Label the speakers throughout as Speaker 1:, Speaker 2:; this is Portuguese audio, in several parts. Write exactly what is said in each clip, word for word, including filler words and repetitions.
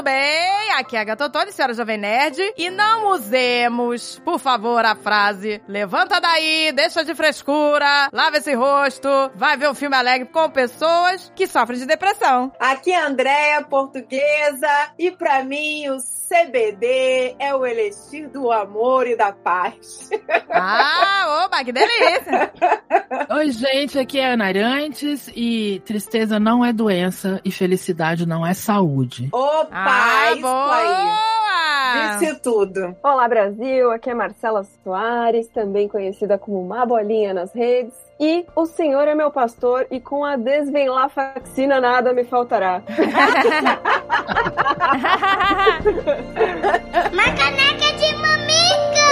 Speaker 1: bem? Aqui é a Gatotone, senhora Jovem Nerd. E não usemos, por favor, a frase levanta daí, deixa de frescura, lava esse rosto, vai ver um filme alegre com pessoas que sofrem de depressão.
Speaker 2: Aqui é a Andréia, portuguesa, e pra mim o C B D é o elixir do amor e da paz.
Speaker 1: Ah, oba, que delícia!
Speaker 3: Oi, gente, aqui é a Ana Arantes e tristeza não é doença e felicidade não é saúde.
Speaker 2: Opa,
Speaker 1: ah,
Speaker 2: isso
Speaker 1: boa!
Speaker 2: aí. Disse tudo.
Speaker 4: Olá, Brasil, aqui é Marcela Soares, também conhecida como Má Bolinha nas redes. E o Senhor é meu pastor e com a desvenlar faxina nada me faltará.
Speaker 5: Uma caneca de mamica!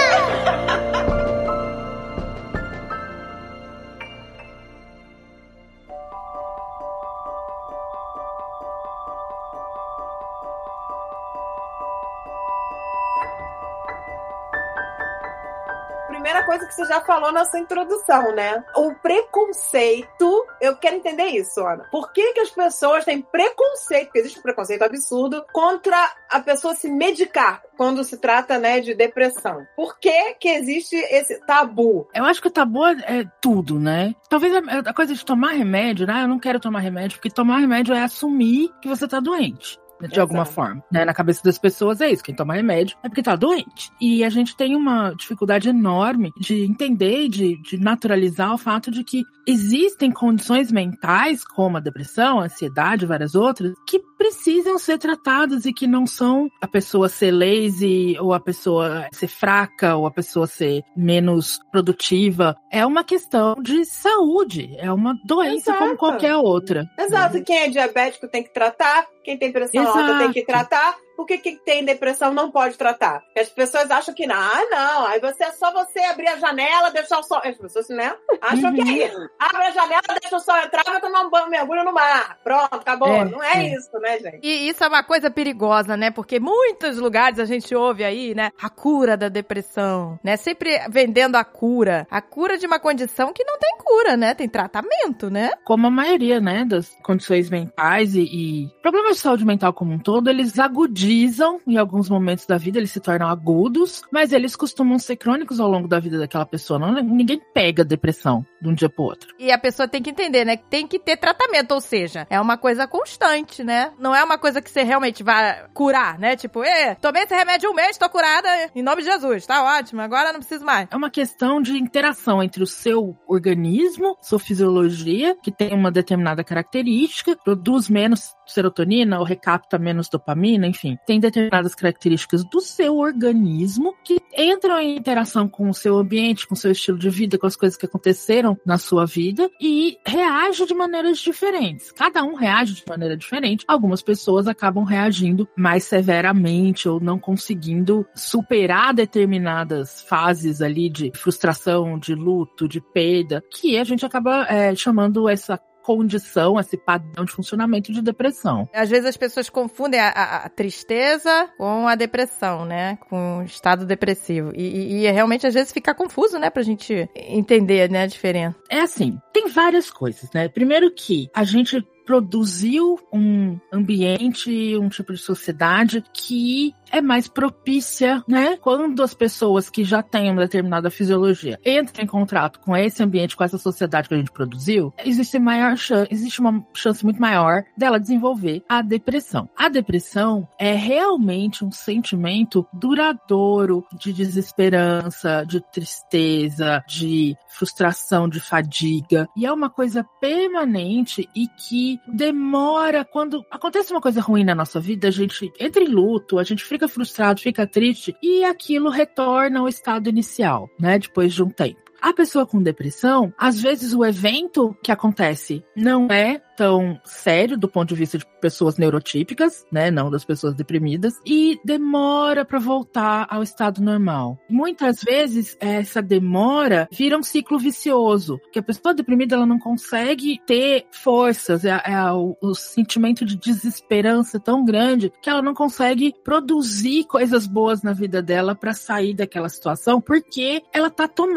Speaker 2: Primeira coisa que você já falou na sua introdução, né? O preconceito, eu quero entender isso, Ana. Por que que as pessoas têm preconceito, porque existe um preconceito absurdo, contra a pessoa se medicar quando se trata, né, de depressão? Por que que existe esse tabu?
Speaker 3: Eu acho que o tabu é tudo, né? Talvez a, a coisa de tomar remédio, né? Eu não quero tomar remédio, porque tomar remédio é assumir que você tá doente. De Exato. Alguma forma, né? Na cabeça das pessoas é isso, quem toma remédio é porque tá doente. E a gente tem uma dificuldade enorme de entender e de, de naturalizar o fato de que existem condições mentais, como a depressão, a ansiedade e várias outras, que precisam ser tratadas e que não são a pessoa ser lazy, ou a pessoa ser fraca, ou a pessoa ser menos produtiva. É uma questão de saúde, é uma doença Exato. Como qualquer outra.
Speaker 2: Exato, né? Quem é diabético tem que tratar, quem tem pressão
Speaker 3: Exato.
Speaker 2: Alta tem que tratar. Por que quem tem depressão não pode tratar? Porque as pessoas acham que não. Ah, não. Aí você é só você abrir a janela, deixar o sol... As pessoas, né? Acham uhum. que é isso. Abre a janela, deixa o sol entrar, vai tomar um banho, mergulho no mar. Pronto, acabou. É, não é, é isso, né, gente?
Speaker 1: E isso é uma coisa perigosa, né? Porque muitos lugares a gente ouve aí, né? A cura da depressão, né? Sempre vendendo a cura. A cura de uma condição que não tem cura, né? Tem tratamento, né?
Speaker 3: Como a maioria, né, das condições mentais e, e problemas de saúde mental como um todo, eles agudizam em alguns momentos da vida, eles se tornam agudos, mas eles costumam ser crônicos ao longo da vida daquela pessoa. Não, ninguém pega depressão de um dia pro outro.
Speaker 1: E a pessoa tem que entender, né? Tem que ter tratamento, ou seja, é uma coisa constante, né? Não é uma coisa que você realmente vai curar, né? Tipo, Ê, tomei esse remédio um mês, tô curada em nome de Jesus, tá ótimo, agora não preciso mais.
Speaker 3: É uma questão de interação entre o seu organismo, sua fisiologia, que tem uma determinada característica, produz menos serotonina ou recapta menos dopamina, enfim. Tem determinadas características do seu organismo que entram em interação com o seu ambiente, com o seu estilo de vida, com as coisas que aconteceram na sua vida e reage de maneiras diferentes. Cada um reage de maneira diferente. Algumas pessoas acabam reagindo mais severamente ou não conseguindo superar determinadas fases ali de frustração, de luto, de perda, que a gente acaba é, chamando essa condição, esse padrão de funcionamento de depressão.
Speaker 1: Às vezes as pessoas confundem a, a, a tristeza com a depressão, né? Com o estado depressivo. E, e, e realmente às vezes fica confuso, né? Pra gente entender, né, a diferença.
Speaker 3: É assim, tem várias coisas, né? Primeiro que a gente produziu um ambiente, um tipo de sociedade que é mais propícia, né? Quando as pessoas que já têm uma determinada fisiologia entram em contato com esse ambiente, com essa sociedade que a gente produziu, existe maior chance, existe uma chance muito maior dela desenvolver a depressão. A depressão é realmente um sentimento duradouro de desesperança, de tristeza, de frustração, de fadiga, e é uma coisa permanente e que demora. Quando acontece uma coisa ruim na nossa vida, a gente entra em luto, a gente fica frustrado, fica triste, e aquilo retorna ao estado inicial, né, depois de um tempo. A pessoa com depressão, às vezes o evento que acontece não é tão sério do ponto de vista de pessoas neurotípicas, né, não das pessoas deprimidas, e demora para voltar ao estado normal. Muitas vezes essa demora vira um ciclo vicioso, porque a pessoa deprimida ela não consegue ter forças, é, é o, o sentimento de desesperança tão grande que ela não consegue produzir coisas boas na vida dela para sair daquela situação, porque ela tá tomada por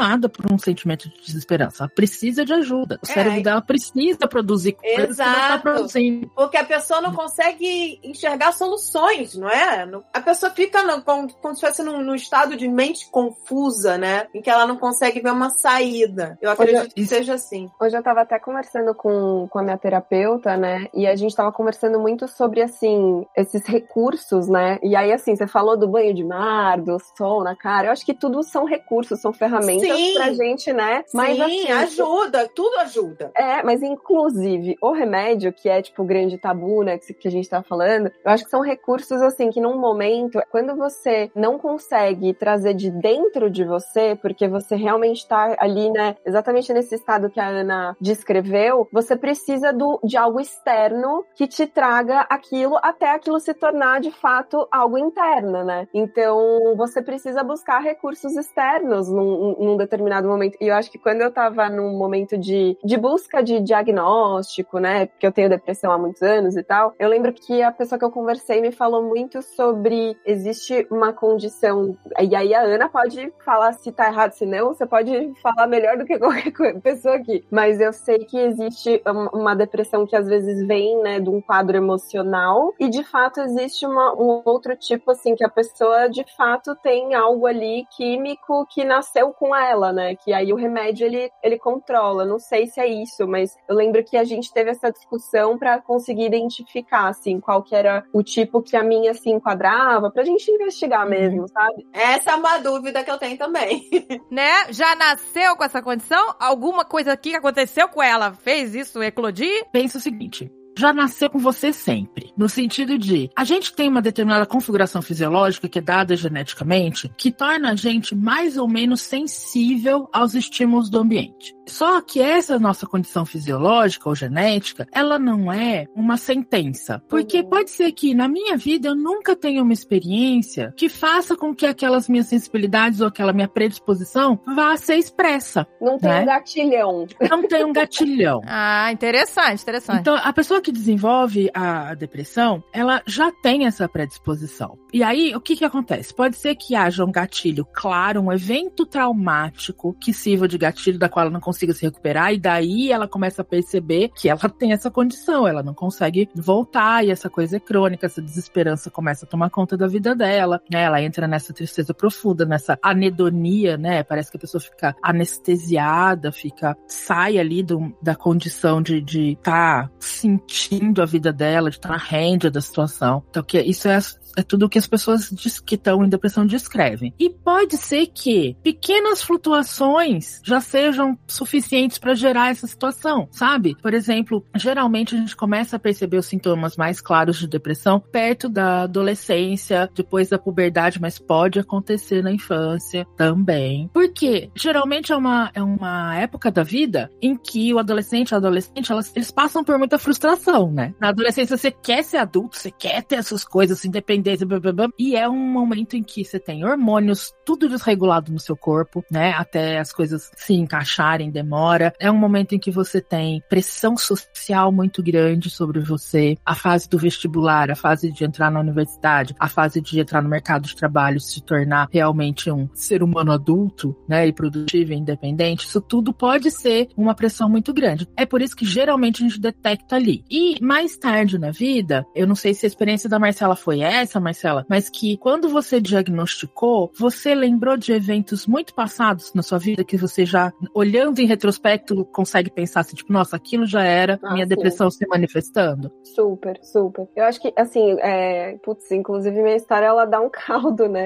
Speaker 3: um sentimento de desesperança. Ela precisa de ajuda. O
Speaker 2: É,
Speaker 3: cérebro dela precisa produzir coisas que não tá
Speaker 2: Exato.
Speaker 3: produzindo.
Speaker 2: Porque a pessoa não consegue enxergar soluções, não é? A pessoa fica no, como, como se estivesse num, num estado de mente confusa, né? Em que ela não consegue ver uma saída. Eu acredito
Speaker 4: Hoje-
Speaker 2: que seja assim.
Speaker 4: Hoje eu tava até conversando com, com a minha terapeuta, né? E a gente tava conversando muito sobre, assim, esses recursos, né? E aí, assim, você falou do banho de mar, do sol na cara. Eu acho que tudo são recursos, são ferramentas
Speaker 2: Sim.
Speaker 4: pra gente, né? Mas,
Speaker 2: Sim,
Speaker 4: assim,
Speaker 2: ajuda. Tudo ajuda.
Speaker 4: É, mas inclusive o remédio, que é tipo o grande tabu, né, que a gente tá falando, eu acho que são recursos assim que num momento, quando você não consegue trazer de dentro de você, porque você realmente tá ali, né, exatamente nesse estado que a Ana descreveu, você precisa do, de algo externo que te traga aquilo até aquilo se tornar de fato algo interno, né? Então você precisa buscar recursos externos num, num determinado momento. E eu acho que quando eu tava num momento de, de busca de diagnóstico, né, porque eu tenho depressão há muitos anos e tal, eu lembro que a pessoa que eu conversei me falou muito sobre, existe uma condição, e aí a Ana pode falar se tá errado, se não, você pode falar melhor do que qualquer pessoa aqui, mas eu sei que existe uma depressão que às vezes vem, né, de um quadro emocional, e de fato existe uma, um outro tipo, assim, que a pessoa de fato tem algo ali químico que nasceu com ela, né, que aí o remédio ele, ele controla, não sei se é isso, mas eu lembro que a gente teve essa discussão pra conseguir identificar, assim, qual que era o tipo que a minha se enquadrava, pra gente investigar mesmo, sabe?
Speaker 2: Essa é uma dúvida que eu tenho também.
Speaker 1: Né? Já nasceu com essa condição? Alguma coisa aqui que aconteceu com ela fez isso eclodir?
Speaker 3: Pensa o seguinte, já nasceu com você sempre. No sentido de, a gente tem uma determinada configuração fisiológica que é dada geneticamente, que torna a gente mais ou menos sensível aos estímulos do ambiente. Só que essa nossa condição fisiológica ou genética, ela não é uma sentença. Porque pode ser que na minha vida eu nunca tenha uma experiência que faça com que aquelas minhas sensibilidades ou aquela minha predisposição vá ser expressa.
Speaker 4: Não tem
Speaker 3: né?
Speaker 4: um gatilhão.
Speaker 3: Não tem um gatilhão.
Speaker 1: Ah, interessante, interessante.
Speaker 3: Então, a pessoa que desenvolve a depressão, ela já tem essa predisposição. E aí, o que que acontece? Pode ser que haja um gatilho claro, um evento traumático que sirva de gatilho da qual ela não consiga se recuperar, e daí ela começa a perceber que ela tem essa condição, ela não consegue voltar, e essa coisa é crônica, essa desesperança começa a tomar conta da vida dela, né? Ela entra nessa tristeza profunda, nessa anedonia, né? Parece que a pessoa fica anestesiada, fica, sai ali do, da condição de estar de tá sentindo a vida dela, de estar tá na rédea da situação. Então, que isso é É tudo o que as pessoas que estão em depressão descrevem. E pode ser que pequenas flutuações já sejam suficientes para gerar essa situação, sabe? Por exemplo, geralmente a gente começa a perceber os sintomas mais claros de depressão perto da adolescência, depois da puberdade, mas pode acontecer na infância também. Por quê? Geralmente é uma, é uma época da vida em que o adolescente e a adolescente, elas, eles passam por muita frustração, né? Na adolescência você quer ser adulto, você quer ter essas coisas, independente. Blá, blá, blá, e é um momento em que você tem hormônios, tudo desregulado no seu corpo, né? Até as coisas se encaixarem, demora. É um momento em que você tem pressão social muito grande sobre você. A fase do vestibular, a fase de entrar na universidade, a fase de entrar no mercado de trabalho, se tornar realmente um ser humano adulto, né? E produtivo e independente. Isso tudo pode ser uma pressão muito grande. É por isso que geralmente a gente detecta ali. E mais tarde na vida, eu não sei se a experiência da Marcela foi essa, Marcela, mas que quando você diagnosticou, você lembrou de eventos muito passados na sua vida que você já, olhando em retrospecto, consegue pensar assim, tipo, nossa, aquilo já era
Speaker 4: Ah,
Speaker 3: minha
Speaker 4: sim.
Speaker 3: depressão se manifestando?
Speaker 4: Super, super. Eu acho que, assim, é, putz, inclusive minha história, ela dá um caldo, né?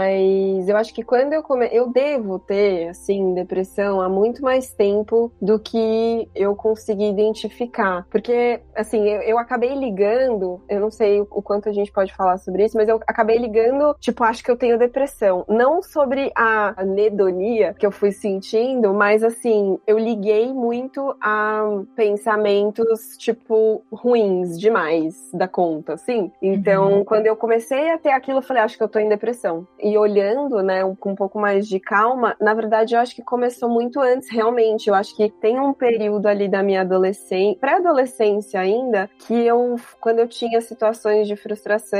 Speaker 4: Mas eu acho que quando eu come... eu devo ter, assim, depressão há muito mais tempo do que eu consegui identificar. Porque, assim, eu, eu acabei ligando, eu não sei o quanto a gente pode falar sobre isso, mas eu acabei ligando, tipo, acho que eu tenho depressão. Não sobre a anedonia que eu fui sentindo, mas, assim, eu liguei muito a pensamentos, tipo, ruins demais da conta, assim. Então, uhum. quando eu comecei a ter aquilo, eu falei, acho que eu tô em depressão. E olhando, né, com um pouco mais de calma, na verdade, eu acho que começou muito antes, realmente. Eu acho que tem um período ali da minha adolescência, pré-adolescência ainda, que eu, quando eu tinha situações de frustração, essas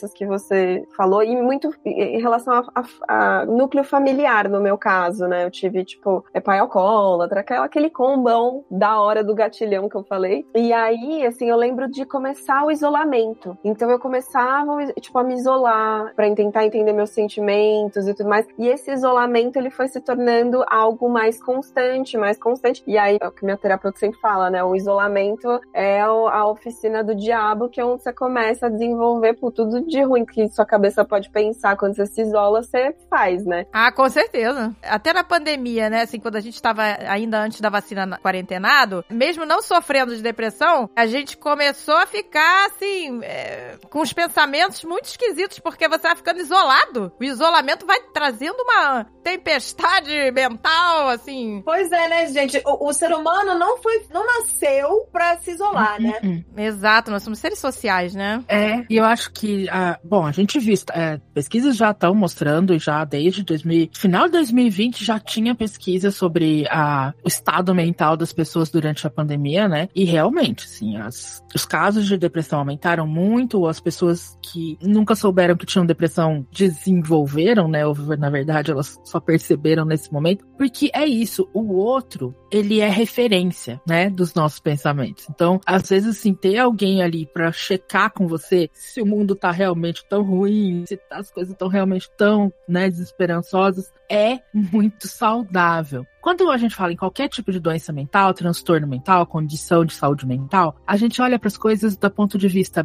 Speaker 4: essas que você falou, e muito em relação a, a, a núcleo familiar, no meu caso, né? Eu tive, tipo, é pai alcoólatra, aquele combão da hora do gatilhão que eu falei. E aí, assim, eu lembro de começar o isolamento. Então eu começava, tipo, a me isolar pra tentar entender meus sentimentos e tudo mais. E esse isolamento, ele foi se tornando algo mais constante, mais constante. E aí, é o que minha terapeuta sempre fala, né? O isolamento é a oficina do diabo, que é onde você começa a desenvolver por tudo de ruim que sua cabeça pode pensar. Quando você se isola, você faz, né?
Speaker 1: Ah, com certeza. Até na pandemia, né? Assim, quando a gente tava ainda antes da vacina quarentenado, mesmo não sofrendo de depressão, a gente começou a ficar, assim, é, com os pensamentos muito esquisitos, porque você vai ficando isolado. O isolamento vai trazendo uma tempestade mental, assim.
Speaker 2: Pois é, né, gente? O, o ser humano não foi, não nasceu pra se isolar, né?
Speaker 3: Uhum.
Speaker 1: Exato, nós somos seres sociais, né?
Speaker 3: É, e eu acho que, ah, bom, a gente viu, é, pesquisas já estão mostrando, já desde dois mil, final de dois mil e vinte já tinha pesquisa sobre a, o estado mental das pessoas durante a pandemia, né? E realmente, sim, as, os casos de depressão aumentaram muito, as pessoas que nunca souberam que tinham depressão desenvolveram, né? Ou, na verdade, elas só perceberam nesse momento, porque é isso, o outro, ele é referência, né, dos nossos pensamentos. Então, às vezes, assim, ter alguém ali pra checar com você se o mundo tá realmente tão ruim, se as coisas estão realmente tão, né, desesperançosas, é muito saudável. Quando a gente fala em qualquer tipo de doença mental, transtorno mental, condição de saúde mental, a gente olha para as coisas do ponto de vista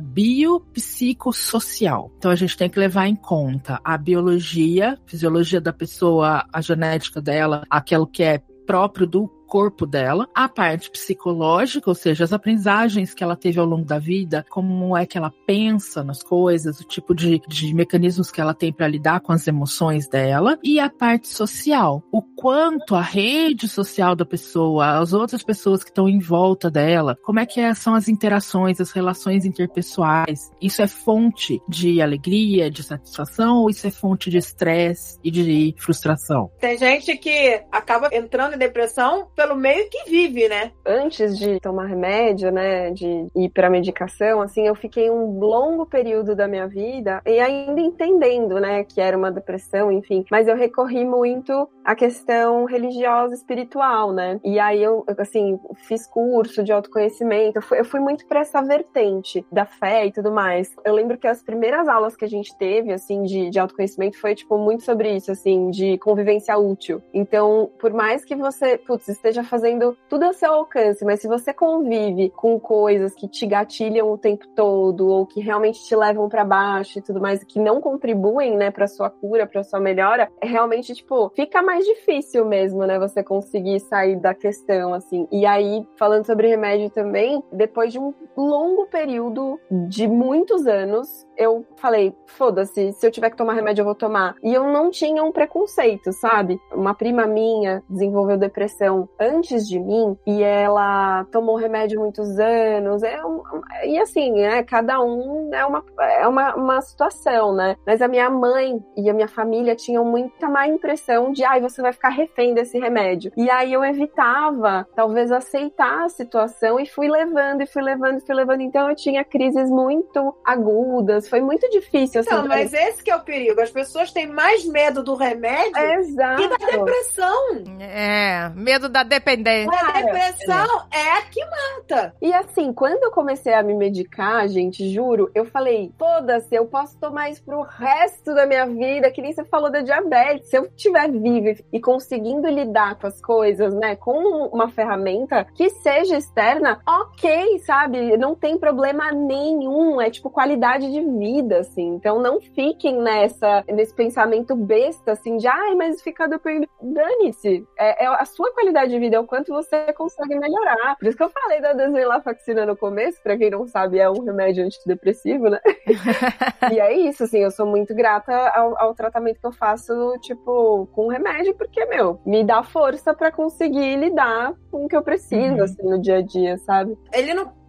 Speaker 3: biopsicossocial. Então a gente tem que levar em conta a biologia, fisiologia da pessoa, a genética dela, aquilo que é próprio do corpo dela, a parte psicológica, ou seja, as aprendizagens que ela teve ao longo da vida, como é que ela pensa nas coisas, o tipo de, de mecanismos que ela tem para lidar com as emoções dela, e a parte social, o quanto a rede social da pessoa, as outras pessoas que estão em volta dela, como é que é, são as interações, as relações interpessoais, isso é fonte de alegria, de satisfação, ou isso é fonte de estresse e de frustração?
Speaker 2: Tem gente que acaba entrando em depressão pelo meio que vive, né?
Speaker 4: Antes de tomar remédio, né, de ir pra medicação, assim, eu fiquei um longo período da minha vida e ainda entendendo, né, que era uma depressão, enfim, mas eu recorri muito à questão religiosa, espiritual, né, e aí eu, assim, fiz curso de autoconhecimento, eu fui, eu fui muito pra essa vertente da fé e tudo mais. Eu lembro que as primeiras aulas que a gente teve, assim, de, de autoconhecimento foi, tipo, muito sobre isso, assim, de convivência útil. Então, por mais que você, putz, esteja fazendo tudo ao seu alcance, mas se você convive com coisas que te gatilham o tempo todo, ou que realmente te levam pra baixo e tudo mais, que não contribuem, né, pra sua cura, pra sua melhora, é realmente, tipo, fica mais difícil mesmo, né, você conseguir sair da questão, assim. E aí, falando sobre remédio também, depois de um longo período de muitos anos, eu falei, foda-se, se eu tiver que tomar remédio, eu vou tomar. E eu não tinha um preconceito, sabe? Uma prima minha desenvolveu depressão antes de mim e ela tomou remédio muitos anos. É um, e assim, né? Cada um é, uma, é uma, uma situação, né? Mas a minha mãe e a minha família tinham muita má impressão de, ai, você vai ficar refém desse remédio. E aí eu evitava, talvez, aceitar a situação e fui levando, e fui levando, e fui levando. Então eu tinha crises muito agudas. Foi muito difícil. Assim,
Speaker 2: não, mas esse que é o perigo. As pessoas têm mais medo do remédio
Speaker 4: Exato.
Speaker 2: que da depressão.
Speaker 1: É, medo da dependência.
Speaker 2: A depressão é. é a que mata.
Speaker 4: E assim, quando eu comecei a me medicar, gente, juro, eu falei, foda-se, eu posso tomar isso pro resto da minha vida, que nem você falou da diabetes. Se eu estiver viva e conseguindo lidar com as coisas, né, com uma ferramenta que seja externa, ok, sabe? Não tem problema nenhum. É tipo qualidade de vida, assim. Então não fiquem nessa, nesse pensamento besta, assim, de ai, mas fica dependendo. Dane-se. É, é a sua qualidade de vida, é o quanto você consegue melhorar. Por isso que eu falei da desvenlafaxina no começo, pra quem não sabe, é um remédio antidepressivo, né? E é isso, assim, eu sou muito grata ao, ao tratamento que eu faço, tipo, com remédio, porque, meu, me dá força pra conseguir lidar com o que eu preciso, uhum. assim, no dia a dia, sabe?
Speaker 2: Ele não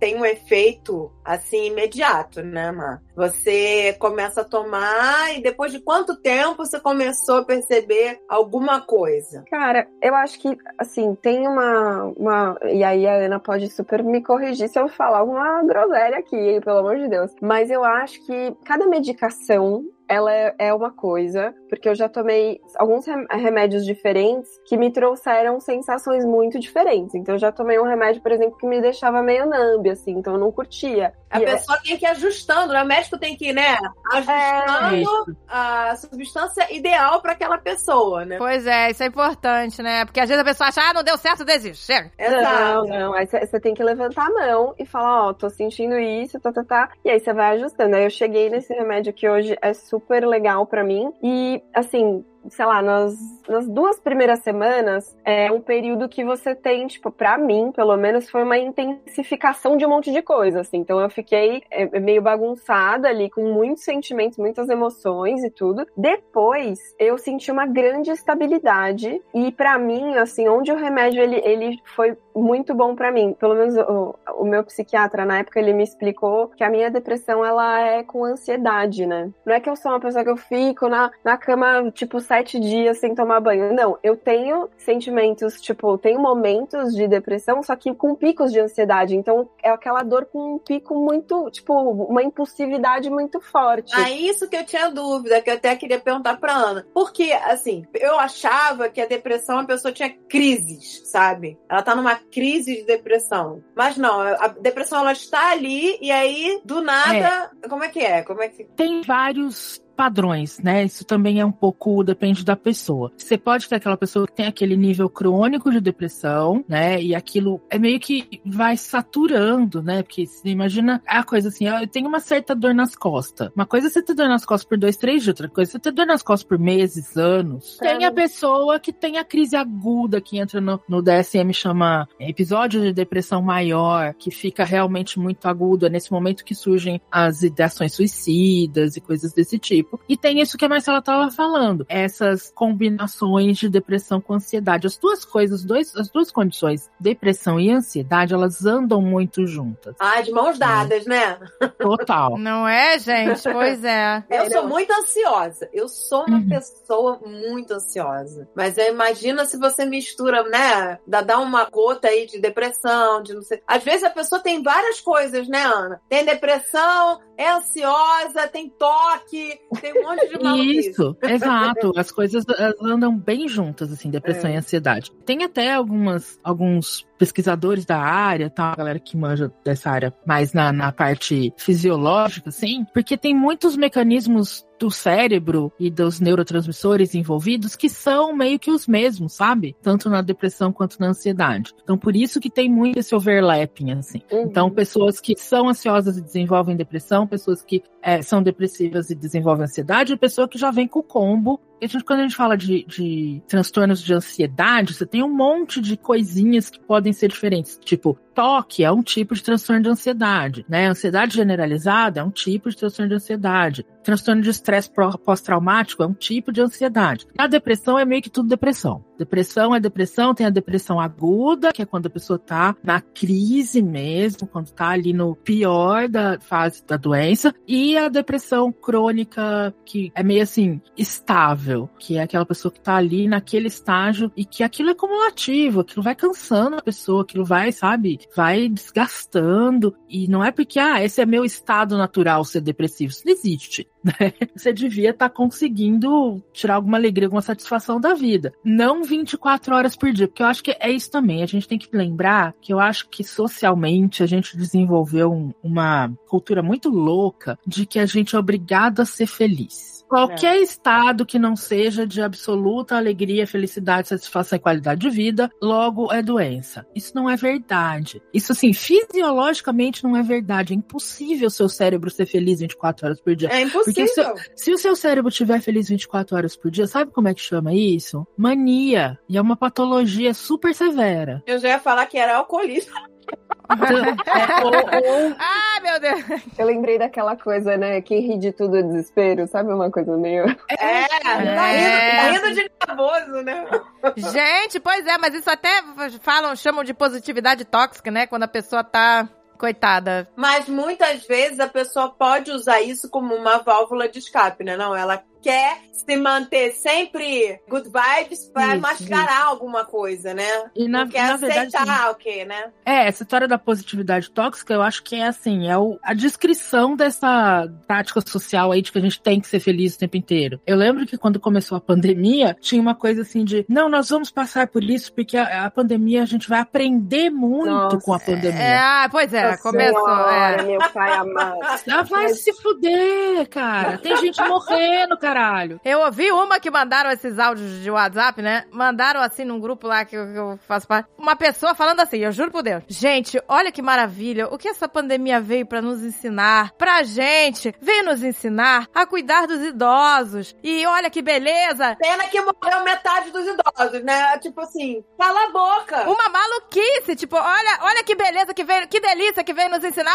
Speaker 2: tem um efeito, assim, imediato, né, Mar? Você começa a tomar e depois de quanto tempo você começou a perceber alguma coisa?
Speaker 4: Cara, eu acho que, assim, tem uma, uma... E aí a Ana pode super me corrigir se eu falar alguma groselha aqui, pelo amor de Deus. Mas eu acho que cada medicação, ela é uma coisa, porque eu já tomei alguns remédios diferentes que me trouxeram sensações muito diferentes. Então eu já tomei um remédio, por exemplo, que me deixava meio nambe, assim, então eu não curtia.
Speaker 2: A
Speaker 4: e
Speaker 2: pessoa eu... tem que ir ajustando, né? O médico tem que ir, né? Ajustando
Speaker 3: é.
Speaker 2: a substância ideal para aquela pessoa, né?
Speaker 1: Pois é, isso é importante, né? Porque às vezes a pessoa acha, ah, não deu certo, desiste. Chega.
Speaker 4: Não, não. Aí você tem que levantar a mão e falar, ó, oh, tô sentindo isso, tá, tá, tá. E aí você vai ajustando. Aí eu cheguei nesse remédio que hoje é super legal pra mim. E, assim, sei lá, nas, nas duas primeiras semanas, é um período que você tem, tipo, pra mim, pelo menos, foi uma intensificação de um monte de coisa, assim. Então eu fiquei é, meio bagunçada ali, com muitos sentimentos, muitas emoções e tudo. Depois, eu senti uma grande estabilidade e pra mim, assim, onde o remédio, ele, ele foi muito bom pra mim. Pelo menos o, o meu psiquiatra, na época, ele me explicou que a minha depressão, ela é com ansiedade, né? Não é que eu sou uma pessoa que eu fico na, na cama, tipo, sete dias sem tomar banho. Não, eu tenho sentimentos, tipo, tenho momentos de depressão, só que com picos de ansiedade. Então, é aquela dor com um pico muito, tipo, uma impulsividade muito forte.
Speaker 2: Ah, isso que eu tinha dúvida, que eu até queria perguntar pra Ana. Porque, assim, eu achava que a depressão, a pessoa tinha crises, sabe? Ela tá numa crise de depressão. Mas não, a depressão, ela está ali e aí, do nada, é. como é que é? Como é que...
Speaker 3: Tem vários padrões, né? Isso também é um pouco, depende da pessoa. Você pode ter aquela pessoa que tem aquele nível crônico de depressão, né? E aquilo é meio que vai saturando, né? Porque você imagina a coisa assim, eu tenho uma certa dor nas costas. Uma coisa é você ter dor nas costas por dois, três dias, outra coisa é você ter dor nas costas por meses, anos. É. Tem a pessoa que tem a crise aguda, que entra no, no D S M, chama episódio de depressão maior, que fica realmente muito agudo. É nesse momento que surgem as ideações suicidas e coisas desse tipo. E tem isso que a Marcela estava falando, essas combinações de depressão com ansiedade. As duas coisas, dois, as duas condições, depressão e ansiedade, elas andam muito juntas.
Speaker 2: Ah, de mãos dadas, é. né?
Speaker 3: Total.
Speaker 1: Não é, gente? Pois é.
Speaker 2: Eu sou muito ansiosa. Eu sou uma uhum. pessoa muito ansiosa. Mas imagina se você mistura, né? Dá, dá uma gota aí de depressão, de não sei. Às vezes a pessoa tem várias coisas, né, Ana? Tem depressão, é ansiosa, tem toque, tem um monte de maluquice.
Speaker 3: Isso, exato. As coisas andam bem juntas, assim, depressão é. e ansiedade. Tem até algumas, alguns pesquisadores da área, tá? A galera que manja dessa área mais na, na parte fisiológica, assim, porque tem muitos mecanismos do cérebro e dos neurotransmissores envolvidos que são meio que os mesmos, sabe? Tanto na depressão quanto na ansiedade. Então, por isso que tem muito esse overlapping, assim. Uhum. Então, pessoas que são ansiosas e desenvolvem depressão, pessoas que é, são depressivas e desenvolvem ansiedade, e pessoa que já vem com o combo. E a gente, quando a gente fala de, de transtornos de ansiedade, você tem um monte de coisinhas que podem ser diferentes. Tipo, toque é um tipo de transtorno de ansiedade, né? Ansiedade generalizada é um tipo de transtorno de ansiedade. Transtorno de estresse pós-traumático é um tipo de ansiedade. A depressão é meio que tudo depressão. Depressão é depressão, tem a depressão aguda, que é quando a pessoa tá na crise mesmo, quando tá ali no pior da fase da doença, e a depressão crônica, que é meio assim, estável, que é aquela pessoa que tá ali naquele estágio e que aquilo é cumulativo, aquilo vai cansando a pessoa, aquilo vai, sabe, vai desgastando, e não é porque, ah, esse é meu estado natural ser depressivo, isso não existe. Você devia estar tá conseguindo tirar alguma alegria, alguma satisfação da vida. Não vinte e quatro horas por dia, porque eu acho que é isso também. A gente tem que lembrar que eu acho que socialmente a gente desenvolveu um, uma cultura muito louca de que a gente é obrigado a ser feliz. Qualquer é. estado que não seja de absoluta alegria, felicidade, satisfação e qualidade de vida, logo é doença. Isso não é verdade. Isso, assim, fisiologicamente não é verdade. É impossível o seu cérebro ser feliz vinte e quatro horas por dia.
Speaker 2: É impossível.
Speaker 3: Porque se, se o seu cérebro estiver feliz vinte e quatro horas por dia, sabe como é que chama isso? Mania. E é uma patologia super severa.
Speaker 2: Eu já ia falar que era alcoolismo.
Speaker 4: é, ou, ou...
Speaker 1: Ah, meu Deus!
Speaker 4: Eu lembrei daquela coisa, né? Quem ri de tudo é desespero, sabe? Uma coisa meio...
Speaker 2: É, é. Tá, rindo, tá rindo de nervoso, né?
Speaker 1: Gente, pois é, mas isso até falam, chamam de positividade tóxica, né? Quando a pessoa tá coitada.
Speaker 2: Mas muitas vezes a pessoa pode usar isso como uma válvula de escape, né? Não, ela quer se manter sempre good vibes pra
Speaker 3: Isso,
Speaker 2: mascarar
Speaker 3: isso.
Speaker 2: alguma coisa, né?
Speaker 3: E na,
Speaker 2: Não quer
Speaker 3: na verdade,
Speaker 2: aceitar o quê, né?
Speaker 3: É, essa história da positividade tóxica, eu acho que é assim, é o, a descrição dessa prática social aí de que a gente tem que ser feliz o tempo inteiro. Eu lembro que quando começou a pandemia, tinha uma coisa assim de, não, nós vamos passar por isso porque a, a pandemia, a gente vai aprender muito
Speaker 4: Nossa,
Speaker 3: com a pandemia.
Speaker 1: É, ah, pois é,
Speaker 4: Nossa
Speaker 1: começou.
Speaker 4: Senhora,
Speaker 1: É.
Speaker 4: meu pai amado.
Speaker 3: Ela vai
Speaker 4: Mas-
Speaker 3: se fuder, cara. Tem gente morrendo, caralho.
Speaker 1: Eu ouvi uma que mandaram esses áudios de WhatsApp, né? Mandaram assim num grupo lá que eu, que eu faço parte. Uma pessoa falando assim, eu juro por Deus. Gente, olha que maravilha. O que essa pandemia veio pra nos ensinar? Pra gente, veio nos ensinar a cuidar dos idosos. E olha que beleza.
Speaker 2: Pena que morreu metade dos idosos, né? Tipo assim, cala a boca.
Speaker 1: Uma maluquice. Tipo, olha, olha que beleza que veio, que delícia que veio nos ensinar.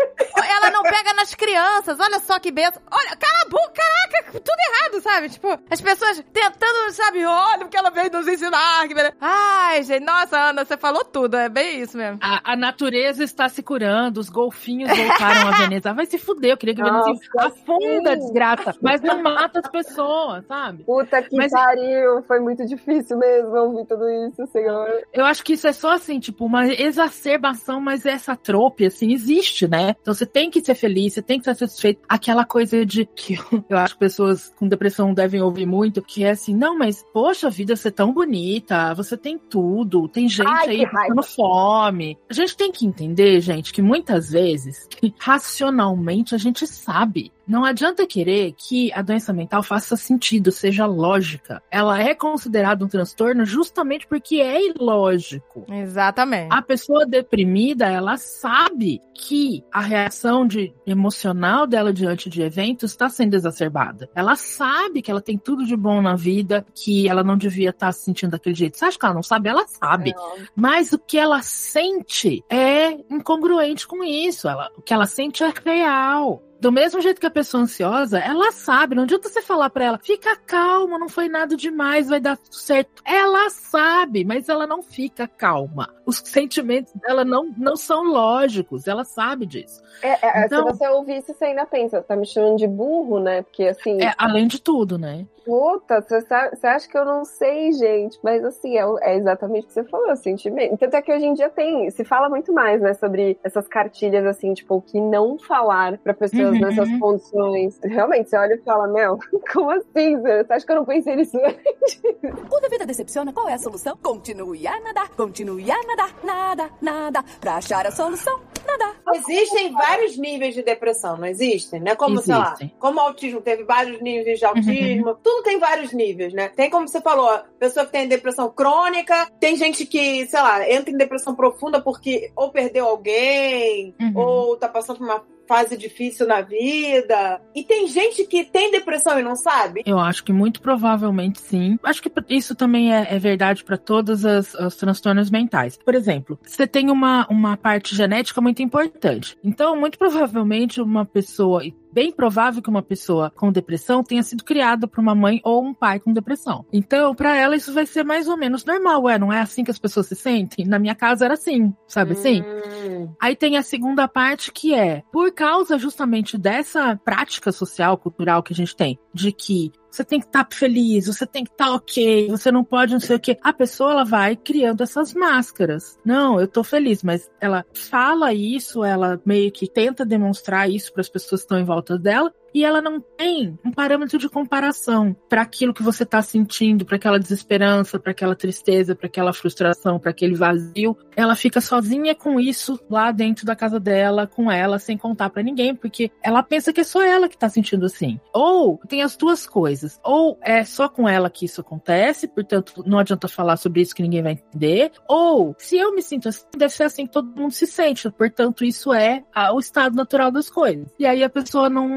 Speaker 1: Ela não pega nas crianças. Olha só que benção. Olha, cala a boca, caraca, tudo errado, sabe? Tipo, as pessoas tentando, sabe, olha porque ela veio nos ensinar. Que beleza. Ai, gente, nossa, Ana, você falou tudo, é bem isso mesmo.
Speaker 3: A, a natureza está se curando, os golfinhos voltaram a Veneza. Vai se fuder, eu queria que Veneza
Speaker 4: Nossa,
Speaker 3: afunda,
Speaker 4: sim.
Speaker 3: desgraça. Mas não mata as pessoas, sabe?
Speaker 4: Puta que
Speaker 3: Mas-
Speaker 4: pariu, foi muito difícil mesmo ouvir tudo isso, senhor.
Speaker 3: Eu acho que isso é só assim, tipo, uma exacerbação, mas essa trope, assim, existe, né? Então você tem que ser feliz, você tem que estar satisfeito. Aquela coisa de que eu acho que pessoas com depressão devem ouvir muito, que é assim, não, mas, poxa, a vida você é tão bonita, você tem tudo, tem gente
Speaker 4: Ai,
Speaker 3: aí
Speaker 4: que raiva.
Speaker 3: passando fome. A gente tem que entender, gente, que muitas vezes, racionalmente, a gente sabe. Não adianta querer que a doença mental faça sentido, seja lógica. Ela é considerada um transtorno justamente porque é ilógico.
Speaker 1: Exatamente.
Speaker 3: A pessoa deprimida, ela sabe que a reação de, emocional dela diante de eventos está sendo exacerbada. Ela sabe que ela tem tudo de bom na vida, que ela não devia estar se sentindo daquele jeito. Você acha que ela não sabe? Ela sabe.
Speaker 4: Não.
Speaker 3: Mas o que ela sente é incongruente com isso. Ela, o que ela sente é real. Do mesmo jeito que a pessoa ansiosa, ela sabe, não adianta você falar pra ela, fica calma, não foi nada demais, vai dar tudo certo. Ela sabe, mas ela não fica calma. Os sentimentos dela não, não são lógicos, ela sabe disso.
Speaker 4: É, é,
Speaker 3: Então-
Speaker 4: Se você ouvir isso, você ainda pensa, tá me chamando de burro, né? Porque assim,
Speaker 3: É, além de tudo, né?
Speaker 4: puta, você, sabe, você acha que eu não sei, gente? Mas assim, é, o- é exatamente o que você falou, sentimento. Tanto é que hoje em dia tem, se fala muito mais, né, sobre essas cartilhas, assim, tipo, o que não falar pra pessoas
Speaker 3: Uhum.
Speaker 4: nessas condições. Realmente, você olha e fala, meu, como assim? Você acha que eu não pensei nisso antes?
Speaker 6: Quando a vida decepciona, qual é a solução? Continue a nadar, continue a nadar, nada, nada. Pra achar a solução, nadar.
Speaker 2: Existem vários níveis de depressão, não existem? Né? Como, sei lá,
Speaker 3: Existem.
Speaker 2: como o autismo teve vários níveis de autismo, tudo tem vários níveis, né? Tem, como você falou, a pessoa que tem depressão crônica, tem gente que, sei lá, entra em depressão profunda porque ou perdeu alguém,
Speaker 3: Uhum.
Speaker 2: ou tá passando por uma fase difícil na vida. E tem gente que tem depressão e não sabe.
Speaker 3: Eu acho que muito provavelmente sim. Acho que isso também é, é verdade para todos as, os transtornos mentais. Por exemplo, você tem uma, uma parte genética muito importante. Então, muito provavelmente uma pessoa, bem provável que uma pessoa com depressão tenha sido criada por uma mãe ou um pai com depressão. Então, para ela isso vai ser mais ou menos normal. Ué, não é assim que as pessoas se sentem? Na minha casa era assim, sabe assim?
Speaker 2: Hum.
Speaker 3: Aí tem a segunda parte que é, por causa justamente dessa prática social, cultural que a gente tem, de que você tem que estar feliz, você tem que estar ok, você não pode não sei o quê. A pessoa, ela vai criando essas máscaras. Não, eu tô feliz, mas ela fala isso, ela meio que tenta demonstrar isso para as pessoas que estão em volta dela, e ela não tem um parâmetro de comparação para aquilo que você tá sentindo, para aquela desesperança, para aquela tristeza, para aquela frustração, para aquele vazio. Ela fica sozinha com isso lá dentro da casa dela, com ela, sem contar para ninguém, porque ela pensa que é só ela que tá sentindo assim. Ou tem as duas coisas. Ou é só com ela que isso acontece, portanto não adianta falar sobre isso que ninguém vai entender. Ou, se eu me sinto assim, deve ser assim que todo mundo se sente, portanto isso é a, o estado natural das coisas. E aí a pessoa não procura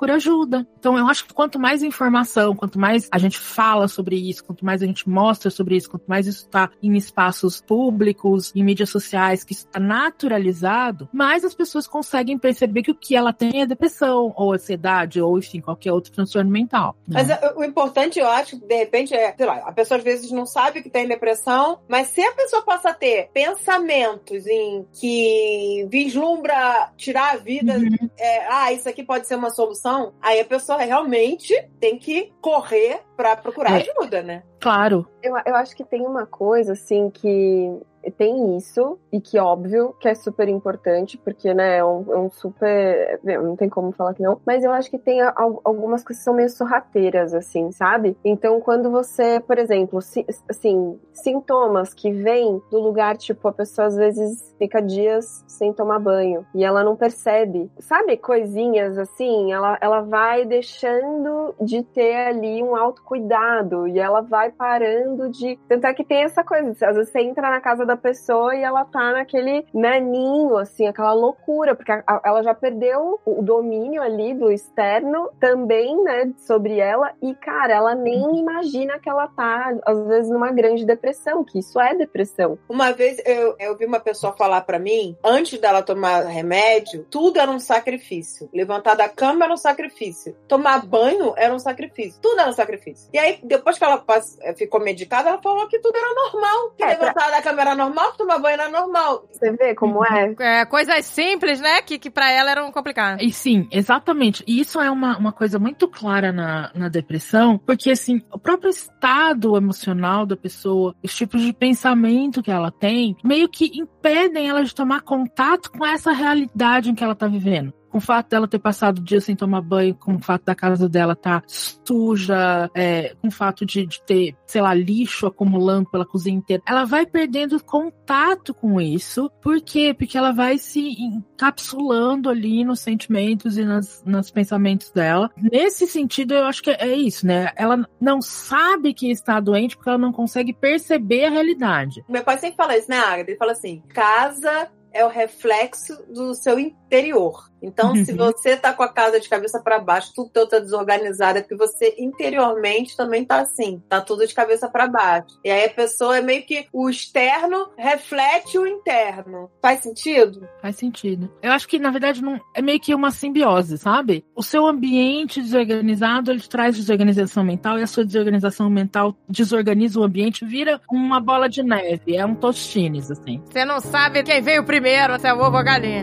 Speaker 3: procura ajuda. Então eu acho que quanto mais informação, quanto mais a gente fala sobre isso, quanto mais a gente mostra sobre isso, quanto mais isso está em espaços públicos, em mídias sociais, que isso está naturalizado, mais as pessoas conseguem perceber que o que ela tem é depressão, ou ansiedade, ou enfim, qualquer outro transtorno mental. Né?
Speaker 2: Mas o importante, eu acho, de repente, é, sei lá, a pessoa às vezes não sabe que tem depressão, mas se a pessoa passa a ter pensamentos em que vislumbra tirar a vida, uhum. é, ah, isso aqui pode ser uma solução, aí a pessoa realmente tem que correr pra procurar é. ajuda, né?
Speaker 3: Claro.
Speaker 4: Eu, eu acho que tem uma coisa, assim, que tem isso, e que óbvio que é super importante, porque, né, é um, é um super... Não tem como falar que não, mas eu acho que tem a, algumas coisas que são meio sorrateiras, assim, sabe? Então, quando você, por exemplo, si, assim, sintomas que vêm do lugar, tipo, a pessoa às vezes fica dias sem tomar banho, e ela não percebe, sabe? Coisinhas, assim, ela, ela vai deixando de ter ali um autocuidado, e ela vai parando de... Tanto é que tem essa coisa, às vezes você entra na casa da pessoa e ela tá naquele naninho, assim, aquela loucura, porque a, a, ela já perdeu o, o domínio ali do externo também, né, sobre ela, e, cara, ela nem imagina que ela tá, às vezes, numa grande depressão, que isso é depressão.
Speaker 2: Uma vez eu, eu vi uma pessoa falar pra mim, antes dela tomar remédio, tudo era um sacrifício. Levantar da cama era um sacrifício. Tomar banho era um sacrifício. Tudo era um sacrifício. E aí, depois que ela ficou medicada, ela falou que tudo era normal. Que é, levantar pra... da cama era normal, que tomar banho era normal.
Speaker 4: Você vê como é?
Speaker 1: É, coisas simples, né, que, que pra ela eram complicadas.
Speaker 3: E sim, exatamente. E isso é uma, uma coisa muito clara na, na depressão, porque, assim, o próprio estado emocional da pessoa, os tipos de pensamento que ela tem, meio que impedem ela de tomar contato com essa realidade em que ela tá vivendo. Com o fato dela ter passado o dia sem tomar banho, com o fato da casa dela estar tá suja, é, com o fato de, de ter, sei lá, lixo acumulando pela cozinha inteira, ela vai perdendo contato com isso. Por quê? Porque ela vai se encapsulando ali nos sentimentos e nas, nos pensamentos dela. Nesse sentido, eu acho que é isso, né? Ela não sabe que está doente porque ela não consegue perceber a realidade.
Speaker 2: Meu pai sempre fala isso, né, Agatha? Ele fala assim, casa é o reflexo do seu interior. Então, uhum. se você tá com a casa de cabeça para baixo, tudo teu tá desorganizado, é porque você interiormente também tá assim, tá tudo de cabeça para baixo. E aí a pessoa é meio que o externo reflete o interno. Faz sentido?
Speaker 3: Faz sentido. Eu acho que, na verdade, não é meio que uma simbiose, sabe? O seu ambiente desorganizado, ele traz desorganização mental, e a sua desorganização mental desorganiza o ambiente, vira uma bola de neve, é um tostines, assim.
Speaker 1: Você não sabe quem veio primeiro, você é ovo ou galinha.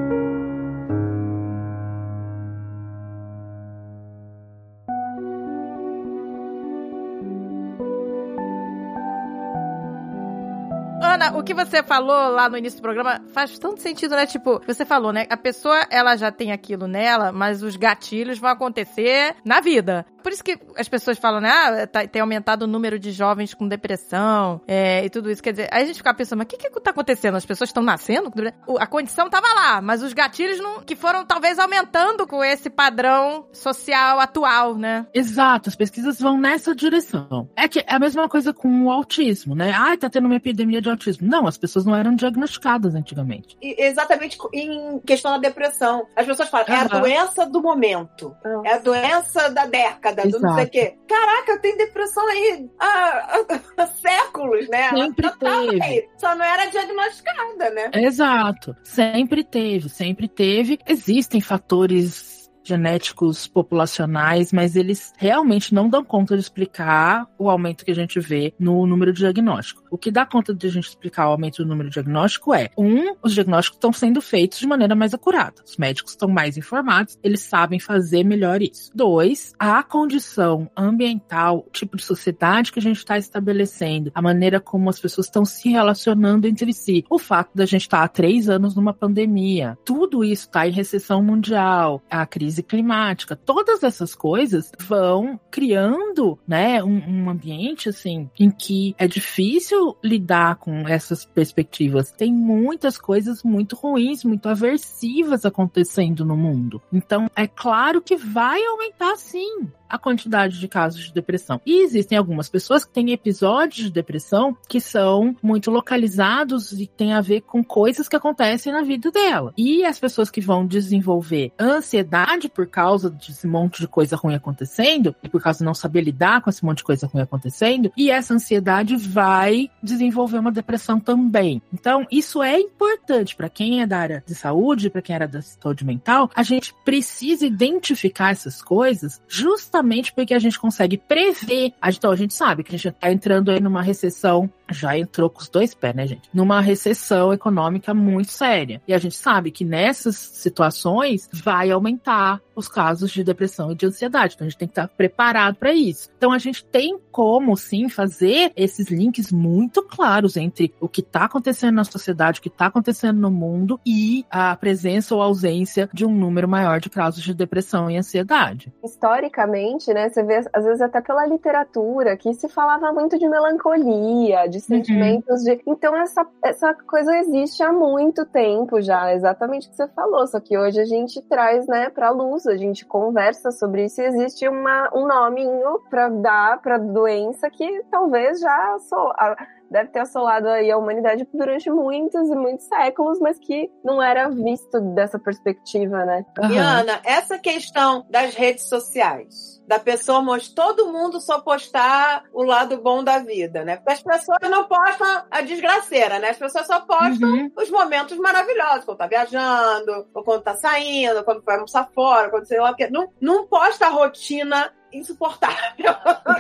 Speaker 1: Ana, o que você falou lá no início do programa faz tanto sentido, né? Tipo, você falou, né? A pessoa, ela já tem aquilo nela, mas os gatilhos vão acontecer na vida. Por isso que as pessoas falam, né? Ah, tá, tem aumentado o número de jovens com depressão é, e tudo isso. Quer dizer, aí a gente fica pensando, mas o que que tá acontecendo? As pessoas estão nascendo? A condição tava lá, mas os gatilhos não, que foram talvez aumentando com esse padrão social atual, né?
Speaker 3: Exato, as pesquisas vão nessa direção. É que é a mesma coisa com o autismo, né? Ah, tá tendo uma epidemia de autismo. Não, as pessoas não eram diagnosticadas antigamente.
Speaker 2: E exatamente em questão da depressão. As pessoas falam, uhum. é a doença do momento. Uhum. É a doença da década. Do não sei o quê. Caraca, eu tenho depressão aí há, há, há séculos, né?
Speaker 3: Sempre
Speaker 2: Ela
Speaker 3: teve.
Speaker 2: Aí, só não era diagnosticada, né?
Speaker 3: Exato. Sempre teve, sempre teve. Existem fatores genéticos populacionais, mas eles realmente não dão conta de explicar o aumento que a gente vê no número de diagnóstico. O que dá conta de a gente explicar o aumento do número de diagnóstico é, um, os diagnósticos estão sendo feitos de maneira mais acurada. Os médicos estão mais informados, eles sabem fazer melhor isso. Dois, a condição ambiental, o tipo de sociedade que a gente está estabelecendo, a maneira como as pessoas estão se relacionando entre si, o fato da gente estar há três anos numa pandemia, tudo isso está em recessão mundial, a crise climática, todas essas coisas vão criando, né, um, um ambiente, assim, em que é difícil lidar com essas perspectivas. Tem muitas coisas muito ruins, muito aversivas acontecendo no mundo. Então, é claro que vai aumentar, sim, a quantidade de casos de depressão. E existem algumas pessoas que têm episódios de depressão que são muito localizados e têm a ver com coisas que acontecem na vida dela. E as pessoas que vão desenvolver ansiedade ansiedade por causa desse monte de coisa ruim acontecendo, e por causa de não saber lidar com esse monte de coisa ruim acontecendo, e essa ansiedade vai desenvolver uma depressão também. Então, isso é importante para quem é da área de saúde, para quem era da saúde mental, a gente precisa identificar essas coisas justamente porque a gente consegue prever. Então, a gente sabe que a gente tá entrando aí numa recessão, já entrou com os dois pés, né, gente? Numa recessão econômica muito séria. E a gente sabe que nessas situações vai aumentar os casos de depressão e de ansiedade. Então a gente tem que estar preparado para isso. Então a gente tem como, sim, fazer esses links muito claros entre o que está acontecendo na sociedade, o que está acontecendo no mundo e a presença ou ausência de um número maior de casos de depressão e ansiedade.
Speaker 4: Historicamente, né, você vê, às vezes até pela literatura, que se falava muito de melancolia, de sentimentos uhum. de... Então essa, essa coisa existe há muito tempo já, exatamente o que você falou, só que hoje a gente traz, né, pra luz, a gente conversa sobre isso e existe uma, um nominho pra dar pra doença que talvez já sou, deve ter assolado aí a humanidade durante muitos e muitos séculos, mas que não era visto dessa perspectiva, né?
Speaker 2: Uhum. E Ana, essa questão das redes sociais, da pessoa mostrar, todo mundo só postar o lado bom da vida, né? Porque as pessoas não postam a desgraceira, né? As pessoas só postam uhum. os momentos maravilhosos, quando tá viajando, ou quando tá saindo, quando vai almoçar fora, quando sei lá o quê. Não, não posta a rotina insuportável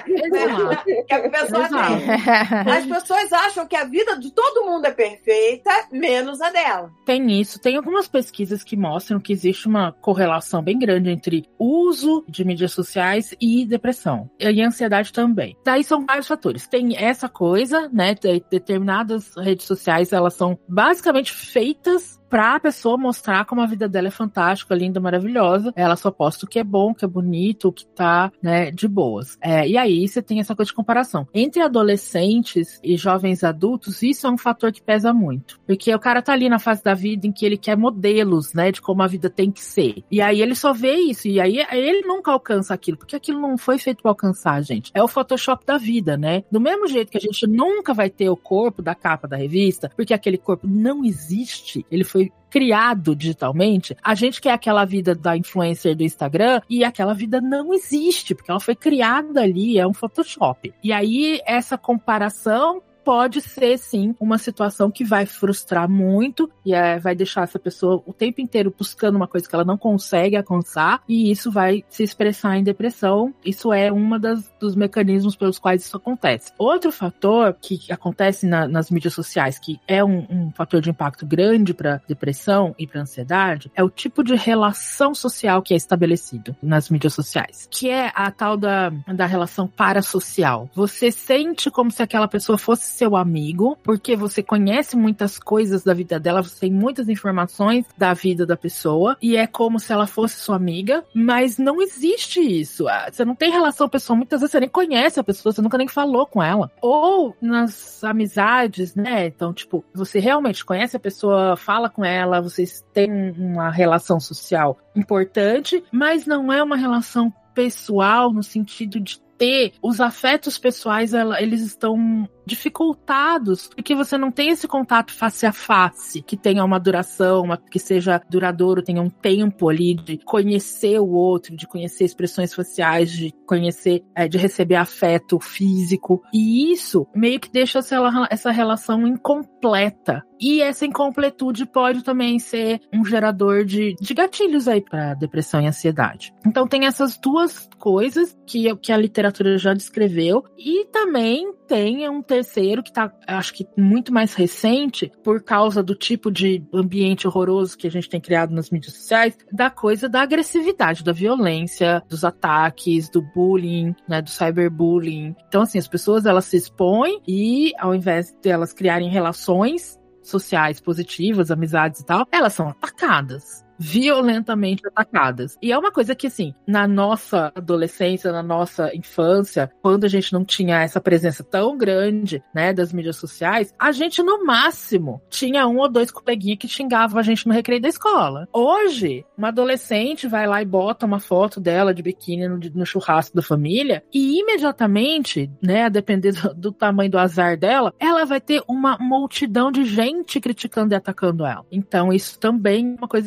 Speaker 2: que a pessoa tem. As pessoas acham que a vida de todo mundo é perfeita, menos a dela.
Speaker 3: Tem isso. Tem algumas pesquisas que mostram que existe uma correlação bem grande entre uso de mídias sociais e depressão. E ansiedade também. Daí são vários fatores. Tem essa coisa, né? De determinadas redes sociais, elas são basicamente feitas pra pessoa mostrar como a vida dela é fantástica, linda, maravilhosa. Ela só posta o que é bom, o que é bonito, o que tá, né, de boas. É, e aí você tem essa coisa de comparação. Entre adolescentes e jovens adultos, isso é um fator que pesa muito. Porque o cara tá ali na fase da vida em que ele quer modelos, né, de como a vida tem que ser. E aí ele só vê isso. E aí ele nunca alcança aquilo, porque aquilo não foi feito pra alcançar, gente. É o Photoshop da vida, né? Do mesmo jeito que a gente nunca vai ter o corpo da capa da revista, porque aquele corpo não existe. Ele foi criado digitalmente, a gente quer aquela vida da influencer do Instagram e aquela vida não existe, porque ela foi criada ali, é um Photoshop. E aí, essa comparação pode ser, sim, uma situação que vai frustrar muito e é, vai deixar essa pessoa o tempo inteiro buscando uma coisa que ela não consegue alcançar e isso vai se expressar em depressão. Isso é um dos mecanismos pelos quais isso acontece. Outro fator que acontece na, nas mídias sociais, que é um, um fator de impacto grande para depressão e para ansiedade, é o tipo de relação social que é estabelecido nas mídias sociais, que é a tal da, da relação parasocial. Você sente como se aquela pessoa fosse seu amigo, porque você conhece muitas coisas da vida dela, você tem muitas informações da vida da pessoa, e é como se ela fosse sua amiga, mas não existe isso. Você não tem relação pessoal, muitas vezes você nem conhece a pessoa, você nunca nem falou com ela. Ou nas amizades, né? Então, tipo, você realmente conhece a pessoa, fala com ela, vocês têm uma relação social importante, mas não é uma relação pessoal no sentido de ter os afetos pessoais, eles estão dificultados, porque você não tem esse contato face a face, que tenha uma duração, uma, que seja duradouro, tenha um tempo ali de conhecer o outro, de conhecer expressões faciais, de conhecer, é, de receber afeto físico. E isso meio que deixa essa, essa relação incompleta. E essa incompletude pode também ser um gerador de, de gatilhos aí para depressão e ansiedade. Então tem essas duas coisas que, que a literatura já descreveu, e também tem um terceiro que tá, acho que muito mais recente, por causa do tipo de ambiente horroroso que a gente tem criado nas mídias sociais, da coisa da agressividade, da violência, dos ataques, do bullying, né, do cyberbullying. Então, assim, as pessoas, elas se expõem e, ao invés de elas criarem relações sociais positivas, amizades e tal, elas são atacadas. Violentamente atacadas. E é uma coisa que, assim, na nossa adolescência, na nossa infância, quando a gente não tinha essa presença tão grande, né, das mídias sociais, a gente, no máximo, tinha um ou dois coleguinhas que xingavam a gente no recreio da escola. Hoje, uma adolescente vai lá e bota uma foto dela de biquíni no, no churrasco da família e, imediatamente, né, a depender do, do tamanho do azar dela, ela vai ter uma multidão de gente criticando e atacando ela. Então, isso também é uma coisa que veio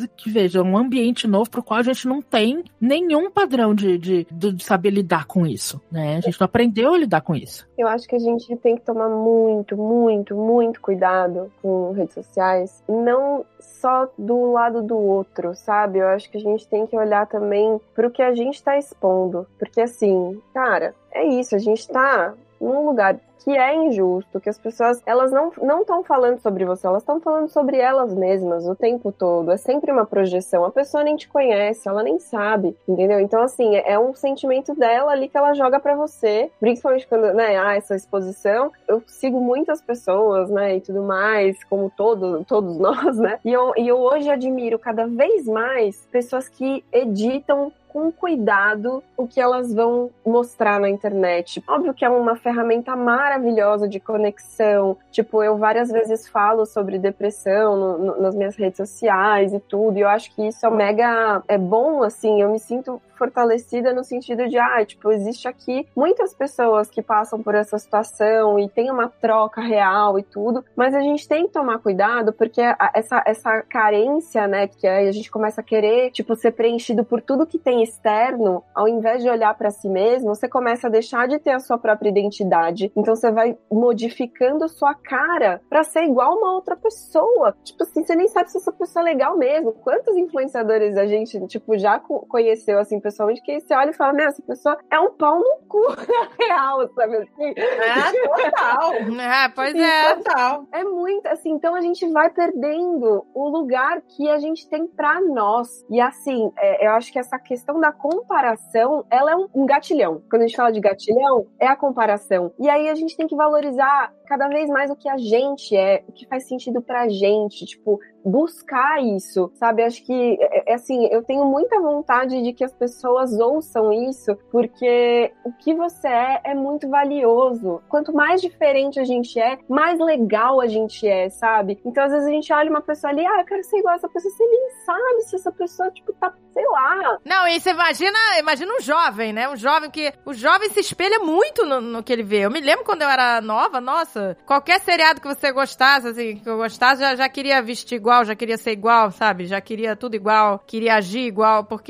Speaker 3: seja, um ambiente novo pro qual a gente não tem nenhum padrão de, de, de saber lidar com isso, né? A gente não aprendeu a lidar com isso.
Speaker 4: Eu acho que a gente tem que tomar muito, muito, muito cuidado com redes sociais, não só do lado do outro, sabe? Eu acho que a gente tem que olhar também pro que a gente tá expondo, porque assim, cara, é isso, a gente tá num lugar que é injusto, que as pessoas, elas não não estão falando sobre você, elas estão falando sobre elas mesmas o tempo todo, é sempre uma projeção, a pessoa nem te conhece, ela nem sabe, entendeu? Então, assim, é um sentimento dela ali que ela joga pra você, principalmente quando, né, há essa exposição. Eu sigo muitas pessoas, né, e tudo mais, como todo, todos nós, né, e eu, e eu hoje admiro cada vez mais pessoas que editam com cuidado o que elas vão mostrar na internet. Óbvio que é uma ferramenta maravilhosa de conexão. Tipo, eu várias vezes falo sobre depressão no, no, nas minhas redes sociais e tudo. E eu acho que isso é mega... É bom, assim, eu me sinto fortalecida no sentido de, ah, tipo, existe aqui muitas pessoas que passam por essa situação e tem uma troca real e tudo, mas a gente tem que tomar cuidado porque a, essa, essa carência, né, que a gente começa a querer, tipo, ser preenchido por tudo que tem externo, ao invés de olhar pra si mesmo, você começa a deixar de ter a sua própria identidade. Então você vai modificando sua cara pra ser igual uma outra pessoa. Tipo assim, você nem sabe se essa pessoa é legal mesmo. Quantos influenciadores a gente, tipo, já conheceu, assim, pessoalmente, que você olha e fala, meu, essa pessoa é um pau no cu real, sabe assim?
Speaker 2: É, total.
Speaker 1: É, pois
Speaker 2: Sim,
Speaker 1: é.
Speaker 2: total.
Speaker 4: É muito, assim, então a gente vai perdendo o lugar que a gente tem pra nós. E assim, é, eu acho que essa questão da comparação, ela é um, um gatilhão. Quando a gente fala de gatilhão, é a comparação. E aí a gente tem que valorizar cada vez mais o que a gente é, o que faz sentido pra gente, tipo, buscar isso, sabe? Acho que, é, é assim, eu tenho muita vontade de que as pessoas ouçam isso, porque o que você é é muito valioso. Quanto mais diferente a gente é, mais legal a gente é, sabe? Então, às vezes a gente olha uma pessoa ali, ah, eu quero ser igual a essa pessoa, você nem sabe se essa pessoa, tipo, tá, sei lá.
Speaker 1: Não, e você imagina, imagina um jovem, né? Um jovem que, o jovem se espelha muito no, no que ele vê. Eu me lembro quando eu era nova, nossa, qualquer seriado que você gostasse, assim, que eu gostasse, já, já queria vestir igual, já queria ser igual, sabe? Já queria tudo igual, queria agir igual, porque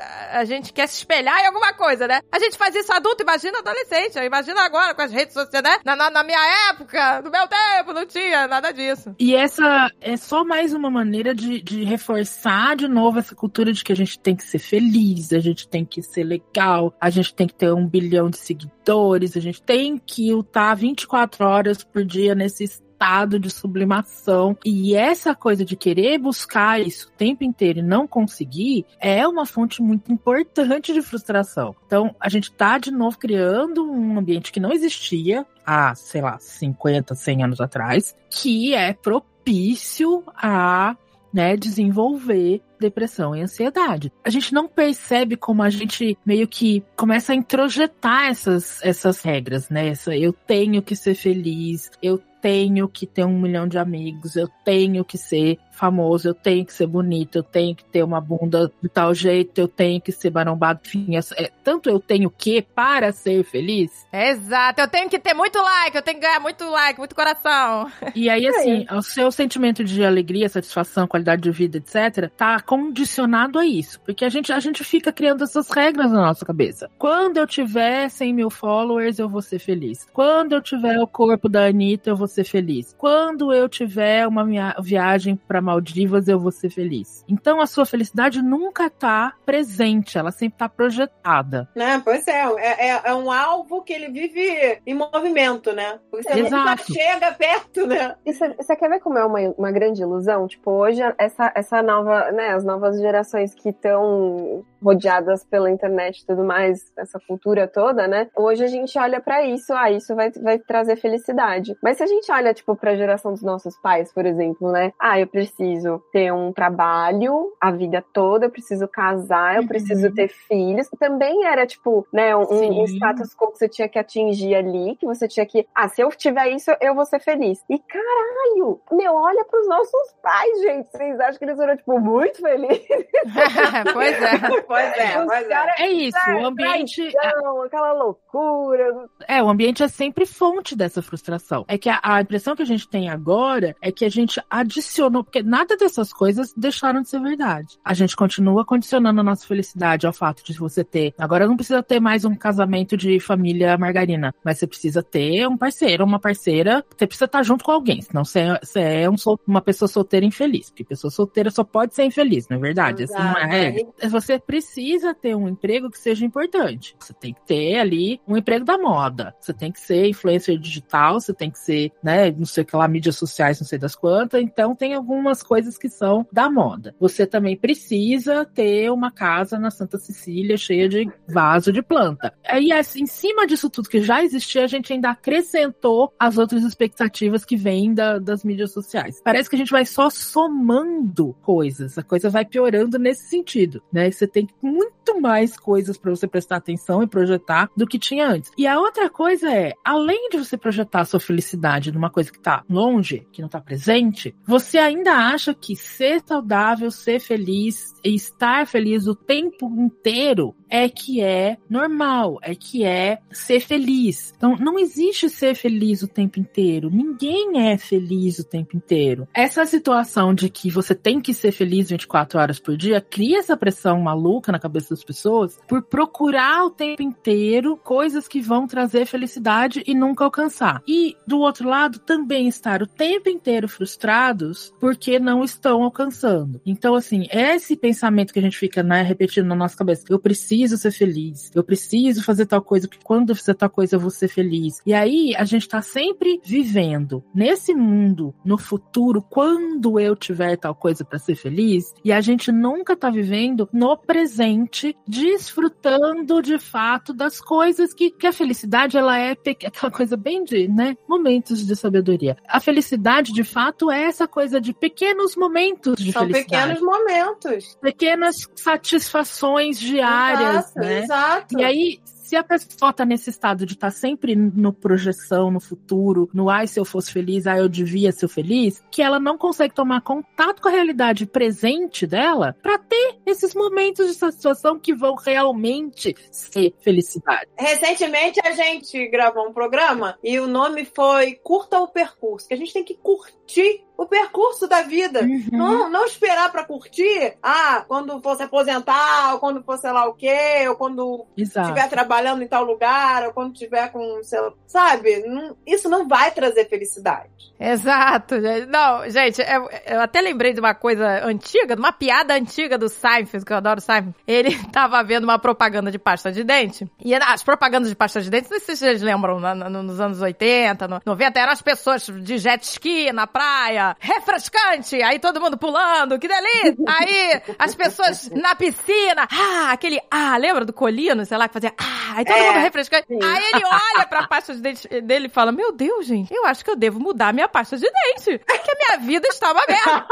Speaker 1: a gente quer se espelhar em alguma coisa, né? A gente faz isso adulto, imagina adolescente, imagina agora com as redes sociais, né? Na, na, na minha época, no meu tempo, não tinha nada disso.
Speaker 3: E essa é só mais uma maneira de, de reforçar de novo essa cultura de que a gente tem que ser feliz, a gente tem que ser legal, a gente tem que ter um bilhão de seguidores, a gente tem que estar vinte e quatro horas por dia nesse estado de sublimação. E essa coisa de querer buscar isso o tempo inteiro e não conseguir é uma fonte muito importante de frustração. Então, a gente tá de novo criando um ambiente que não existia há, sei lá, cinquenta, cem anos atrás, que é propício a, né, desenvolver depressão e ansiedade. A gente não percebe como a gente meio que começa a introjetar essas, essas regras, né? Essa, eu tenho que ser feliz, eu tenho que ter um milhão de amigos, eu tenho que ser famoso, eu tenho que ser bonito, eu tenho que ter uma bunda de tal jeito, eu tenho que ser marombado, enfim, é, é, tanto eu tenho que para ser feliz.
Speaker 1: Exato, eu tenho que ter muito like, eu tenho que ganhar muito like, muito coração.
Speaker 3: E aí, assim, é. o seu sentimento de alegria, satisfação, qualidade de vida, etcétera, tá condicionado a isso, porque a gente, a gente fica criando essas regras na nossa cabeça. Quando eu tiver cem mil followers, eu vou ser feliz. Quando eu tiver o corpo da Anitta, eu vou ser feliz. Quando eu tiver uma via- viagem pra Maldivas, eu vou ser feliz. Então a sua felicidade nunca tá presente, ela sempre tá projetada.
Speaker 2: Né? Pois é, é, é, é um alvo que ele vive em movimento, né? Porque você
Speaker 3: Exato.
Speaker 2: nunca chega perto, né?
Speaker 4: E você quer ver como é uma, uma grande ilusão? Tipo, hoje essa, essa nova, né, as novas gerações que estão rodeadas pela internet e tudo mais, essa cultura toda, né? Hoje a gente olha pra isso, ah, isso vai, vai trazer felicidade. Mas se a gente olha, tipo, pra geração dos nossos pais, por exemplo, né? Ah, eu preciso ter um trabalho a vida toda, eu preciso casar, eu uhum. preciso ter filhos. Também era, tipo, né, um, um status quo que você tinha que atingir ali, que você tinha que, ah, se eu tiver isso, eu vou ser feliz. E caralho, meu, olha pros nossos pais, gente. Vocês acham que eles foram, tipo, muito felizes?
Speaker 1: Pois é.
Speaker 2: pois é, pois é.
Speaker 3: É isso, o ambiente...
Speaker 4: Não, aquela loucura.
Speaker 3: É, o ambiente é sempre fonte dessa frustração. É que a, a impressão que a gente tem agora é que a gente adicionou, porque nada dessas coisas deixaram de ser verdade. A gente continua condicionando a nossa felicidade ao fato de você ter... Agora não precisa ter mais um casamento de família margarina, mas você precisa ter um parceiro, uma parceira, você precisa estar junto com alguém, senão você é, você é um sol, uma pessoa solteira infeliz, porque pessoa solteira só pode ser infeliz, não é verdade? Essa não é a regra. Você precisa ter um emprego que seja importante. Você tem que ter ali um emprego da moda. Você tem que ser influencer digital, você tem que ser, né, não sei o que lá, mídias sociais, não sei das quantas. Então tem algumas coisas que são da moda. Você também precisa ter uma casa na Santa Cecília cheia de vaso de planta. Aí, assim, em cima disso tudo que já existia, a gente ainda acrescentou as outras expectativas que vêm da, das mídias sociais. Parece que a gente vai só somando coisas. A coisa vai piorando nesse sentido, né? Você tem muito mais coisas para você prestar atenção e projetar do que tinha antes. E a outra coisa é, além de você projetar a sua felicidade numa coisa que tá longe, que não tá presente, você ainda acha que ser saudável, ser feliz e estar feliz o tempo inteiro é que é normal, é que é ser feliz. Então, não existe ser feliz o tempo inteiro. Ninguém é feliz o tempo inteiro. Essa situação de que você tem que ser feliz vinte e quatro horas por dia cria essa pressão maluca na cabeça das pessoas por procurar o tempo inteiro coisas que vão trazer felicidade e nunca alcançar. E, do outro lado, também estar o tempo inteiro frustrados porque não estão alcançando. Então, assim, é esse pensamento que a gente fica, né, repetindo na nossa cabeça. Eu preciso ser feliz. Eu preciso fazer tal coisa, porque quando eu fizer tal coisa eu vou ser feliz. E aí, a gente tá sempre vivendo nesse mundo, no futuro, quando eu tiver tal coisa pra ser feliz, e a gente nunca tá vivendo no presente, desfrutando de fato das coisas que, que a felicidade, ela é pe- aquela coisa bem de, né, momentos de sabedoria. A felicidade, de fato, é essa coisa de pequenos momentos de
Speaker 2: São
Speaker 3: felicidade.
Speaker 2: pequenos momentos.
Speaker 3: Pequenas satisfações diárias,
Speaker 2: Exato,
Speaker 3: né?
Speaker 2: exato.
Speaker 3: E aí, se a pessoa tá nesse estado de estar tá sempre no projeção, no futuro, no ai, se eu fosse feliz, ai, eu devia ser feliz, que ela não consegue tomar contato com a realidade presente dela pra ter esses momentos de satisfação que vão realmente ser felicidade.
Speaker 2: Recentemente a gente gravou um programa e o nome foi Curta o Percurso, que a gente tem que curtir o percurso da vida.
Speaker 3: Uhum.
Speaker 2: Não, não esperar pra curtir, ah, quando for se aposentar, ou quando for sei lá o quê, ou quando estiver trabalhando em tal lugar, ou quando estiver com, sei lá, sabe? Não, isso não vai trazer felicidade.
Speaker 1: Exato. Não, gente, eu, eu até lembrei de uma coisa antiga, de uma piada antiga do Seinfeld, que eu adoro o Seinfeld. Ele tava vendo uma propaganda de pasta de dente, e as propagandas de pasta de dente, não sei se vocês lembram, na, na, nos anos oitenta, no, noventa, eram as pessoas de jet ski na praia, refrescante, aí todo mundo pulando, que delícia! Aí as pessoas na piscina, ah, aquele ah, lembra do Colino, sei lá, que fazia ah, aí todo é, mundo refrescante. Sim. Aí ele olha pra pasta de dente dele e fala, meu Deus, gente, eu acho que eu devo mudar minha pasta de dente, porque a minha vida está uma merda.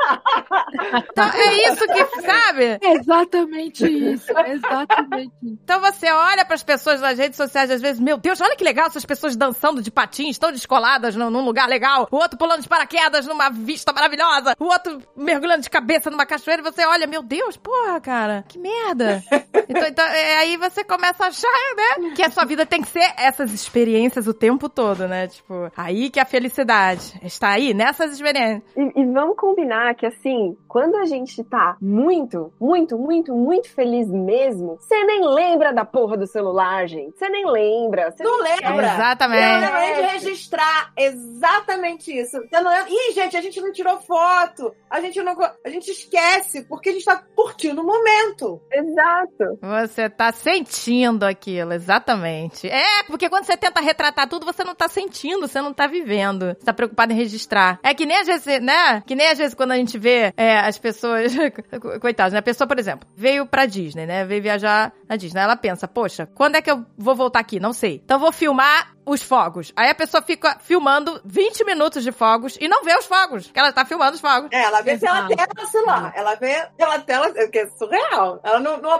Speaker 1: Então é isso que, sabe?
Speaker 3: É exatamente isso, é exatamente isso.
Speaker 1: Então você olha pras pessoas nas redes sociais, às vezes, meu Deus, olha que legal essas pessoas dançando de patins, tão descoladas num, num lugar legal, o outro pulando de paraquedas numa vista maravilhosa, o outro mergulhando de cabeça numa cachoeira, e você olha, meu Deus, porra, cara, que merda. Então, então é, aí você começa a achar, né, que a sua vida tem que ser essas experiências o tempo todo, né, tipo, aí que a felicidade está aí, nessas experiências.
Speaker 4: E, e vamos combinar que, assim, quando a gente tá muito, muito, muito, muito feliz mesmo, você nem lembra da porra do celular, gente. Você nem lembra. Cê
Speaker 2: não lembra.
Speaker 1: É, exatamente.
Speaker 2: Você não lembra de registrar exatamente isso. Você não lembra. Ih, gente, a gente não tirou foto. A gente não... A gente esquece, porque a gente tá curtindo o momento.
Speaker 4: Exato.
Speaker 1: Você tá sentindo aquilo, exatamente. É, porque quando você tenta retratar tudo, você não tá sentindo, você não tá vivendo. Você tá preocupado em registrar. É que nem às vezes, né? Que nem às vezes quando a gente vê é, as pessoas... Coitadas, né? A pessoa, por exemplo, veio pra Disney, né? Veio viajar na Disney. Ela pensa, poxa, quando é que eu vou voltar aqui? Não sei. Então eu vou filmar os fogos. Aí a pessoa fica filmando vinte minutos de fogos e não vê os fogos, porque ela tá filmando os fogos.
Speaker 2: É, ela vê pela tela, sei lá. Ela vê pela tela, que é surreal. Ela não, não aproveita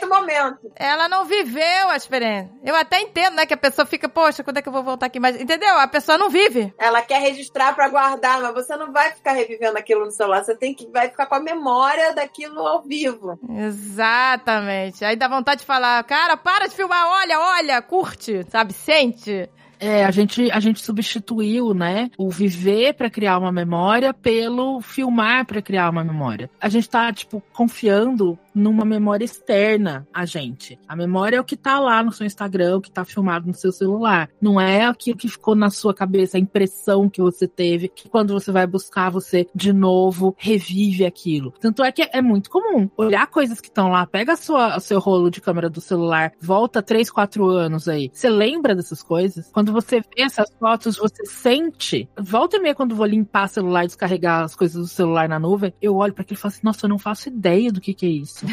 Speaker 2: momento.
Speaker 1: Ela não viveu a experiência. Eu até entendo, né, que a pessoa fica, poxa, quando é que eu vou voltar aqui mais? Entendeu? A pessoa não vive.
Speaker 2: Ela quer registrar pra guardar, mas você não vai ficar revivendo aquilo no celular. Você tem que, vai ficar com a memória daquilo ao vivo.
Speaker 1: Exatamente. Aí dá vontade de falar, cara, para de filmar, olha, olha, curte, sabe, sente.
Speaker 3: É, a gente, a gente substituiu, né, o viver pra criar uma memória pelo filmar pra criar uma memória. A gente tá, tipo, confiando numa memória externa a gente. A memória é o que tá lá no seu Instagram, o que tá filmado no seu celular. Não é aquilo que ficou na sua cabeça, a impressão que você teve, que quando você vai buscar, você de novo revive aquilo. Tanto é que é muito comum olhar coisas que estão lá, pega a sua, o seu rolo de câmera do celular, volta três, quatro anos aí. Você lembra dessas coisas? Quando você vê essas fotos, você sente. Volta e meia, quando eu vou limpar o celular, descarregar as coisas do celular na nuvem, eu olho pra aquilo e falo assim, nossa, eu não faço ideia do que que é isso.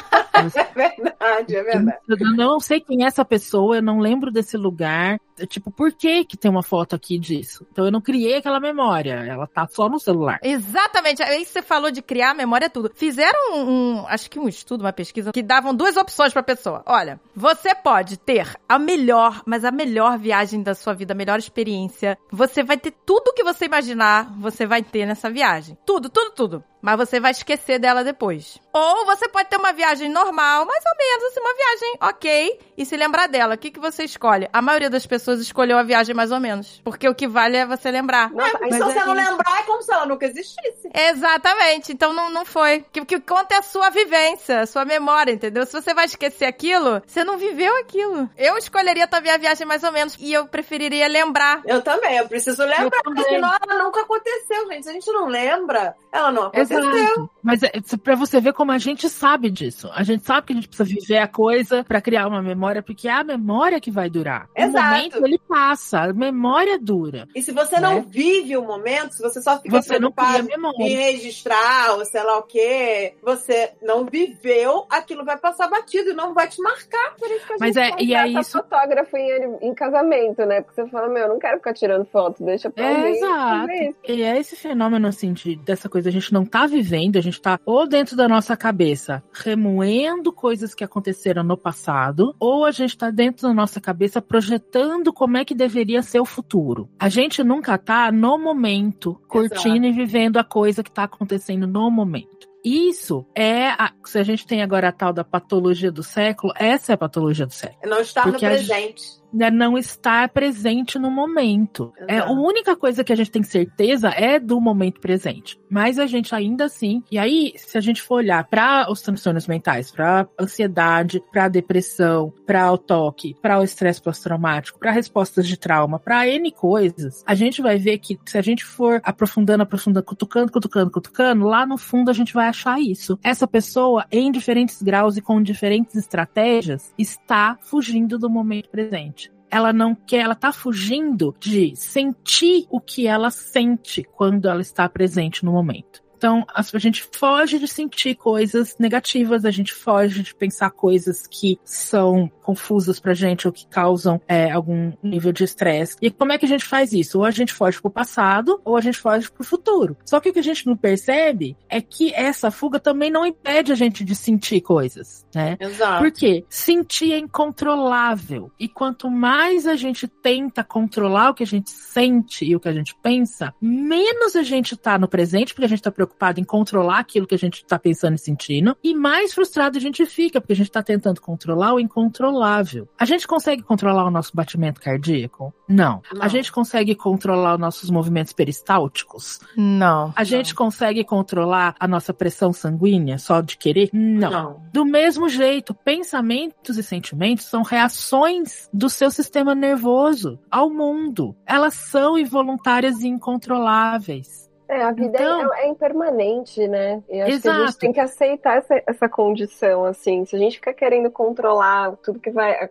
Speaker 2: É verdade, é verdade.
Speaker 3: Eu não sei quem é essa pessoa, eu não lembro desse lugar. Tipo, por que que tem uma foto aqui disso? Então eu não criei aquela memória, ela tá só no celular.
Speaker 1: Exatamente, aí você falou de criar a memória, tudo. Fizeram um, um, acho que um estudo, uma pesquisa, que davam duas opções pra pessoa. Olha, você pode ter a melhor, mas a melhor viagem da sua vida, a melhor experiência. Você vai ter tudo que você imaginar, você vai ter nessa viagem. Tudo, tudo, tudo. Mas você vai esquecer dela depois. Ou você pode ter uma viagem normal, mais ou menos, assim, uma viagem ok, e se lembrar dela. O que, que você escolhe? A maioria das pessoas escolheu a viagem mais ou menos. Porque o que vale é você lembrar.
Speaker 2: Nossa,
Speaker 1: é,
Speaker 2: mas se você
Speaker 1: é
Speaker 2: não
Speaker 1: isso.
Speaker 2: lembrar, é como se ela nunca existisse.
Speaker 1: Exatamente. Então não, não foi. O que, o que conta é a sua vivência, a sua memória, entendeu? Se você vai esquecer aquilo, você não viveu aquilo. Eu escolheria também a viagem mais ou menos. E eu preferiria lembrar.
Speaker 2: Eu também, eu preciso lembrar.
Speaker 3: Eu
Speaker 2: Porque senão ela nunca aconteceu, gente. Se a gente não lembra, ela não aconteceu.
Speaker 3: Exato. Mas é pra você ver como a gente sabe disso. A gente sabe que a gente precisa viver a coisa pra criar uma memória, porque é a memória que vai durar.
Speaker 2: Exato.
Speaker 3: O momento, ele passa. A memória dura.
Speaker 2: E se você não
Speaker 3: né?
Speaker 2: vive o momento, se você só fica
Speaker 3: Você não cria
Speaker 2: preocupado
Speaker 3: memória.
Speaker 2: em registrar, ou sei lá o quê, você não viveu, aquilo vai passar batido e não vai te marcar.
Speaker 4: Por isso que a
Speaker 3: Mas
Speaker 4: gente
Speaker 3: é- e é
Speaker 4: contrata
Speaker 3: isso-
Speaker 4: fotógrafo em, em casamento, né? Porque você fala, meu, eu não quero ficar tirando foto, deixa pra
Speaker 3: É,
Speaker 4: alguém
Speaker 3: exato.
Speaker 4: fazer isso.
Speaker 3: E é esse fenômeno, assim, de, dessa coisa, a gente não tá vivendo, a gente tá ou dentro da nossa cabeça remoendo coisas que aconteceram no passado, ou a gente tá dentro da nossa cabeça projetando como é que deveria ser o futuro. A gente nunca tá no momento, curtindo e vivendo a coisa que tá acontecendo no momento. Isso é, a, se a gente tem agora a tal da patologia do século, essa é a patologia do século.
Speaker 2: Não estar no
Speaker 3: Porque a
Speaker 2: presente.
Speaker 3: Né, não estar presente no momento. É, a
Speaker 2: Exato.
Speaker 3: única coisa que a gente tem certeza é do momento presente. Mas a gente ainda assim, e aí, se a gente for olhar para os transtornos mentais, para ansiedade, para depressão, para o toque, para o estresse pós-traumático, para respostas de trauma, para N coisas, a gente vai ver que se a gente for aprofundando, aprofundando, cutucando, cutucando, cutucando, lá no fundo a gente vai achar isso. Essa pessoa, em diferentes graus e com diferentes estratégias, está fugindo do momento presente. Ela não quer, ela tá fugindo de sentir o que ela sente quando ela está presente no momento. Então, a gente foge de sentir coisas negativas, a gente foge de pensar coisas que são confusas pra gente ou que causam é, algum nível de estresse. E como é que a gente faz isso? Ou a gente foge pro passado, ou a gente foge pro futuro. Só que o que a gente não percebe é que essa fuga também não impede a gente de sentir coisas, né?
Speaker 2: Exato.
Speaker 3: Por quê? Sentir é incontrolável. E quanto mais a gente tenta controlar o que a gente sente e o que a gente pensa, menos a gente tá no presente, porque a gente tá preocupado em controlar aquilo que a gente tá pensando e sentindo, e mais frustrado a gente fica, porque a gente tá tentando controlar o incontrolável. A gente consegue controlar o nosso batimento cardíaco? Não.
Speaker 2: Não.
Speaker 3: A gente consegue controlar os nossos movimentos peristálticos?
Speaker 1: Não.
Speaker 3: A gente consegue controlar a nossa pressão sanguínea só de querer? Não.
Speaker 2: Não.
Speaker 3: Do mesmo jeito, pensamentos e sentimentos são reações do seu sistema nervoso ao mundo. Elas são involuntárias e incontroláveis.
Speaker 4: É, a vida
Speaker 3: Então-
Speaker 4: é, é impermanente, né? E acho que a
Speaker 3: Exato.
Speaker 4: gente tem que aceitar essa, essa condição, assim. Se a gente fica querendo controlar tudo que vai...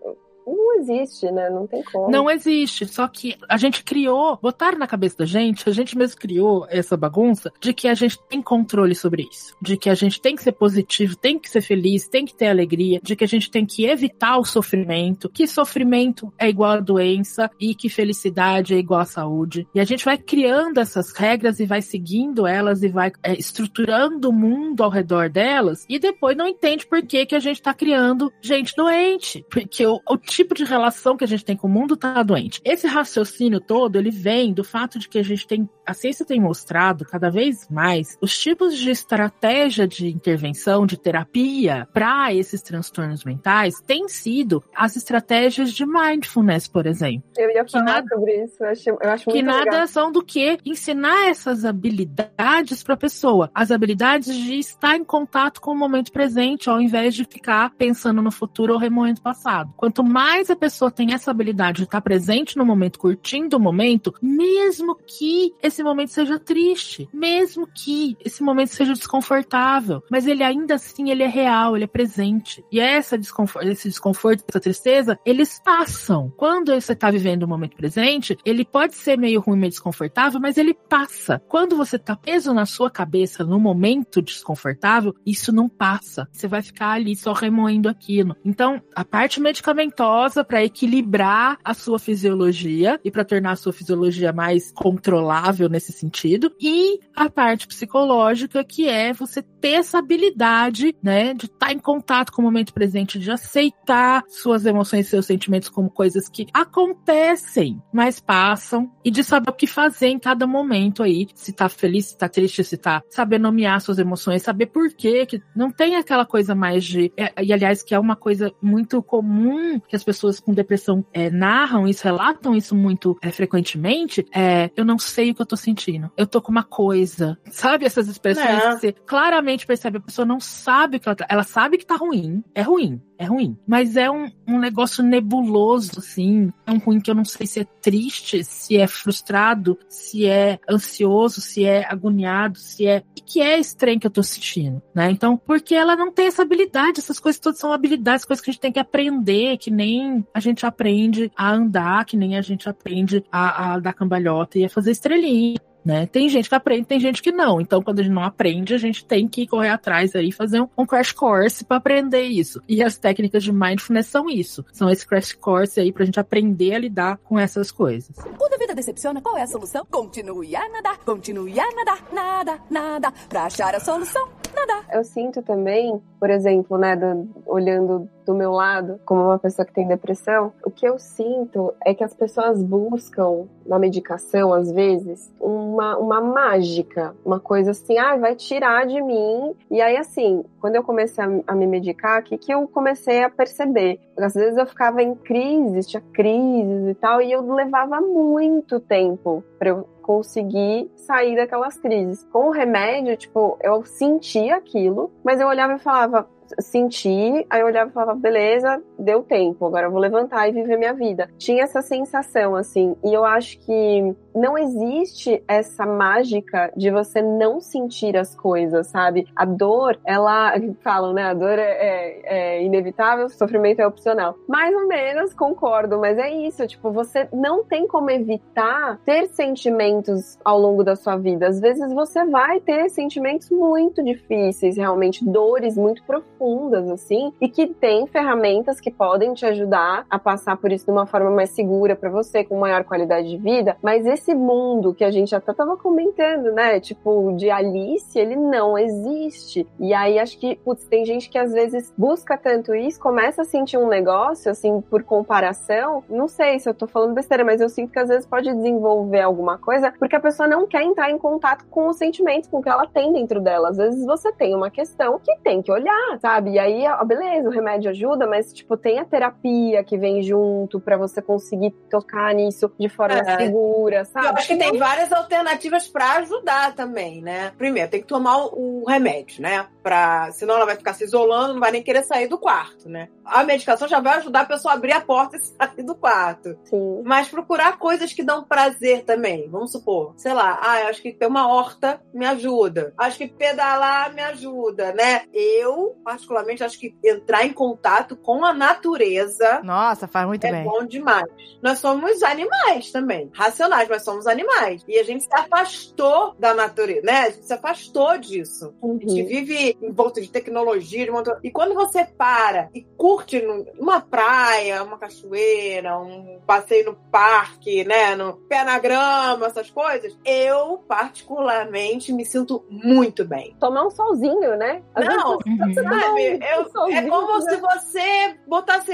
Speaker 4: não existe, né? Não tem como.
Speaker 3: Não existe, só que a gente criou, botaram na cabeça da gente, a gente mesmo criou essa bagunça de que a gente tem controle sobre isso, de que a gente tem que ser positivo, tem que ser feliz, tem que ter alegria, de que a gente tem que evitar o sofrimento, que sofrimento é igual a doença e que felicidade é igual a saúde. E a gente vai criando essas regras e vai seguindo elas e vai é, estruturando o mundo ao redor delas e depois não entende por que que a gente tá criando gente doente, porque o, o tipo de relação que a gente tem com o mundo tá doente. Esse raciocínio todo, ele vem do fato de que a gente tem, a ciência tem mostrado cada vez mais os tipos de estratégia de intervenção, de terapia para esses transtornos mentais têm sido as estratégias de mindfulness, por exemplo.
Speaker 4: Eu ia falar
Speaker 3: nada,
Speaker 4: sobre isso, eu acho, eu acho muito
Speaker 3: que nada
Speaker 4: legal.
Speaker 3: são do que ensinar essas habilidades para a pessoa, as habilidades de estar em contato com o momento presente, ao invés de ficar pensando no futuro ou remoendo o passado. Quanto mais a pessoa tem essa habilidade de estar presente no momento, curtindo o momento, mesmo que esse momento seja triste, mesmo que esse momento seja desconfortável, mas ele ainda assim, ele é real, ele é presente. E essa desconforto, esse desconforto, essa tristeza, eles passam. Quando você está vivendo o momento presente, ele pode ser meio ruim, meio desconfortável, mas ele passa. Quando você está preso na sua cabeça no momento desconfortável, isso não passa. Você vai ficar ali só remoendo aquilo. Então, a parte medicamentosa para equilibrar a sua fisiologia e para tornar a sua fisiologia mais controlável nesse sentido, e a parte psicológica, que é você ter essa habilidade, né, de estar em contato com o momento presente, de aceitar suas emoções e seus sentimentos como coisas que acontecem, mas passam, e de saber o que fazer em cada momento aí, se tá feliz, se tá triste, se tá, saber nomear suas emoções, saber por quê, que não tem aquela coisa mais de, é, e aliás, que é uma coisa muito comum, que as pessoas com depressão é, narram isso, relatam isso muito é, frequentemente, é, eu não sei o que eu tô sentindo, eu tô com uma coisa, sabe essas expressões
Speaker 2: É.
Speaker 3: que você claramente percebe, a pessoa não sabe o que ela tá, ela sabe que tá ruim, é ruim, é ruim, mas é um, um negócio nebuloso, assim, é um ruim que eu não sei se é triste, se é frustrado, se é ansioso, se é agoniado, se é, o que é esse trem que eu tô sentindo, né, então, porque ela não tem essa habilidade, essas coisas todas são habilidades, coisas que a gente tem que aprender, que nem a gente aprende a andar, que nem a gente aprende a, a dar cambalhota e a fazer estrelinha. Né? Tem gente que aprende, tem gente que não. Então, quando a gente não aprende, a gente tem que correr atrás aí, fazer um, um crash course para aprender isso. E as técnicas de mindfulness são isso. São esse crash course aí pra gente aprender a lidar com essas coisas.
Speaker 6: Quando a vida decepciona, qual é a solução? Continue a nadar, continue a nadar, nada, nada. Pra achar a solução, nadar.
Speaker 4: Eu sinto também, por exemplo, né, do, olhando do meu lado, como uma pessoa que tem depressão, o que eu sinto é que as pessoas buscam na medicação, às vezes, uma, uma mágica, uma coisa assim, ah, vai tirar de mim. E aí, assim, quando eu comecei a, a me medicar, o que, que eu comecei a perceber? Às vezes eu ficava em crises, tinha crises e tal, e eu levava muito tempo pra eu conseguir sair daquelas crises. Com o remédio, tipo, eu sentia aquilo, mas eu olhava e falava, senti, aí eu olhava e falava, beleza, deu tempo, agora eu vou levantar e viver minha vida. Tinha essa sensação, assim, e eu acho que não existe essa mágica de você não sentir as coisas, sabe? A dor, ela, falam, né, a dor é, é, é inevitável, o sofrimento é opcional. Mais ou menos, concordo, mas é isso, tipo, você não tem como evitar ter sentimentos ao longo da sua vida. Às vezes você vai ter sentimentos muito difíceis, realmente, dores muito profundas, assim, e que tem ferramentas que podem te ajudar a passar por isso de uma forma mais segura pra você, com maior qualidade de vida, mas esse mundo que a gente até tava comentando, né, tipo, de Alice, ele não existe. E aí, acho que, putz, tem gente que às vezes busca tanto isso, começa a sentir um negócio, assim, por comparação, não sei se eu tô falando besteira, mas eu sinto que às vezes pode desenvolver alguma coisa, porque a pessoa não quer entrar em contato com os sentimentos, com o que ela tem dentro dela. Às vezes você tem uma questão que tem que olhar, sabe? E aí, ó, beleza, o remédio ajuda, mas, tipo, tem a terapia que vem junto pra você conseguir tocar nisso de forma
Speaker 2: É.
Speaker 4: segura, sabe?
Speaker 2: Eu acho que tem várias alternativas pra ajudar também, né? Primeiro, tem que tomar o remédio, né? Pra... Senão ela vai ficar se isolando, não vai nem querer sair do quarto, né? A medicação já vai ajudar a pessoa a abrir a porta e sair do quarto.
Speaker 4: Sim.
Speaker 2: Mas procurar coisas que dão prazer também. Vamos supor, sei lá, ah, eu acho que ter uma horta me ajuda. Acho que pedalar me ajuda, né? Eu, particularmente, acho que entrar em contato com a natureza
Speaker 1: Nossa, faz muito
Speaker 2: é
Speaker 1: bem.
Speaker 2: bom demais. Nós somos animais também, racionais, mas somos animais. E a gente se afastou da natureza, né? A gente se afastou disso.
Speaker 4: Uhum.
Speaker 2: A gente vive em volta de tecnologia, de um montão... E quando você para e curte uma praia, uma cachoeira, um passeio no parque, né? No pé na grama, essas coisas, eu, particularmente, me sinto muito bem.
Speaker 4: Tomar um solzinho, né? Às
Speaker 2: Não,
Speaker 4: vezes,
Speaker 2: sabe?
Speaker 4: um-
Speaker 2: Eu,
Speaker 4: um solzinho,
Speaker 2: é como
Speaker 4: né?
Speaker 2: se você botasse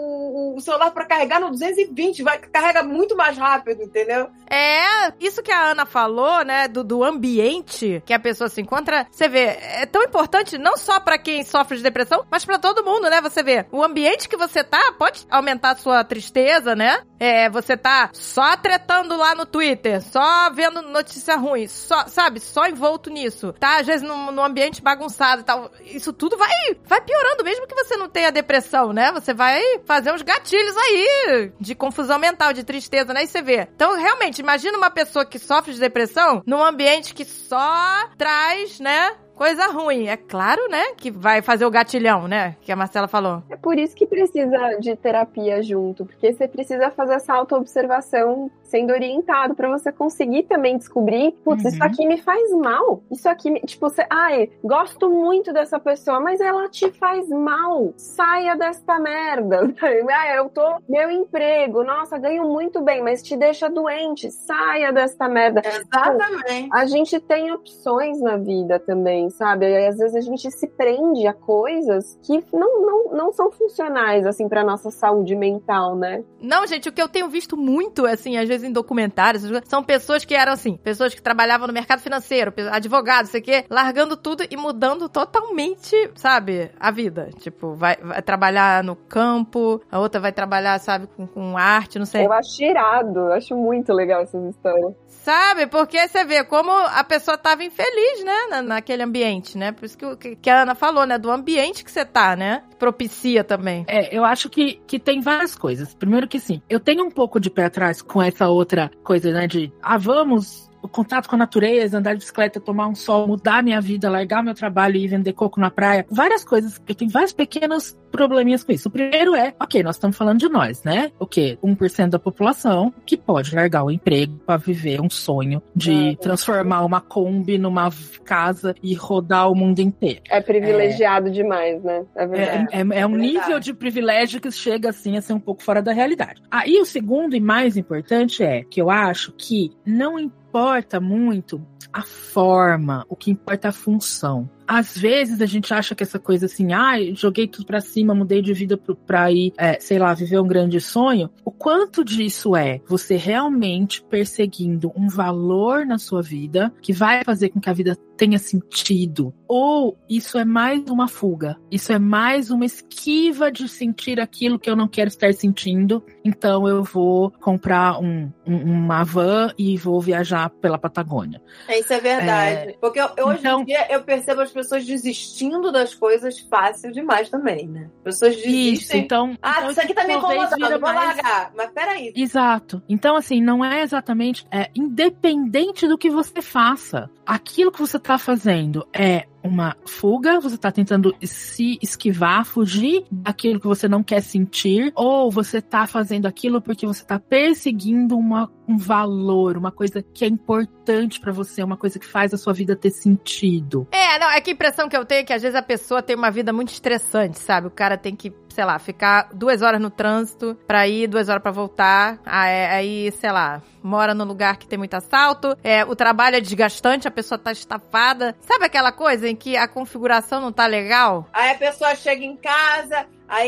Speaker 2: o, o celular pra carregar no duzentos e vinte, vai, carrega muito mais rápido, entendeu?
Speaker 1: É, isso que a Ana falou, né, do, do ambiente que a pessoa se encontra, você vê, é tão importante não só pra quem sofre de depressão, mas pra todo mundo, né? Você vê, o ambiente que você tá pode aumentar a sua tristeza, né? É, você tá só tretando lá no Twitter, só vendo notícia ruim, só, sabe, só envolto nisso. Tá, às vezes num, num ambiente bagunçado e tal. Isso tudo vai, vai piorando, mesmo que você não tenha depressão, né? Você vai fazer uns gatilhos aí de confusão mental, de tristeza, né? E você vê. Então, realmente, imagina uma pessoa que sofre de depressão num ambiente que só traz, né, coisa ruim. É claro, né, que vai fazer o gatilhão, né, que a Marcela falou.
Speaker 4: É por isso que precisa de terapia junto, porque você precisa fazer essa autoobservação sendo orientado pra você conseguir também descobrir, putz,
Speaker 3: Uhum.
Speaker 4: isso aqui me faz mal. Isso aqui, me... tipo, você, ai, gosto muito dessa pessoa, mas ela te faz mal. Saia desta merda. Ah, eu tô, meu emprego, nossa, ganho muito bem, mas te deixa doente. Saia desta merda.
Speaker 2: Exatamente.
Speaker 4: A gente tem opções na vida também, sabe? E às vezes a gente se prende a coisas que não, não, não são funcionais, assim, pra nossa saúde mental, né?
Speaker 1: Não, gente, o que eu tenho visto muito, assim, às vezes em documentários, são pessoas que eram, assim, pessoas que trabalhavam no mercado financeiro, advogados, sei o quê, largando tudo e mudando totalmente, sabe, a vida. Tipo, vai, vai trabalhar no campo, a outra vai trabalhar, sabe, com, com arte, não sei.
Speaker 4: Eu acho irado, eu acho muito legal essas histórias.
Speaker 1: Sabe? Porque você vê como a pessoa tava infeliz, né? Na, naquele ambiente, né? Por isso que, o- que a Ana falou, né? Do ambiente que você tá, né? Propicia também.
Speaker 3: É, eu acho que, que tem várias coisas. Primeiro que sim, eu tenho um pouco de pé atrás com essa outra coisa, né? De, ah, vamos, o contato com a natureza, andar de bicicleta, tomar um sol, mudar minha vida, largar meu trabalho e ir vender coco na praia. Várias coisas, eu tenho vários pequenos probleminhas com isso. O primeiro é, ok, nós estamos falando de nós, né? O quê? um por cento da população que pode largar o emprego para viver um sonho de transformar uma Kombi numa casa e rodar o mundo inteiro.
Speaker 4: É privilegiado demais, né? É
Speaker 3: É,
Speaker 4: verdade.
Speaker 3: é, é um
Speaker 2: verdade.
Speaker 3: nível de privilégio que chega assim a ser um pouco fora da realidade. Aí o segundo e mais importante é que eu acho que não importa muito a forma, o que importa é a função. Às vezes a gente acha que essa coisa assim, ai, ah, joguei tudo pra cima, mudei de vida pro, pra ir, é, sei lá, viver um grande sonho. O quanto disso é você realmente perseguindo um valor na sua vida que vai fazer com que a vida tenha sentido? Ou isso é mais uma fuga? Isso é mais uma esquiva de sentir aquilo que eu não quero estar sentindo? Então eu vou comprar um, um, uma van e vou viajar pela Patagônia.
Speaker 2: Isso é verdade.
Speaker 3: É,
Speaker 2: Porque eu- hoje
Speaker 3: então-
Speaker 2: em dia eu percebo as pessoas desistindo das coisas fácil demais também, né? As pessoas desistem.
Speaker 3: Isso, então...
Speaker 2: Ah,
Speaker 3: então
Speaker 2: isso aqui tá me
Speaker 3: talvez
Speaker 2: incomodando,
Speaker 3: vira
Speaker 2: eu vou
Speaker 3: mais-
Speaker 2: largar. Mas peraí.
Speaker 3: Exato. Então, assim, não é exatamente... É, independente do que você faça, aquilo que você tá fazendo é uma fuga, você tá tentando se esquivar, fugir daquilo que você não quer sentir, ou você tá fazendo aquilo porque você tá perseguindo uma, um valor, uma coisa que é importante pra você, uma coisa que faz a sua vida ter sentido.
Speaker 1: É, não, é que a impressão que eu tenho é que às vezes a pessoa tem uma vida muito estressante, sabe? O cara tem que, sei lá, ficar duas horas no trânsito pra ir, duas horas pra voltar. Aí, aí, sei lá, mora num lugar que tem muito assalto. É, o trabalho é desgastante, a pessoa tá estafada. Sabe aquela coisa em que a configuração não tá legal?
Speaker 2: Aí a pessoa chega em casa,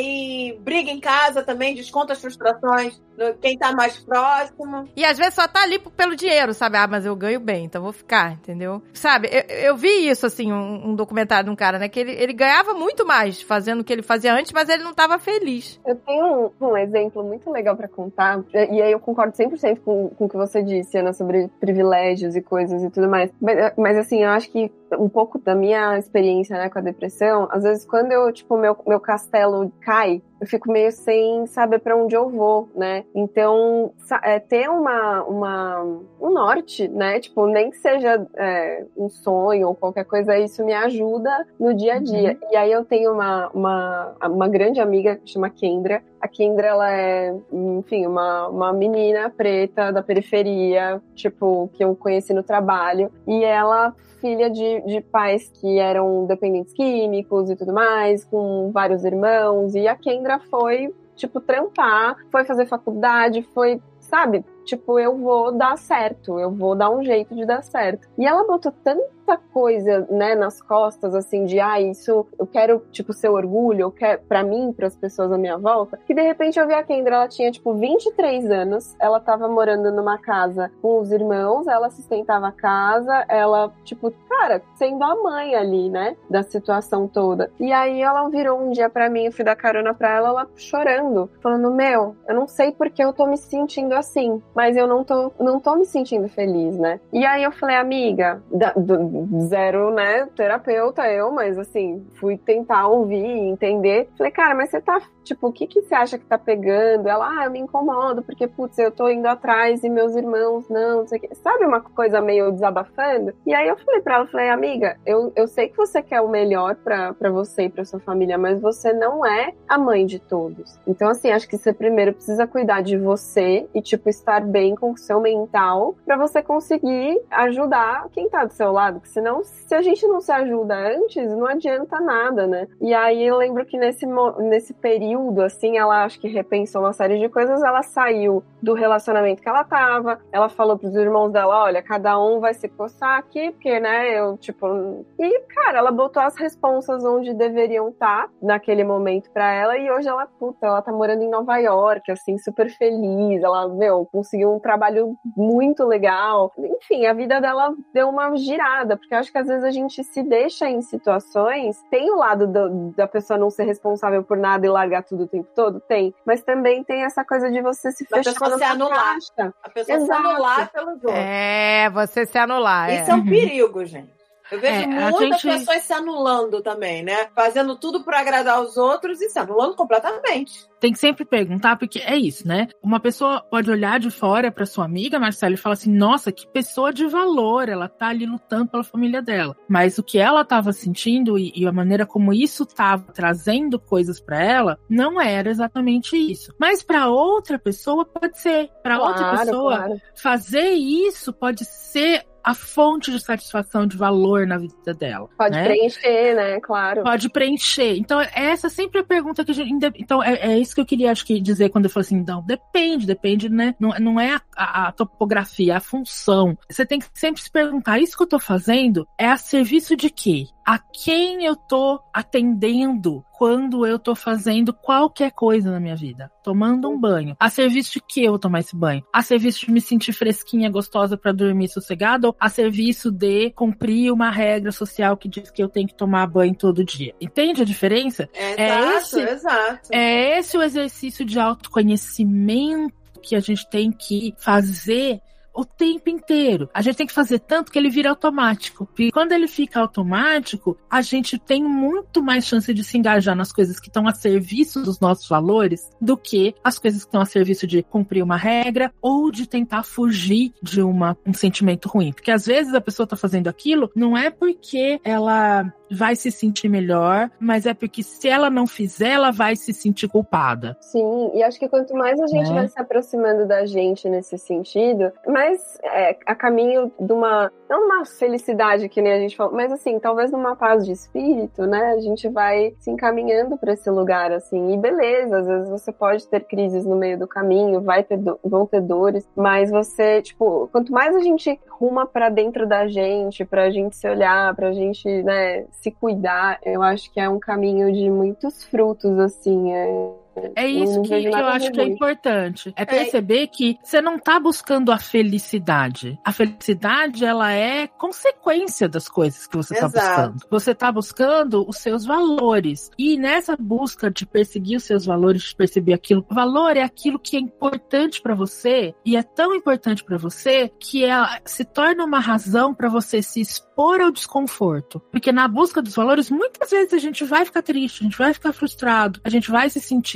Speaker 2: aí briga em casa também, desconta as frustrações no quem tá mais próximo.
Speaker 1: E às vezes só tá ali p- pelo dinheiro, sabe? Ah, mas eu ganho bem, então vou ficar, entendeu? Sabe, eu, eu vi isso, assim, um, um documentário de um cara, né? Que ele, ele ganhava muito mais fazendo o que ele fazia antes, mas ele não tava feliz.
Speaker 4: Eu tenho um, um exemplo muito legal pra contar, e aí eu concordo cem por cento com, com o que você disse, Ana, sobre privilégios e coisas e tudo mais. Mas, mas assim, eu acho que um pouco da minha experiência, né, com a depressão, às vezes quando eu, tipo, meu, meu castelo cai, eu fico meio sem saber pra onde eu vou, né? Então, é, ter uma, uma, um norte, né? Tipo, nem que seja é, um sonho ou qualquer coisa, isso me ajuda no dia a dia. Uhum. E aí eu tenho uma, uma, uma grande amiga que chama Kendra. A Kendra, ela é, enfim, uma, uma menina preta da periferia, tipo, que eu conheci no trabalho. E ela, filha de, de pais que eram dependentes químicos e tudo mais, com vários irmãos. E a Kendra foi, tipo, trampar, foi fazer faculdade, foi, sabe? Tipo, eu vou dar certo, eu vou dar um jeito de dar certo. E ela botou tanta coisa, né, nas costas, assim, de, ah, isso, eu quero, tipo, ser orgulho, eu quero, pra mim, pras pessoas à minha volta, que de repente eu vi a Kendra, ela tinha, tipo, vinte e três anos, ela tava morando numa casa com os irmãos, ela sustentava a casa, ela, tipo, cara, sendo a mãe ali, né, da situação toda. E aí ela virou um dia pra mim, eu fui dar carona pra ela, ela chorando, falando, meu, eu não sei porque eu tô me sentindo assim, mas eu não tô, não tô me sentindo feliz, né? E aí eu falei, amiga, da, do, zero, né, terapeuta eu, mas assim, fui tentar ouvir e entender. Falei, cara, mas você tá, tipo, o que que você acha que tá pegando? Ela, ah, eu me incomodo, porque, putz, eu tô indo atrás e meus irmãos não, não sei o que. Sabe uma coisa meio desabafando? E aí eu falei pra ela, falei, amiga, eu, eu sei que você quer o melhor pra, pra você e pra sua família, mas você não é a mãe de todos. Então, assim, acho que você primeiro precisa cuidar de você e, tipo, estar bem com o seu mental pra você conseguir ajudar quem tá do seu lado, porque senão, se a gente não se ajuda antes, não adianta nada, né? E aí eu lembro que nesse, nesse período, assim, ela acho que repensou uma série de coisas, ela saiu do relacionamento que ela tava, ela falou pros irmãos dela, olha, cada um vai se coçar aqui, porque, né, eu, tipo... E, cara, ela botou as responsas onde deveriam estar naquele momento pra ela, e hoje ela, puta, ela tá morando em Nova York, assim, super feliz, ela, meu, conseguiu um trabalho muito legal. Enfim, a vida dela deu uma girada, porque eu acho que às vezes a gente se deixa em situações, tem o lado do, da pessoa não ser responsável por nada e largar tudo o tempo todo, tem, mas também tem essa coisa de você se fechar
Speaker 2: na se anular. Caixa. A pessoa Exato. se anular pelos outros.
Speaker 1: É, você se anular.
Speaker 2: Isso
Speaker 1: é,
Speaker 2: é um perigo, gente. Eu vejo
Speaker 3: é,
Speaker 2: muitas
Speaker 3: gente...
Speaker 2: pessoas se anulando também, né? Fazendo tudo pra agradar os outros e se anulando completamente.
Speaker 3: Tem que sempre perguntar, porque é isso, né? Uma pessoa pode olhar de fora pra sua amiga, Marcela, e falar assim, nossa, que pessoa de valor, ela tá ali lutando pela família dela. Mas o que ela tava sentindo e, e a maneira como isso tava trazendo coisas pra ela, não era exatamente isso. Mas pra outra pessoa pode ser. Pra
Speaker 4: claro,
Speaker 3: outra pessoa, claro. Fazer isso pode ser a fonte de satisfação, de valor na vida dela.
Speaker 4: Pode
Speaker 3: né?
Speaker 4: preencher, né? Claro.
Speaker 3: Pode preencher. Então, essa sempre é a pergunta que a gente... Então, é, é isso que eu queria, acho que, dizer quando eu falo assim, não, depende, depende, né? Não, não é a, a, a topografia, é a função. Você tem que sempre se perguntar, isso que eu tô fazendo é a serviço de quê? A quem eu tô atendendo quando eu tô fazendo qualquer coisa na minha vida? Tomando um banho. A serviço de que eu vou tomar esse banho? A serviço de me sentir fresquinha, gostosa pra dormir sossegada? Ou a serviço de cumprir uma regra social que diz que eu tenho que tomar banho todo dia? Entende a diferença?
Speaker 2: É,
Speaker 3: é
Speaker 2: exato,
Speaker 3: esse,
Speaker 2: exato.
Speaker 3: É esse o exercício de autoconhecimento que a gente tem que fazer o tempo inteiro. A gente tem que fazer tanto que ele vira automático. E quando ele fica automático, a gente tem muito mais chance de se engajar nas coisas que estão a serviço dos nossos valores do que as coisas que estão a serviço de cumprir uma regra ou de tentar fugir de uma, um sentimento ruim. Porque às vezes a pessoa tá fazendo aquilo não é porque ela vai se sentir melhor, mas é porque se ela não fizer, ela vai se sentir culpada.
Speaker 4: Sim, e acho que quanto mais a gente é. vai se aproximando da gente nesse sentido, mais é, a caminho de uma, não uma felicidade que nem a gente falou, mas assim, talvez numa paz de espírito, né, a gente vai se encaminhando para esse lugar, assim, e beleza, às vezes você pode ter crises no meio do caminho, vai ter do, vão ter dores, mas você, tipo, quanto mais a gente ruma para dentro da gente, pra gente se olhar, pra gente, né, se cuidar, eu acho que é um caminho de muitos frutos, assim, é...
Speaker 3: É isso que, que eu acho que é importante. É perceber é. que você não tá buscando a felicidade. A felicidade, ela é consequência das coisas que você Exato. tá buscando. Você tá buscando os seus valores. E nessa busca de perseguir os seus valores, de perceber aquilo, valor é aquilo que é importante pra você e é tão importante pra você que é, se torna uma razão pra você se expor ao desconforto. Porque na busca dos valores, muitas vezes a gente vai ficar triste, a gente vai ficar frustrado, a gente vai se sentir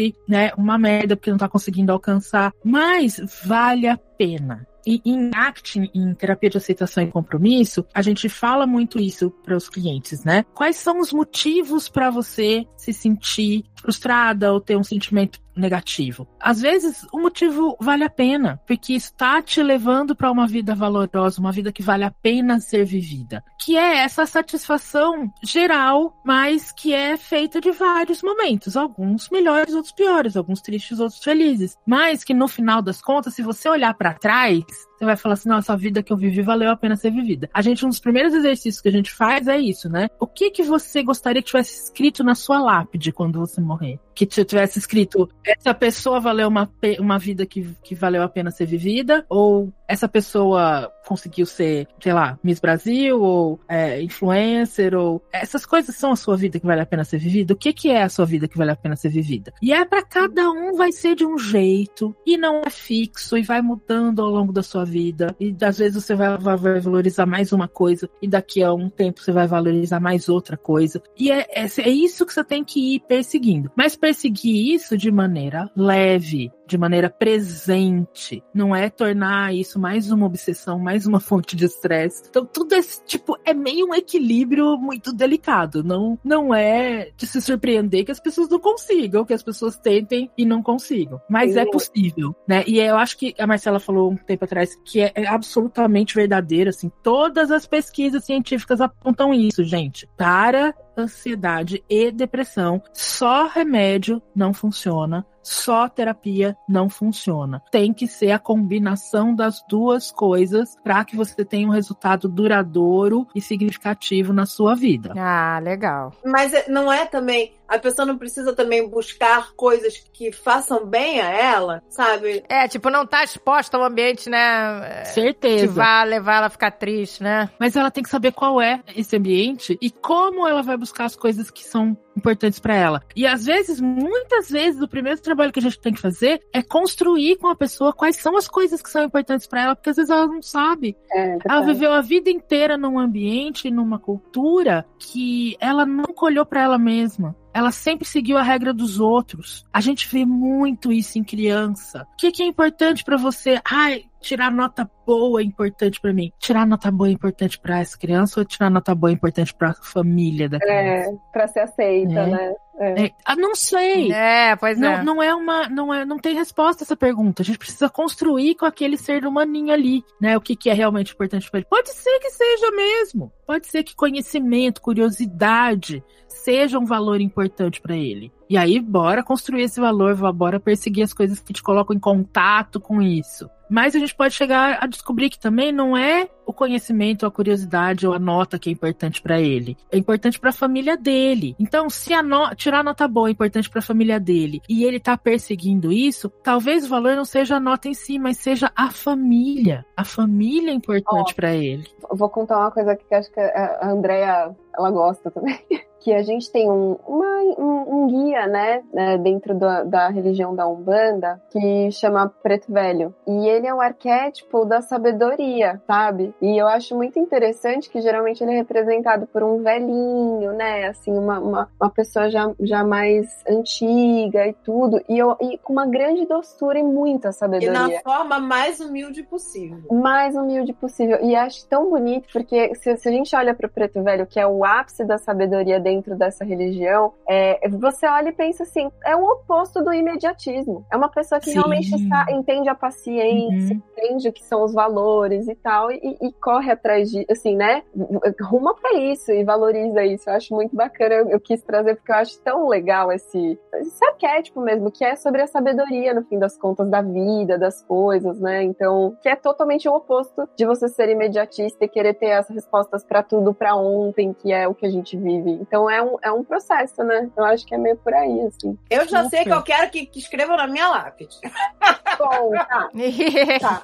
Speaker 3: sente, né, uma merda porque não tá conseguindo alcançar, mas vale a pena. E em acting, em terapia de aceitação e compromisso, a gente fala muito isso para os clientes, né? Quais são os motivos para você se sentir frustrada ou ter um sentimento negativo? Às vezes, o motivo vale a pena, porque está te levando para uma vida valorosa, uma vida que vale a pena ser vivida. Que é essa satisfação geral, mas que é feita de vários momentos. Alguns melhores, outros piores. Alguns tristes, outros felizes. Mas que no final das contas, se você olhar para trás, você vai falar assim, nossa, a vida que eu vivi valeu a pena ser vivida. A gente, um dos primeiros exercícios que a gente faz é isso, né? O que que você gostaria que tivesse escrito na sua lápide quando você morrer? Que tivesse escrito, essa pessoa valeu uma, uma vida que, que valeu a pena ser vivida, ou essa pessoa conseguiu ser, sei lá, Miss Brasil, ou é, influencer, ou... Essas coisas são a sua vida que vale a pena ser vivida? O que que é a sua vida que vale a pena ser vivida? E é pra cada um vai ser de um jeito, e não é fixo, e vai mudando ao longo da sua vida, e às vezes você vai, vai valorizar mais uma coisa, e daqui a um tempo você vai valorizar mais outra coisa. E é, é, é isso que você tem que ir perseguindo. Mas perseguir isso de maneira leve, de maneira presente. Não é tornar isso mais uma obsessão, mais uma fonte de estresse. Então tudo esse tipo é meio um equilíbrio muito delicado. Não, não é de se surpreender que as pessoas não consigam, que as pessoas tentem e não consigam. Mas Sim. é possível, né? E eu acho que a Marcela falou um tempo atrás que é, é absolutamente verdadeiro, assim. Todas as pesquisas científicas apontam isso, gente. Para ansiedade e depressão, só remédio não funciona. Só terapia não funciona. Tem que ser a combinação das duas coisas para que você tenha um resultado duradouro e significativo na sua vida.
Speaker 1: Ah, legal.
Speaker 2: Mas não é também... A pessoa não precisa também buscar coisas que façam bem a ela, sabe?
Speaker 1: É, tipo, não tá exposta ao ambiente, né?
Speaker 3: Certeza.
Speaker 1: Que vai levar ela a ficar triste, né?
Speaker 3: Mas ela tem que saber qual é esse ambiente e como ela vai buscar as coisas que são importantes pra ela. E às vezes, muitas vezes, o primeiro trabalho que a gente tem que fazer é construir com a pessoa quais são as coisas que são importantes pra ela, porque às vezes ela não sabe.
Speaker 4: É,
Speaker 3: ela viveu a vida inteira num ambiente, numa cultura que ela nunca olhou pra ela mesma. Ela sempre seguiu a regra dos outros. A gente vê muito isso em criança. O que, que é importante pra você? Ai, tirar nota boa é importante pra mim. Tirar nota boa é importante pra essa criança ou tirar nota boa é importante pra família da criança?
Speaker 4: É, pra ser aceita,
Speaker 3: é.
Speaker 4: né? É.
Speaker 3: É, ah, não sei.
Speaker 1: É, pois
Speaker 3: não,
Speaker 1: é.
Speaker 3: Não é uma, não é, não tem resposta essa pergunta. A gente precisa construir com aquele ser humaninho ali, né? O que, que é realmente importante para ele. Pode ser que seja mesmo. Pode ser que conhecimento, curiosidade seja um valor importante para ele. E aí, bora construir esse valor, bora perseguir as coisas que te colocam em contato com isso. Mas a gente pode chegar a descobrir que também não é o conhecimento, a curiosidade ou a nota que é importante pra ele. É importante pra família dele. Então, se a no... tirar a nota boa é importante pra família dele e ele tá perseguindo isso, talvez o valor não seja a nota em si, mas seja a família. A família é importante oh, pra ele.
Speaker 4: Eu vou contar uma coisa aqui que acho que a Andrea, ela gosta também. Que a gente tem um, uma, um, um guia, né, dentro da, da religião da Umbanda, que chama Preto Velho. E ele é um arquétipo da sabedoria, sabe? E eu acho muito interessante que geralmente ele é representado por um velhinho, né, assim, uma, uma, uma pessoa já, já mais antiga e tudo, e, eu, e com uma grande doçura e muita sabedoria.
Speaker 2: E na forma mais humilde possível.
Speaker 4: Mais humilde possível. E acho tão bonito, porque se, se a gente olha para o Preto Velho, que é o ápice da sabedoria dentro dentro dessa religião, é, você olha e pensa assim, é o oposto do imediatismo. É uma pessoa que Sim. realmente está, entende a paciência, uhum. entende o que são os valores e tal, e, e corre atrás de, assim, né, ruma pra isso e valoriza isso. Eu acho muito bacana, eu, eu quis trazer porque eu acho tão legal esse, esse arquétipo mesmo, que é sobre a sabedoria, no fim das contas, da vida, das coisas, né, então, que é totalmente o oposto de você ser imediatista e querer ter as respostas pra tudo, pra ontem, que é o que a gente vive. Então, é um, é um processo, né? Eu acho que é meio por aí, assim.
Speaker 2: Eu já sei que eu quero que, que escrevam na minha lápide.
Speaker 4: Bom, tá. tá.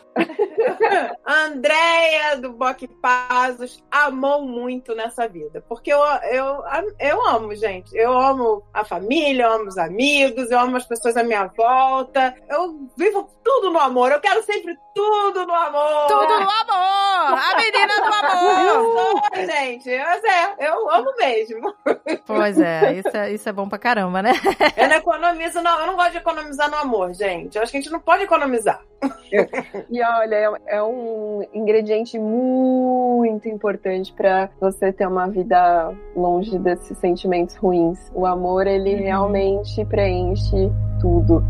Speaker 2: A Andrea do Boque Pazos amou muito nessa vida. Porque eu, eu, eu amo, gente. Eu amo a família, eu amo os amigos, eu amo as pessoas à minha volta. Eu vivo tudo no amor. Eu quero sempre tudo no amor.
Speaker 1: Tudo no amor! A menina do amor!
Speaker 2: Oi, gente, mas é, eu amo mesmo.
Speaker 1: Pois é isso, é, isso é bom pra caramba, né?
Speaker 2: Eu não economizo, não. Eu não gosto de economizar no amor, gente. Eu acho que a gente não pode economizar.
Speaker 4: E olha, é, é um ingrediente muito importante pra você ter uma vida longe desses sentimentos ruins. O amor, ele uhum. realmente preenche tudo.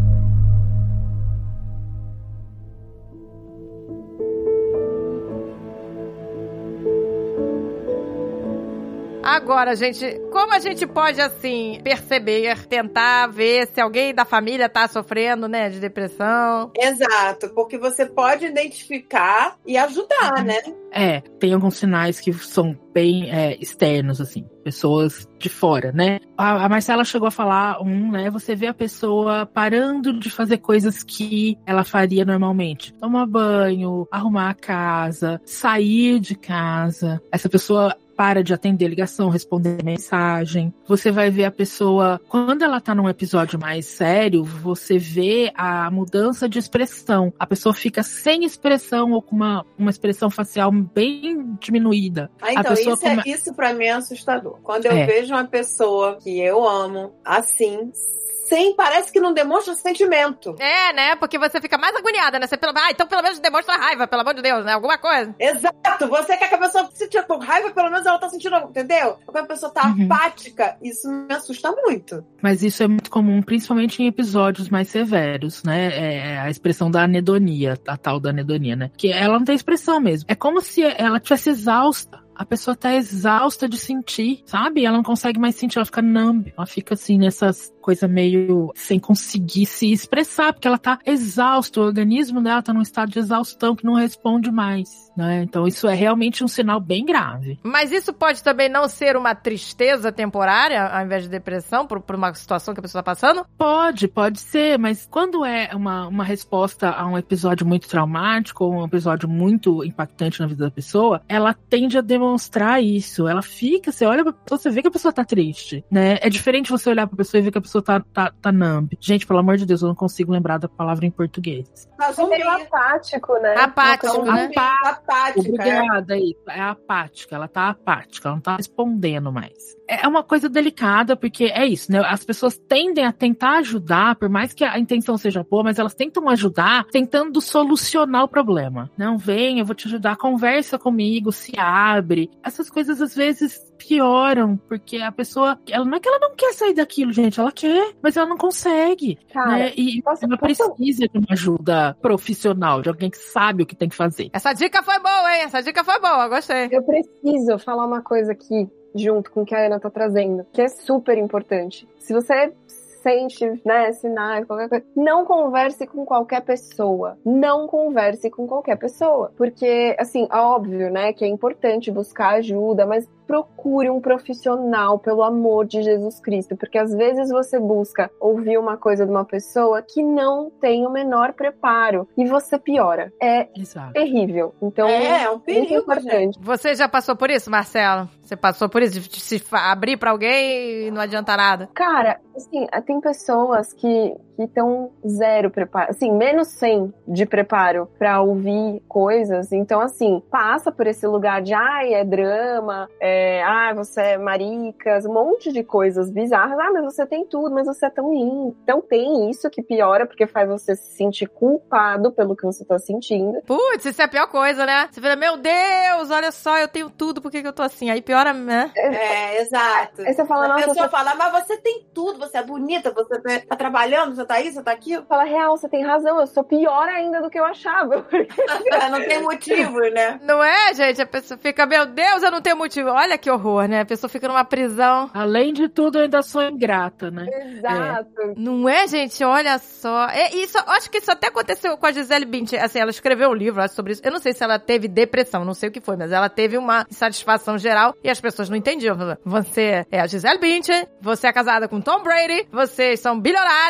Speaker 1: Agora, gente, como a gente pode, assim, perceber, tentar ver se alguém da família tá sofrendo, né, de depressão?
Speaker 2: Exato, porque você pode identificar e ajudar, uhum. né?
Speaker 3: É, tem alguns sinais que são bem é, externos, assim, pessoas de fora, né? A, a Marcela chegou a falar um, né? Você vê a pessoa parando de fazer coisas que ela faria normalmente. Tomar banho, arrumar a casa, sair de casa. Essa pessoa para de atender ligação, responder mensagem. Você vai ver a pessoa, quando ela tá num episódio mais sério, você vê a mudança de expressão. A pessoa fica sem expressão ou com uma, uma expressão facial bem diminuída.
Speaker 2: Ah, então,
Speaker 3: a pessoa
Speaker 2: isso, come... é, isso pra mim é assustador. Quando eu é. vejo uma pessoa que eu amo, assim... Sim, parece que não demonstra sentimento.
Speaker 1: É, né? Porque você fica mais agoniada, né? Você pelo... Ah, então pelo menos demonstra raiva, pelo amor de Deus, né? Alguma coisa.
Speaker 2: Exato. Você quer que a pessoa se sinta com raiva, pelo menos ela tá sentindo, entendeu? Quando a pessoa tá uhum. apática, isso me assusta muito.
Speaker 3: Mas isso é muito comum, principalmente em episódios mais severos, né? É a expressão da anedonia, a tal da anedonia, né? Que ela não tem expressão mesmo. É como se ela tivesse exausta. A pessoa tá exausta de sentir, sabe? Ela não consegue mais sentir, ela fica numb. Ela fica assim, nessas coisas meio sem conseguir se expressar, porque ela tá exausta. O organismo dela tá num estado de exaustão que não responde mais, né? Então isso é realmente um sinal bem grave.
Speaker 1: Mas isso pode também não ser uma tristeza temporária, ao invés de depressão, por, por uma situação que a pessoa tá passando?
Speaker 3: Pode, pode ser, mas quando é uma, uma resposta a um episódio muito traumático, ou um episódio muito impactante na vida da pessoa, ela tende a demonstrar isso. Ela fica, você olha pra pessoa, você vê que a pessoa tá triste, né? É diferente você olhar pra pessoa e ver que a pessoa tá, tá, tá numb. Gente, pelo amor de Deus, eu não consigo lembrar da palavra em português.
Speaker 4: Mas é meio apático, né?
Speaker 1: Apático, né?
Speaker 2: Apática.
Speaker 3: Obrigada, é. É apática. Ela tá apática, ela não tá respondendo mais. É uma coisa delicada, porque é isso, né? As pessoas tendem a tentar ajudar, por mais que a intenção seja boa, mas elas tentam ajudar tentando solucionar o problema. Não, vem, eu vou te ajudar, conversa comigo, se abre. Essas coisas, às vezes, pioram, porque a pessoa, ela não é que ela não quer sair daquilo, gente, ela quer, mas ela não consegue. Cara, né? E posso, ela precisa posso... de uma ajuda profissional, de alguém que sabe o que tem que fazer.
Speaker 1: Essa dica foi boa, hein? Essa dica foi boa, gostei.
Speaker 4: Eu preciso falar uma coisa aqui, junto com o que a Ana tá trazendo, que é super importante. Se você sente, né, sinais, qualquer coisa, não converse com qualquer pessoa. Não converse com qualquer pessoa. Porque, assim, óbvio, né, que é importante buscar ajuda, mas procure um profissional, pelo amor de Jesus Cristo, porque às vezes você busca ouvir uma coisa de uma pessoa que não tem o menor preparo e você piora. É Exato. terrível. Então,
Speaker 2: é, é um perigo,
Speaker 4: muito importante.
Speaker 1: Gente. Você já passou por isso, Marcelo? Você passou por isso? De se abrir pra alguém e não adianta nada?
Speaker 4: Cara, assim, tem pessoas que que estão zero preparo, assim, menos cem de preparo pra ouvir coisas. Então, assim, passa por esse lugar de, ai, é drama, é, ai, você é maricas, um monte de coisas bizarras. Ah, mas você tem tudo, mas você é tão lindo. Então tem isso que piora, porque faz você se sentir culpado pelo que você tá sentindo.
Speaker 1: Putz, isso é a pior coisa, né? Você fala, meu Deus, olha só, eu tenho tudo, por que que eu tô assim? Aí piora, né?
Speaker 2: É, é exato.
Speaker 4: Aí você fala,
Speaker 2: a
Speaker 4: nossa,
Speaker 2: pessoa
Speaker 4: você...
Speaker 2: fala, mas você tem tudo, você é bonita, você tá trabalhando, você tá isso, você tá aqui.
Speaker 4: Fala, real, você tem razão, eu sou pior ainda do que eu achava.
Speaker 2: Não tem motivo, né?
Speaker 1: Não é, gente? A pessoa fica, meu Deus, eu não tenho motivo. Olha que horror, né? A pessoa fica numa prisão.
Speaker 3: Além de tudo, eu ainda sou ingrata, né?
Speaker 4: Exato.
Speaker 1: É. Não é, gente? Olha só. É, isso, acho que isso até aconteceu com a Gisele Bündchen. Assim, ela escreveu um livro acho, sobre isso. Eu não sei se ela teve depressão, não sei o que foi, mas ela teve uma insatisfação geral e as pessoas não entendiam. Você é a Gisele Bündchen, você é casada com Tom Brady, vocês são bilionários, vocês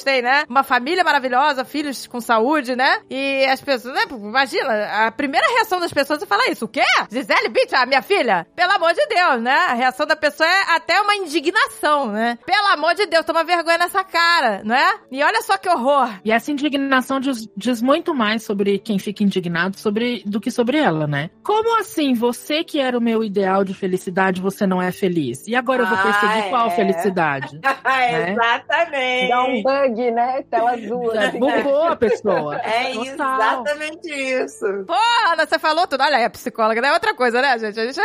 Speaker 1: têm, né? Uma família maravilhosa, filhos com saúde, né? E as pessoas, né? Imagina, a primeira reação das pessoas é falar isso. O quê? Gisele Bündchen, a minha filha? Pelo amor de Deus, né? A reação da pessoa é até uma indignação, né? Pelo amor de Deus, toma vergonha nessa cara, não é? E olha só que horror.
Speaker 3: E essa indignação diz, diz muito mais sobre quem fica indignado sobre, do que sobre ela, né? Como assim? Você que era o meu ideal de felicidade, você não é feliz? E agora eu vou perseguir
Speaker 2: ah,
Speaker 3: qual
Speaker 2: é.
Speaker 3: felicidade? né?
Speaker 2: Exatamente.
Speaker 4: Dá um bug, né? Tela azul.
Speaker 3: É,
Speaker 4: assim.
Speaker 3: bugou a pessoa.
Speaker 2: É
Speaker 3: Total.
Speaker 2: exatamente isso.
Speaker 1: Pô, Ana, você falou tudo. Olha aí, a psicóloga não é outra coisa, né, gente? A gente...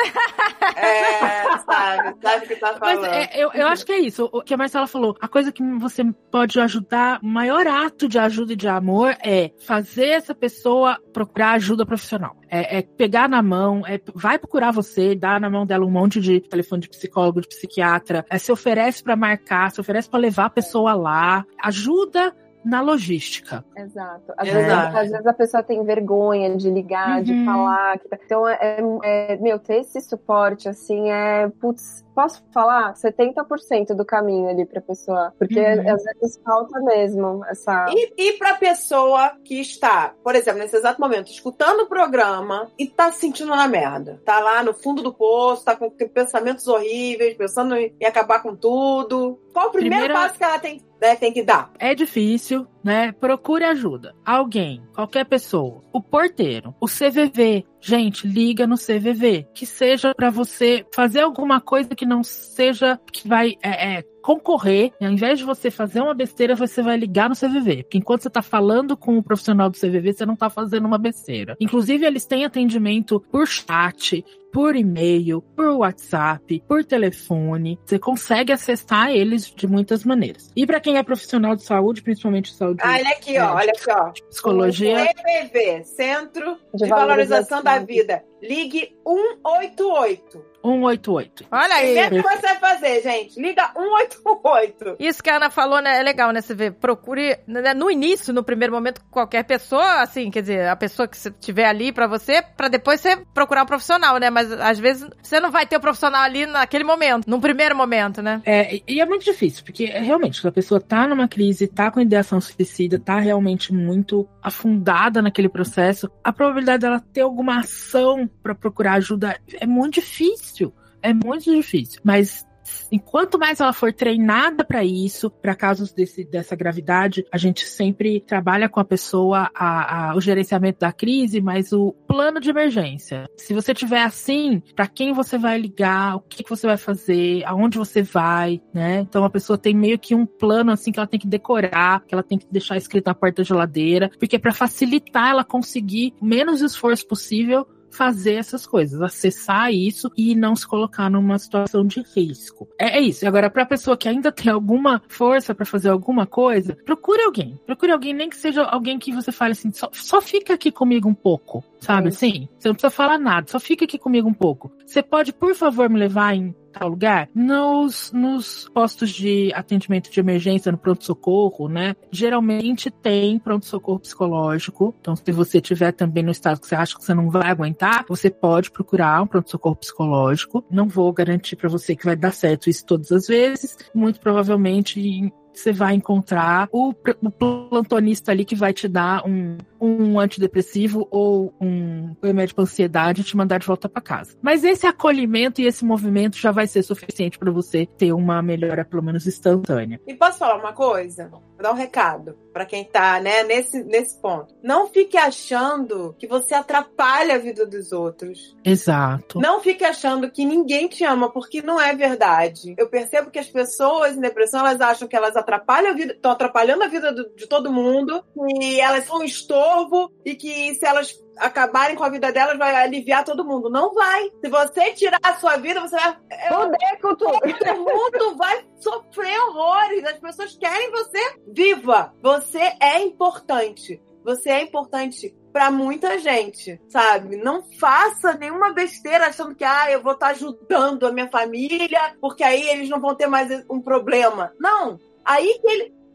Speaker 2: É, sabe, sabe o que tá falando.
Speaker 3: Mas é, eu, eu acho que é isso, o que a Marcela falou. A coisa que você pode ajudar, o maior ato de ajuda e de amor é fazer essa pessoa procurar ajuda profissional. É, é pegar na mão, é, vai procurar você, dá na mão dela um monte de telefone de psicólogo, de psiquiatra, é, se oferece pra marcar, se oferece pra levar a pessoa lá, ajuda na logística.
Speaker 4: Exato. Às,
Speaker 2: Exato.
Speaker 4: Vezes, às vezes a pessoa tem vergonha de ligar,
Speaker 3: Uhum.
Speaker 4: de falar. Que tá... Então, é, é, meu, ter esse suporte, assim, é... Putz, posso falar? setenta por cento do caminho ali pra pessoa. Porque
Speaker 3: Uhum.
Speaker 4: às vezes falta mesmo essa...
Speaker 2: E, e pra pessoa que está, por exemplo, nesse exato momento, escutando o programa e tá se sentindo na merda. Tá lá no fundo do poço, tá com pensamentos horríveis, pensando em acabar com tudo. Qual o primeiro
Speaker 3: Primeira-
Speaker 2: passo que ela tem, né, tem que dar?
Speaker 3: É difícil, né? Procure ajuda. Alguém, qualquer pessoa. O porteiro, o C V V. Gente, liga no C V V. Que seja pra você fazer alguma coisa que não seja, que vai é, é, concorrer. E ao invés de você fazer uma besteira, você vai ligar no C V V. Porque enquanto você tá falando com o profissional do C V V, você não tá fazendo uma besteira. Inclusive, eles têm atendimento por chat, por e-mail, por WhatsApp, por telefone. Você consegue acessar eles de muitas maneiras. E pra quem é profissional de saúde, principalmente de saúde,
Speaker 2: Ah, olha aqui, ó,
Speaker 3: é,
Speaker 2: olha aqui, ó.
Speaker 3: psicologia,
Speaker 2: C V V, Centro de,
Speaker 4: De
Speaker 2: Valorização
Speaker 4: Valorização
Speaker 2: da Vida. Ligue um oito oito.
Speaker 3: um oito oito.
Speaker 1: Olha aí.
Speaker 2: Primeiro que você vai fazer, gente, liga um oito oito.
Speaker 1: Isso que a Ana falou, né, é legal, né, você vê, procure, né, no início, no primeiro momento, qualquer pessoa, assim, quer dizer, a pessoa que você tiver ali pra você, pra depois você procurar um profissional, né, mas às vezes você não vai ter o profissional ali naquele momento, num primeiro momento, né.
Speaker 3: É, e é muito difícil, porque realmente, se a pessoa tá numa crise, tá com ideação suicida, tá realmente muito afundada naquele processo, a probabilidade dela ter alguma ação pra procurar ajuda é muito difícil. É muito difícil. Mas enquanto mais ela for treinada pra isso, pra casos desse, dessa gravidade, a gente sempre trabalha com a pessoa a, a, o gerenciamento da crise, mas o plano de emergência. Se você tiver assim, pra quem você vai ligar, o que, que você vai fazer, aonde você vai, né? Então a pessoa tem meio que um plano assim que ela tem que decorar, que ela tem que deixar escrito na porta da geladeira, porque pra facilitar ela conseguir o menos esforço possível fazer essas coisas, acessar isso e não se colocar numa situação de risco. É, é isso. Agora, pra pessoa que ainda tem alguma força pra fazer alguma coisa, procure alguém. Procure alguém, nem que seja alguém que você fale assim, só, só fica aqui comigo um pouco, sabe?
Speaker 4: É.
Speaker 3: Assim, você não precisa falar nada, só fica aqui comigo um pouco. Você pode, por favor, me levar em tal lugar? Nos, nos postos de atendimento de emergência, no pronto-socorro, né? Geralmente tem pronto-socorro psicológico. Então, se você tiver também no estado que você acha que você não vai aguentar, você pode procurar um pronto-socorro psicológico. Não vou garantir pra você que vai dar certo isso todas as vezes. Muito provavelmente você vai encontrar o, o plantonista ali que vai te dar um, um antidepressivo ou um remédio para ansiedade e te mandar de volta para casa. Mas esse acolhimento e esse movimento já vai ser suficiente para você ter uma melhora, pelo menos instantânea.
Speaker 2: E posso falar uma coisa? Vou dar um recado pra quem tá, né, nesse, nesse ponto. Não fique achando que você atrapalha a vida dos outros.
Speaker 3: Exato.
Speaker 2: Não fique achando que ninguém te ama, porque não é verdade. Eu percebo que as pessoas em depressão, elas acham que elas atrapalham a vida, estão atrapalhando a vida do, de todo mundo, e elas são um estorvo, e que se elas acabarem com a vida delas, vai aliviar todo mundo. Não vai. Se você tirar a sua vida, você vai...
Speaker 4: Poder com tudo.
Speaker 2: Todo mundo vai sofrer horrores. As pessoas querem você viva. Você é importante. Você é importante pra muita gente, sabe? Não faça nenhuma besteira achando que, ah, eu vou estar ajudando a minha família, porque aí eles não vão ter mais um problema. Não. Aí que ele...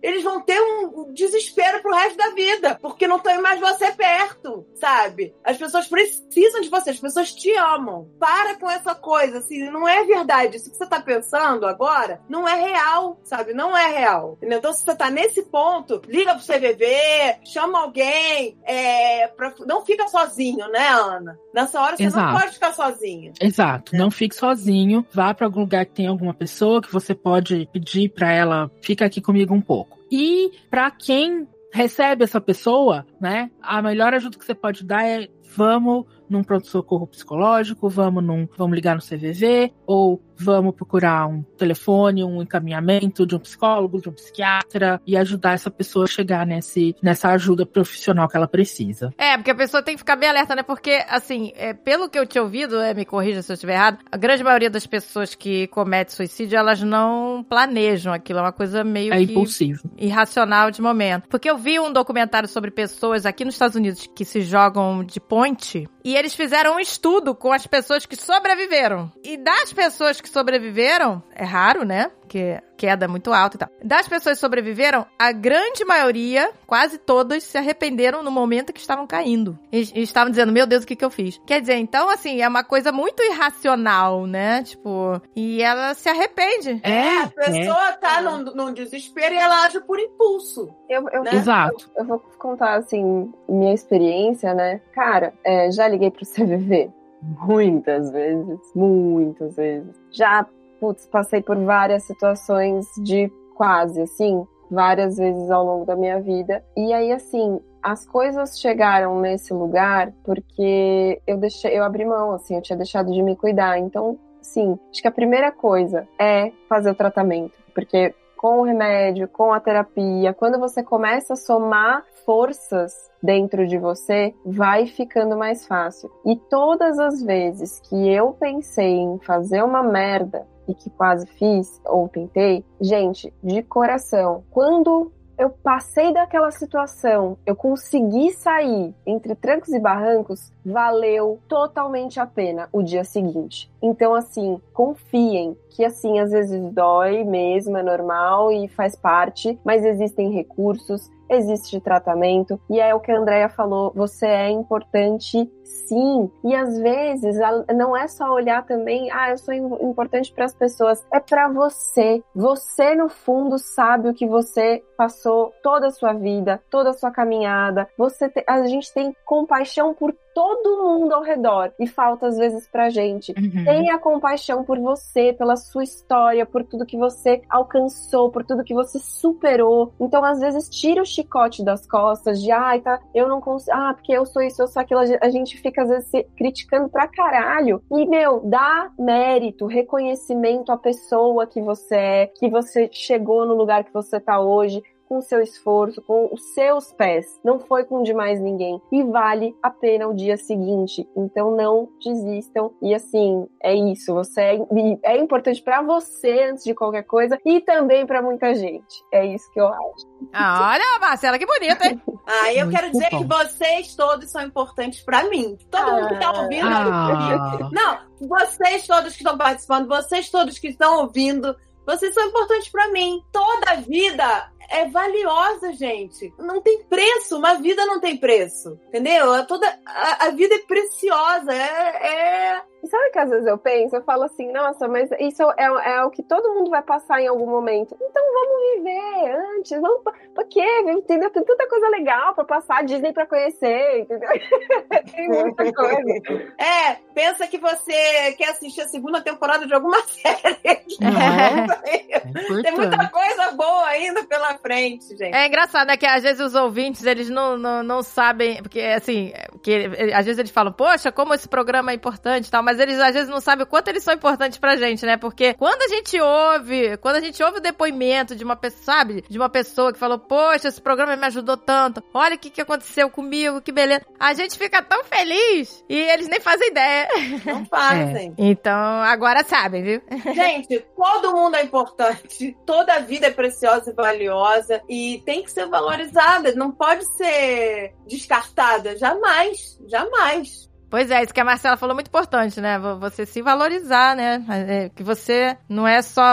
Speaker 2: eles vão ter um desespero pro resto da vida, porque não tem mais você perto, sabe? As pessoas precisam de você, as pessoas te amam. Para com essa coisa, assim, não é verdade. Isso que você tá pensando agora não é real, sabe? Não é real. Entendeu? Então, se você tá nesse ponto, liga pro C V V, chama alguém, é, pra... não fica sozinho, né, Ana? Nessa hora você
Speaker 3: Exato.
Speaker 2: não pode ficar sozinho.
Speaker 3: Exato, não fique sozinho, vá pra algum lugar que tem alguma pessoa que você pode pedir pra ela, fica aqui comigo um pouco. E pra quem recebe essa pessoa, né, a melhor ajuda que você pode dar é vamos num pronto-socorro psicológico, vamos, num, vamos ligar no C V V, ou vamos procurar um telefone, um encaminhamento de um psicólogo, de um psiquiatra, e ajudar essa pessoa a chegar nesse, nessa ajuda profissional que ela precisa.
Speaker 1: É, porque a pessoa tem que ficar bem alerta, né? Porque, assim, é, pelo que eu tinha ouvido, é, me corrija se eu estiver errado, a grande maioria das pessoas que cometem suicídio, elas não planejam aquilo, é uma coisa meio
Speaker 3: é
Speaker 1: que...
Speaker 3: impulsivo.
Speaker 1: Irracional de momento. Porque eu vi um documentário sobre pessoas aqui nos Estados Unidos que se jogam de ponte, e eles fizeram um estudo com as pessoas que sobreviveram. E das pessoas que sobreviveram, é raro, né? Porque queda é muito alta e tal. Das pessoas que sobreviveram, a grande maioria, quase todas, se arrependeram no momento que estavam caindo. E, e estavam dizendo, meu Deus, o que que eu fiz? Quer dizer, então, assim, é uma coisa muito irracional, né? Tipo, e ela se arrepende.
Speaker 2: É, a pessoa é. tá num, num desespero e ela age por impulso.
Speaker 4: Eu, eu,
Speaker 2: né?
Speaker 3: Exato.
Speaker 4: Eu, eu vou contar, assim, minha experiência, né? Cara, é, já liguei pro C V V muitas vezes, muitas vezes. Já Putz, passei por várias situações de quase, assim, várias vezes ao longo da minha vida. E aí, assim, as coisas chegaram nesse lugar porque eu deixei, eu abri mão, assim, eu tinha deixado de me cuidar. Então, sim, acho que a primeira coisa é fazer o tratamento. Porque com o remédio, com a terapia, quando você começa a somar forças dentro de você, vai ficando mais fácil. E todas as vezes que eu pensei em fazer uma merda, e que quase fiz, ou tentei, gente, de coração, quando eu passei daquela situação, eu consegui sair entre trancos e barrancos, valeu totalmente a pena o dia seguinte. Então, assim, confiem que, assim, às vezes dói mesmo, é normal e faz parte, mas existem recursos, existe tratamento, e é o que a Andrea falou, você é importante sim, e às vezes não é só olhar também, ah, eu sou importante para as pessoas, é para você. Você no fundo sabe o que você passou toda a sua vida, toda a sua caminhada. Você te, a gente tem compaixão por todo mundo ao redor e falta às vezes pra gente. Uhum. Tenha compaixão por você, pela sua história, por tudo que você alcançou, por tudo que você superou. Então às vezes tira o chicote das costas de, ai, tá, eu não consigo, ah, porque eu sou isso, eu sou aquilo. A gente fica às vezes se criticando pra caralho. E, meu, dá mérito, reconhecimento à pessoa que você é, que você chegou no lugar que você tá hoje, com o seu esforço, com os seus pés. Não foi com de mais ninguém. E vale a pena o dia seguinte. Então não desistam. E assim, é isso. Você é, é importante pra você antes de qualquer coisa e também pra muita gente. É isso que eu acho.
Speaker 1: Ah, olha, Marcela, que bonita, hein?
Speaker 2: Ah, eu
Speaker 3: Muito
Speaker 2: quero dizer
Speaker 3: bom.
Speaker 2: que vocês todos são importantes pra mim. Todo mundo que tá ouvindo.
Speaker 3: Ah.
Speaker 2: Não, vocês todos que estão participando, vocês todos que estão ouvindo, vocês são importantes pra mim. Toda a vida é valiosa, gente. Não tem preço. Uma vida não tem preço. Entendeu? Toda, a, a vida é preciosa. É, é...
Speaker 4: E sabe que às vezes eu penso? Eu falo assim, nossa, mas isso é, é o que todo mundo vai passar em algum momento. Então vamos viver antes. Vamos, pra quê? Entendeu? Tem tanta coisa legal pra passar, Disney pra conhecer, entendeu? Tem muita coisa.
Speaker 2: É, pensa que você quer assistir a segunda temporada de alguma série.
Speaker 3: Não é? É
Speaker 2: Tem muita coisa boa ainda pela frente, gente.
Speaker 1: É engraçado, né? Que às vezes os ouvintes, eles não, não, não sabem, porque assim, que, às vezes eles falam, poxa, como esse programa é importante e tal, mas eles às vezes não sabem o quanto eles são importantes pra gente, né? Porque quando a gente ouve, quando a gente ouve o depoimento de uma pessoa, sabe? De uma pessoa que falou, poxa, esse programa me ajudou tanto, olha o que, que aconteceu comigo, que beleza. A gente fica tão feliz e eles nem fazem ideia.
Speaker 2: Não fazem.
Speaker 1: É. Então, agora sabem, viu?
Speaker 2: Gente, todo mundo é importante, toda a vida é preciosa e valiosa e tem que ser valorizada, não pode ser descartada, jamais, jamais.
Speaker 1: Pois é, isso que a Marcela falou é muito importante, né? Você se valorizar, né? Que você não é só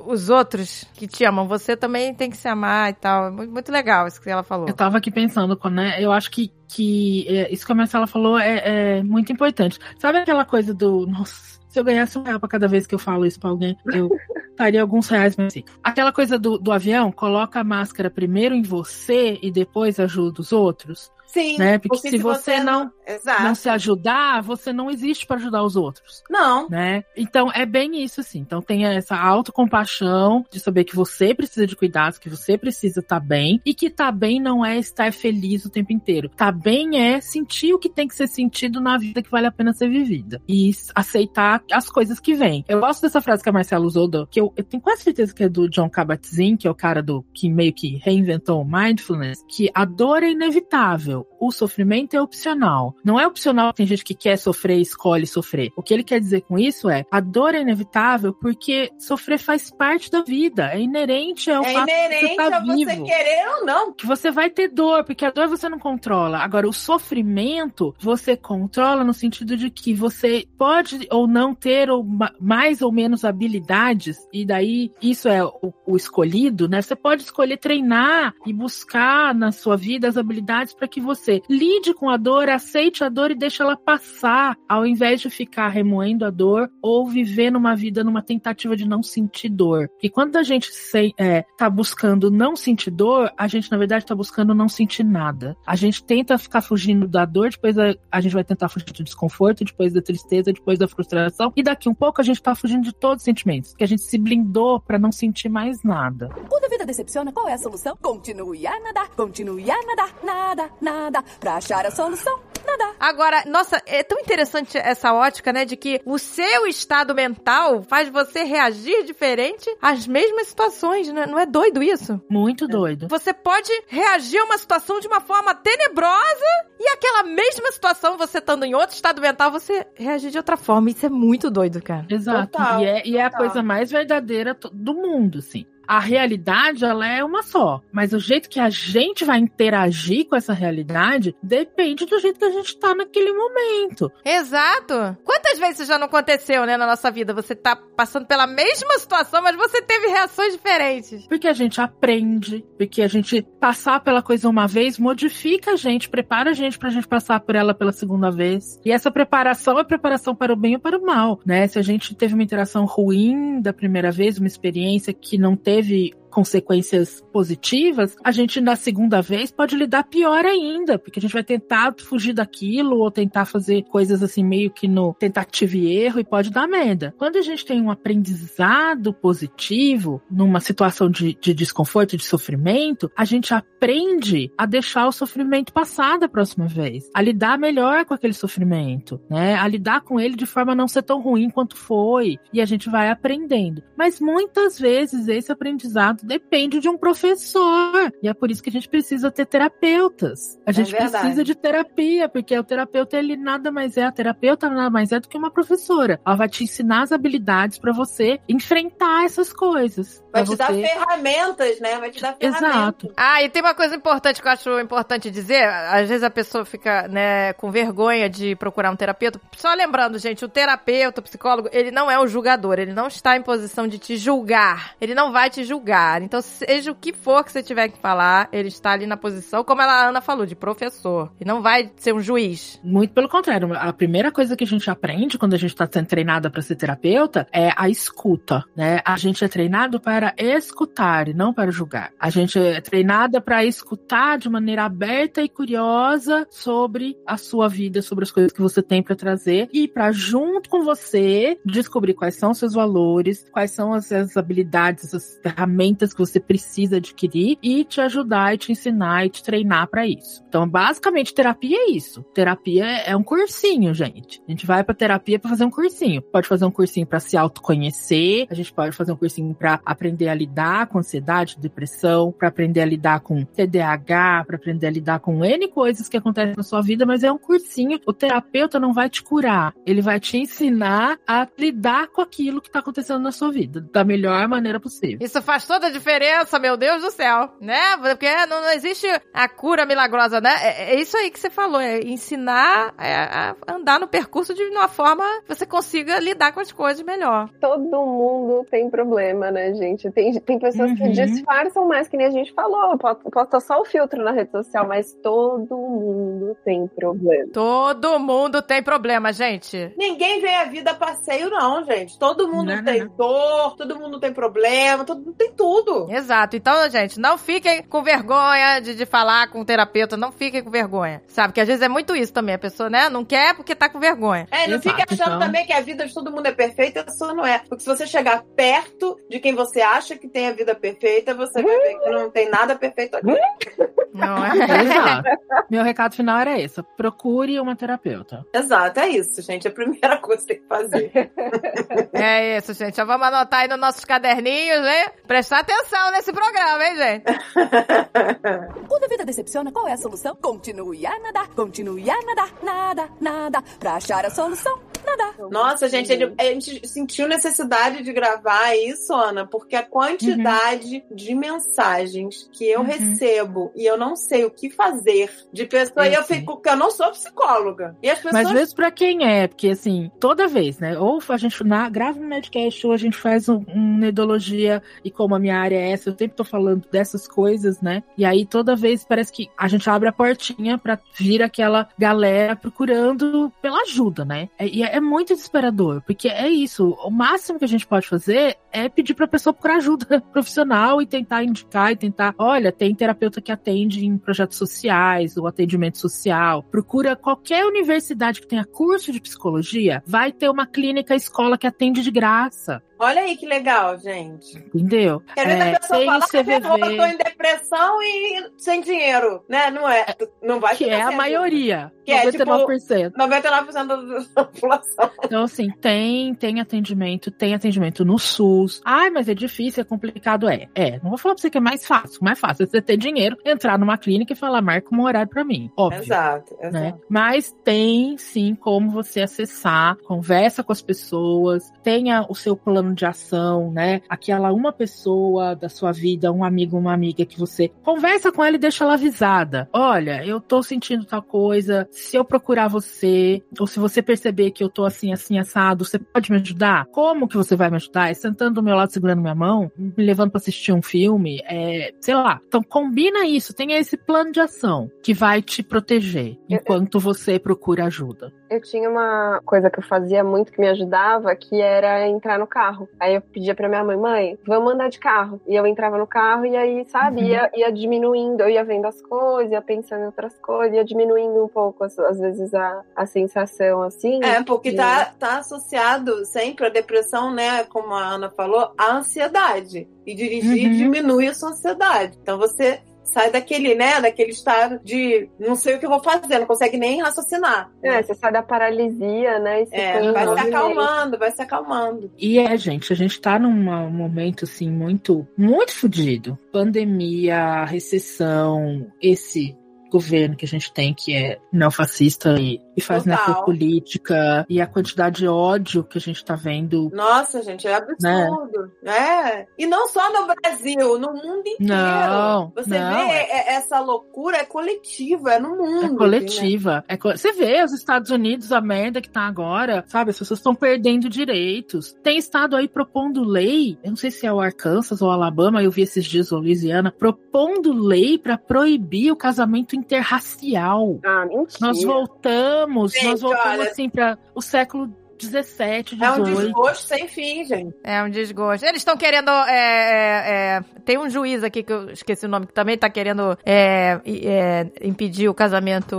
Speaker 1: os outros que te amam, você também tem que se amar e tal. Muito, muito legal isso que ela falou.
Speaker 3: Eu tava aqui pensando, né? Eu acho que, que é, isso que a Marcela falou é, é muito importante. Sabe aquela coisa do... Nossa, se eu ganhasse um real pra cada vez que eu falo isso pra alguém, eu estaria alguns reais, mas assim. Aquela coisa do, do avião, coloca a máscara primeiro em você e depois ajuda os outros.
Speaker 2: Sim,
Speaker 3: né? Porque,
Speaker 2: porque
Speaker 3: se,
Speaker 2: se
Speaker 3: você,
Speaker 2: você
Speaker 3: não,
Speaker 2: Exato.
Speaker 3: não se ajudar, você não existe para ajudar os outros.
Speaker 2: Não.
Speaker 3: Né? Então, é bem isso, assim. Então, tem essa autocompaixão de saber que você precisa de cuidados, que você precisa estar bem, e que estar bem não é estar feliz o tempo inteiro. Estar bem é sentir o que tem que ser sentido na vida que vale a pena ser vivida. E aceitar as coisas que vêm. Eu gosto dessa frase que a Marcela usou, do, que eu, eu tenho quase certeza que é do John Kabat-Zinn, que é o cara do que meio que reinventou o mindfulness, que a dor é inevitável. O sofrimento é opcional. Não é opcional, tem gente que quer sofrer e escolhe sofrer. O que ele quer dizer com isso é, a dor é inevitável porque sofrer faz parte da vida. É inerente ao
Speaker 2: é
Speaker 3: fato
Speaker 2: inerente
Speaker 3: de você estar
Speaker 2: a
Speaker 3: vivo.
Speaker 2: Você querer ou não.
Speaker 3: Que você vai ter dor, porque a dor você não controla. Agora, o sofrimento você controla no sentido de que você pode ou não ter ou mais ou menos habilidades, e daí isso é o, o escolhido, né? Você pode escolher treinar e buscar na sua vida as habilidades para que você lide com a dor, aceite a dor e deixe ela passar, ao invés de ficar remoendo a dor ou viver numa vida numa tentativa de não sentir dor. Porque quando a gente se, é, tá buscando não sentir dor, a gente na verdade tá buscando não sentir nada. A gente tenta ficar fugindo da dor, depois a, a gente vai tentar fugir do desconforto, depois da tristeza, depois da frustração, e daqui um pouco a gente tá fugindo de todos os sentimentos, porque a gente se blindou pra não sentir mais nada.
Speaker 6: Quando a vida decepciona, qual é a solução? Continue a nadar, continue a nadar, nada, nada, pra achar a solução, nadar.
Speaker 1: Agora, nossa, é tão interessante essa ótica, né, de que o seu estado mental faz você reagir diferente às mesmas situações, né? Não é doido isso?
Speaker 3: Muito doido.
Speaker 1: Você pode reagir a uma situação de uma forma tenebrosa e aquela mesma situação, você estando em outro estado mental, você reagir de outra forma. Isso é muito doido, cara.
Speaker 3: Exato.
Speaker 2: Total,
Speaker 3: e é, e é a
Speaker 2: total.
Speaker 3: coisa mais verdadeira do mundo, assim. A realidade, ela é uma só. Mas o jeito que a gente vai interagir com essa realidade depende do jeito que a gente tá naquele momento.
Speaker 1: Exato. Quantas vezes isso já não aconteceu, né, na nossa vida? Você tá passando pela mesma situação, mas você teve reações diferentes.
Speaker 3: Porque a gente aprende, porque a gente passar pela coisa uma vez modifica a gente, prepara a gente pra gente passar por ela pela segunda vez. E essa preparação é preparação para o bem ou para o mal, né? Se a gente teve uma interação ruim da primeira vez, uma experiência que não teve teve consequências positivas, a gente na segunda vez pode lidar pior ainda, porque a gente vai tentar fugir daquilo ou tentar fazer coisas assim meio que no tentativa e erro e pode dar merda. Quando a gente tem um aprendizado positivo numa situação de, de desconforto, de sofrimento, a gente aprende a deixar o sofrimento passar da próxima vez, a lidar melhor com aquele sofrimento, né? A lidar com ele de forma a não ser tão ruim quanto foi, e a gente vai aprendendo. Mas muitas vezes esse aprendizado depende de um professor. E é por isso que a gente precisa ter terapeutas. A gente
Speaker 2: verdade.
Speaker 3: precisa de terapia, porque o terapeuta, ele nada mais é, a terapeuta nada mais é do que uma professora. Ela vai te ensinar as habilidades pra você enfrentar essas coisas.
Speaker 2: Vai te
Speaker 3: você...
Speaker 2: dar ferramentas, né? Vai te dar ferramentas.
Speaker 3: Exato.
Speaker 1: Ah, e tem uma coisa importante que eu acho importante dizer. Às vezes a pessoa fica, né, com vergonha de procurar um terapeuta. Só lembrando, gente, o terapeuta, o psicólogo, ele não é o julgador. Ele não está em posição de te julgar. Ele não vai te julgar. Então, seja o que for que você tiver que falar, ele está ali na posição, como a Ana falou, de professor. E não vai ser um juiz.
Speaker 3: Muito pelo contrário. A primeira coisa que a gente aprende quando a gente está sendo treinada para ser terapeuta é a escuta, né? A gente é treinado para escutar e não para julgar. A gente é treinada para escutar de maneira aberta e curiosa sobre a sua vida, sobre as coisas que você tem para trazer e para, junto com você, descobrir quais são os seus valores, quais são as, as habilidades, as ferramentas que você precisa adquirir e te ajudar e te ensinar e te treinar para isso. Então, basicamente, terapia é isso. Terapia é um cursinho, gente. A gente vai pra terapia para fazer um cursinho. Pode fazer um cursinho para se autoconhecer, a gente pode fazer um cursinho para aprender a lidar com ansiedade, depressão, para aprender a lidar com T D A H, para aprender a lidar com N coisas que acontecem na sua vida, mas é um cursinho. O terapeuta não vai te curar, ele vai te ensinar a lidar com aquilo que tá acontecendo na sua vida, da melhor maneira possível.
Speaker 1: Isso faz toda a diferença, meu Deus do céu, né? Porque não, não existe a cura milagrosa, né? É, é isso aí que você falou, é ensinar a, a andar no percurso de uma forma que você consiga lidar com as coisas melhor.
Speaker 4: Todo mundo tem problema, né, gente? Tem, tem pessoas
Speaker 3: Uhum.
Speaker 4: que disfarçam mais, que nem a gente falou. Posta só o filtro na rede social, mas todo mundo tem problema.
Speaker 1: Todo mundo tem problema, gente.
Speaker 2: Ninguém vê a vida a passeio, não, gente. Todo mundo
Speaker 3: Não, não,
Speaker 2: tem
Speaker 3: não.
Speaker 2: dor, todo mundo tem problema, todo mundo tem tudo.
Speaker 1: Exato. Então, gente, não fiquem com vergonha de, de falar com o terapeuta, não fiquem com vergonha. Sabe? Que às vezes é muito isso também. A pessoa, né, não quer porque tá com vergonha.
Speaker 2: É, não
Speaker 3: Exato,
Speaker 2: fica achando
Speaker 3: então.
Speaker 2: também que a vida de todo mundo é perfeita, isso não é. Porque se você chegar perto de quem você acha que tem a vida perfeita, você vai ver que não tem nada perfeito aqui.
Speaker 1: Não é?
Speaker 3: Exato. Meu recado final era esse. Procure uma terapeuta.
Speaker 2: Exato, é isso, gente. É a primeira coisa que tem que fazer.
Speaker 1: É isso, gente. Já vamos anotar aí nos nossos caderninhos, né? Prestar atenção nesse programa, hein, gente?
Speaker 6: Quando a vida decepciona, qual é a solução? Continue a nadar, continue a nadar, nada, nada. Pra achar a solução, nadar.
Speaker 2: Nossa, gente, ele- a gente sentiu necessidade de gravar isso, Ana, porque a quantidade de mensagens que eu
Speaker 3: Uhum.
Speaker 2: recebo e eu não sei o que fazer de pessoa, e eu
Speaker 3: Sim.
Speaker 2: fico, porque eu não sou psicóloga. E as pessoas.
Speaker 3: Mas mesmo pra quem é, porque assim, toda vez, né? Ou a gente na, grava um Medcast, ou a gente faz um, um Nedologia, e como a minha área é essa, eu sempre tô falando dessas coisas, né? E aí toda vez parece que a gente abre a portinha pra vir aquela galera procurando pela ajuda, né? É- E é, é muito desesperador, porque é isso, o máximo que a gente pode fazer é pedir pra pessoa procurar ajuda profissional e tentar indicar e tentar, olha, tem terapeuta que atende em projetos sociais, ou atendimento social, procura qualquer universidade que tenha curso de psicologia, vai ter uma clínica escola que atende de graça,
Speaker 2: Olha aí que legal, gente.
Speaker 3: entendeu?
Speaker 2: Quer dizer,
Speaker 3: É,
Speaker 2: a pessoa
Speaker 3: tem
Speaker 2: fala,
Speaker 3: o
Speaker 2: ah,
Speaker 3: C V
Speaker 2: ferrou, eu tô
Speaker 3: V,
Speaker 2: em depressão e sem dinheiro, né? Não é. Não vai
Speaker 3: que
Speaker 2: ficar
Speaker 3: é a
Speaker 2: sem
Speaker 3: maioria,
Speaker 2: Que é, tipo,
Speaker 3: noventa e nove por cento.
Speaker 2: noventa e nove por cento da população.
Speaker 3: Então, assim, tem, tem atendimento, tem atendimento no SUS. Ai, mas é difícil, é complicado. É, é. Não vou falar pra você que é mais fácil. Mais fácil é você ter dinheiro, entrar numa clínica e falar, marca um horário pra mim. Óbvio.
Speaker 2: Exato, exato.
Speaker 3: Né? Mas tem sim como você acessar, conversa com as pessoas, tenha o seu plano de ação, né? Aquela uma pessoa da sua vida, um amigo, uma amiga que você conversa com ela e deixa ela avisada. Olha, eu tô sentindo tal coisa, se eu procurar você, ou se você perceber que eu tô assim, assim, assado, você pode me ajudar? Como que você vai me ajudar? É sentando do meu lado, segurando minha mão, me levando pra assistir um filme, é, sei lá. Então combina isso, tenha esse plano de ação que vai te proteger enquanto você procura ajuda.
Speaker 4: Eu tinha uma coisa que eu fazia muito que me ajudava, que era entrar no carro. Aí eu pedia pra minha mãe, mãe, vamos andar de carro. E eu entrava no carro e aí, sabe,
Speaker 3: Uhum.
Speaker 4: ia, ia diminuindo, eu ia vendo as coisas, ia pensando em outras coisas, ia diminuindo um pouco, às, às vezes, a, a sensação, assim.
Speaker 2: É, porque
Speaker 4: de-
Speaker 2: tá, tá associado sempre a depressão, né? Como a Ana falou, à ansiedade. E dirigir
Speaker 3: Uhum.
Speaker 2: diminui a sua ansiedade. Então você sai daquele, né? Daquele estado de não sei o que eu vou fazer, não consegue nem raciocinar.
Speaker 4: É, você sai da paralisia, né? E se
Speaker 2: É,
Speaker 4: põe em
Speaker 2: vai se
Speaker 4: movimento.
Speaker 2: acalmando, vai se acalmando.
Speaker 3: E é, gente, a gente tá num momento, assim, muito, muito fodido. Pandemia, recessão, esse governo que a gente tem, que é neofascista e, e faz
Speaker 2: Total.
Speaker 3: necropolítica, e a quantidade de ódio que a gente tá vendo.
Speaker 2: Nossa, gente, é absurdo. É. E não só no Brasil, no mundo inteiro.
Speaker 3: Não,
Speaker 2: Você
Speaker 3: não,
Speaker 2: vê
Speaker 3: é-
Speaker 2: é- essa loucura, é coletiva, é no mundo.
Speaker 3: É coletiva. É co- Você vê os Estados Unidos, a merda que tá agora, sabe? As pessoas estão perdendo direitos. Tem estado aí propondo lei, eu não sei se é o Arkansas ou o Alabama, eu vi esses dias, ou Louisiana, propondo lei pra proibir o casamento interracial.
Speaker 4: Ah, mentira.
Speaker 3: Nós voltamos,
Speaker 2: Gente,
Speaker 3: nós voltamos
Speaker 2: olha-
Speaker 3: assim para o século dezessete,
Speaker 2: É um
Speaker 3: dezoito.
Speaker 2: desgosto sem fim, gente.
Speaker 1: É um desgosto. Eles estão querendo. é, é, é, tem um juiz aqui que eu esqueci o nome, que também tá querendo é, é, impedir o casamento,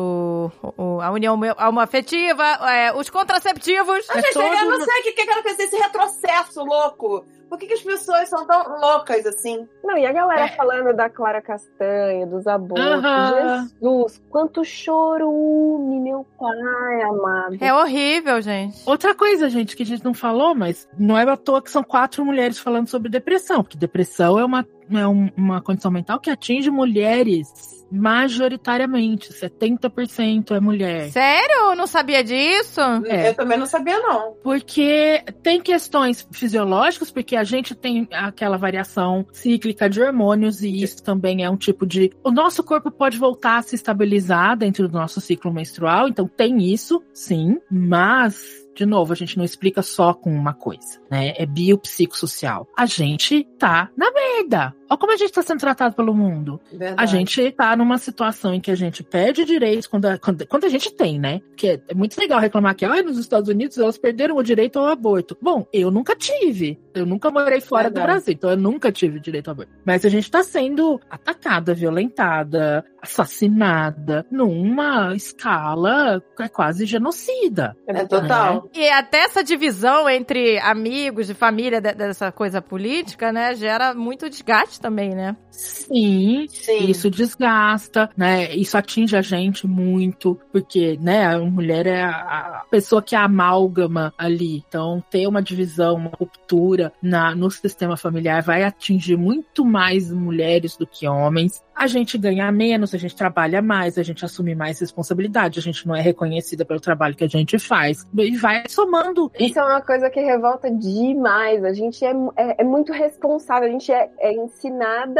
Speaker 1: o- a união homoafetiva, é, os contraceptivos.
Speaker 2: Ah,
Speaker 3: É
Speaker 2: gente,
Speaker 3: todo
Speaker 2: eu não
Speaker 3: uma-
Speaker 2: sei o que que eu quero fazer esse retrocesso louco. Por que, que as pessoas são tão loucas assim?
Speaker 4: Não, e a galera
Speaker 3: É.
Speaker 4: falando da Clara Castanha, dos abortos.
Speaker 3: Aham.
Speaker 4: Jesus, quanto chorume, meu pai amado.
Speaker 1: É horrível, gente.
Speaker 3: Outra coisa, gente, que a gente não falou, mas não é à toa que são quatro mulheres falando sobre depressão, porque depressão é uma, é um, uma condição mental que atinge mulheres majoritariamente, setenta por cento é mulher.
Speaker 1: Sério? Eu não sabia disso?
Speaker 3: É.
Speaker 2: Eu também não sabia, não.
Speaker 3: Porque tem questões fisiológicas, porque a gente tem aquela variação cíclica de hormônios e isso também é um tipo de... O nosso corpo pode voltar a se estabilizar dentro do nosso ciclo menstrual, então tem isso, sim, mas... De novo, a gente não explica só com uma coisa, né? É biopsicossocial. A gente tá na merda. Olha como a gente tá sendo tratado pelo mundo.
Speaker 2: Verdade.
Speaker 3: A gente tá numa situação em que a gente perde direitos quando a, quando, quando a gente tem, né? Porque é muito legal reclamar que ah, nos Estados Unidos elas perderam o direito ao aborto. Bom, eu nunca tive. Eu nunca morei fora Verdade. do Brasil, então eu nunca tive direito ao aborto. Mas a gente tá sendo atacada, violentada, assassinada numa escala é quase genocida.
Speaker 2: É total.
Speaker 3: Né?
Speaker 1: E até essa divisão entre amigos, de família, de, dessa coisa política, né, gera muito desgaste também, né?
Speaker 3: Sim, Sim, isso desgasta, né? Isso atinge a gente muito, porque, né, a mulher é a, a pessoa que é a amálgama ali. Então, ter uma divisão, uma ruptura na, no sistema familiar vai atingir muito mais mulheres do que homens. A gente ganha menos, a gente trabalha mais, a gente assume mais responsabilidade, a gente não é reconhecida pelo trabalho que a gente faz. E vai somando.
Speaker 4: Isso é uma coisa que revolta demais. A gente é, é, é muito responsável, a gente é, é ensinada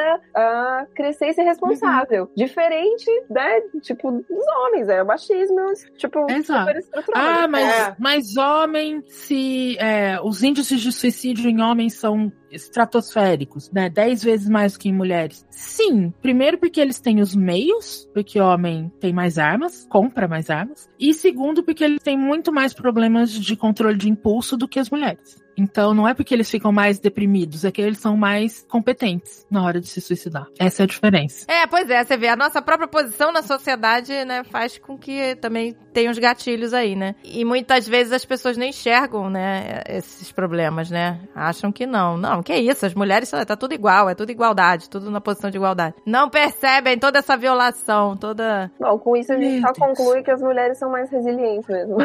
Speaker 4: a crescer e ser responsável. Uhum. Diferente, né, tipo, dos homens, é o machismo, tipo,
Speaker 3: Exato.
Speaker 4: super estrutural.
Speaker 3: Ah, mas,
Speaker 2: é.
Speaker 3: mas homem, se é, os índices de suicídio em homens são estratosféricos, né? Dez vezes mais do que em mulheres. Sim, primeiro porque eles têm os meios, porque o homem tem mais armas, compra mais armas. E segundo porque eles têm muito mais problemas de controle de impulso do que as mulheres. Então, não é porque eles ficam mais deprimidos, é que eles são mais competentes na hora de se suicidar. Essa é a diferença.
Speaker 1: É, pois é, você vê, a nossa própria posição na sociedade, né, faz com que também tenha uns gatilhos aí, né? E muitas vezes as pessoas nem enxergam, né, esses problemas, né? Acham que não. Não, que isso, as mulheres, tá tudo igual, é tudo igualdade, tudo na posição de igualdade. Não percebem toda essa violação, toda...
Speaker 4: Bom, com isso a gente
Speaker 3: Meu
Speaker 4: só
Speaker 3: Deus.
Speaker 4: conclui que as mulheres são mais resilientes mesmo.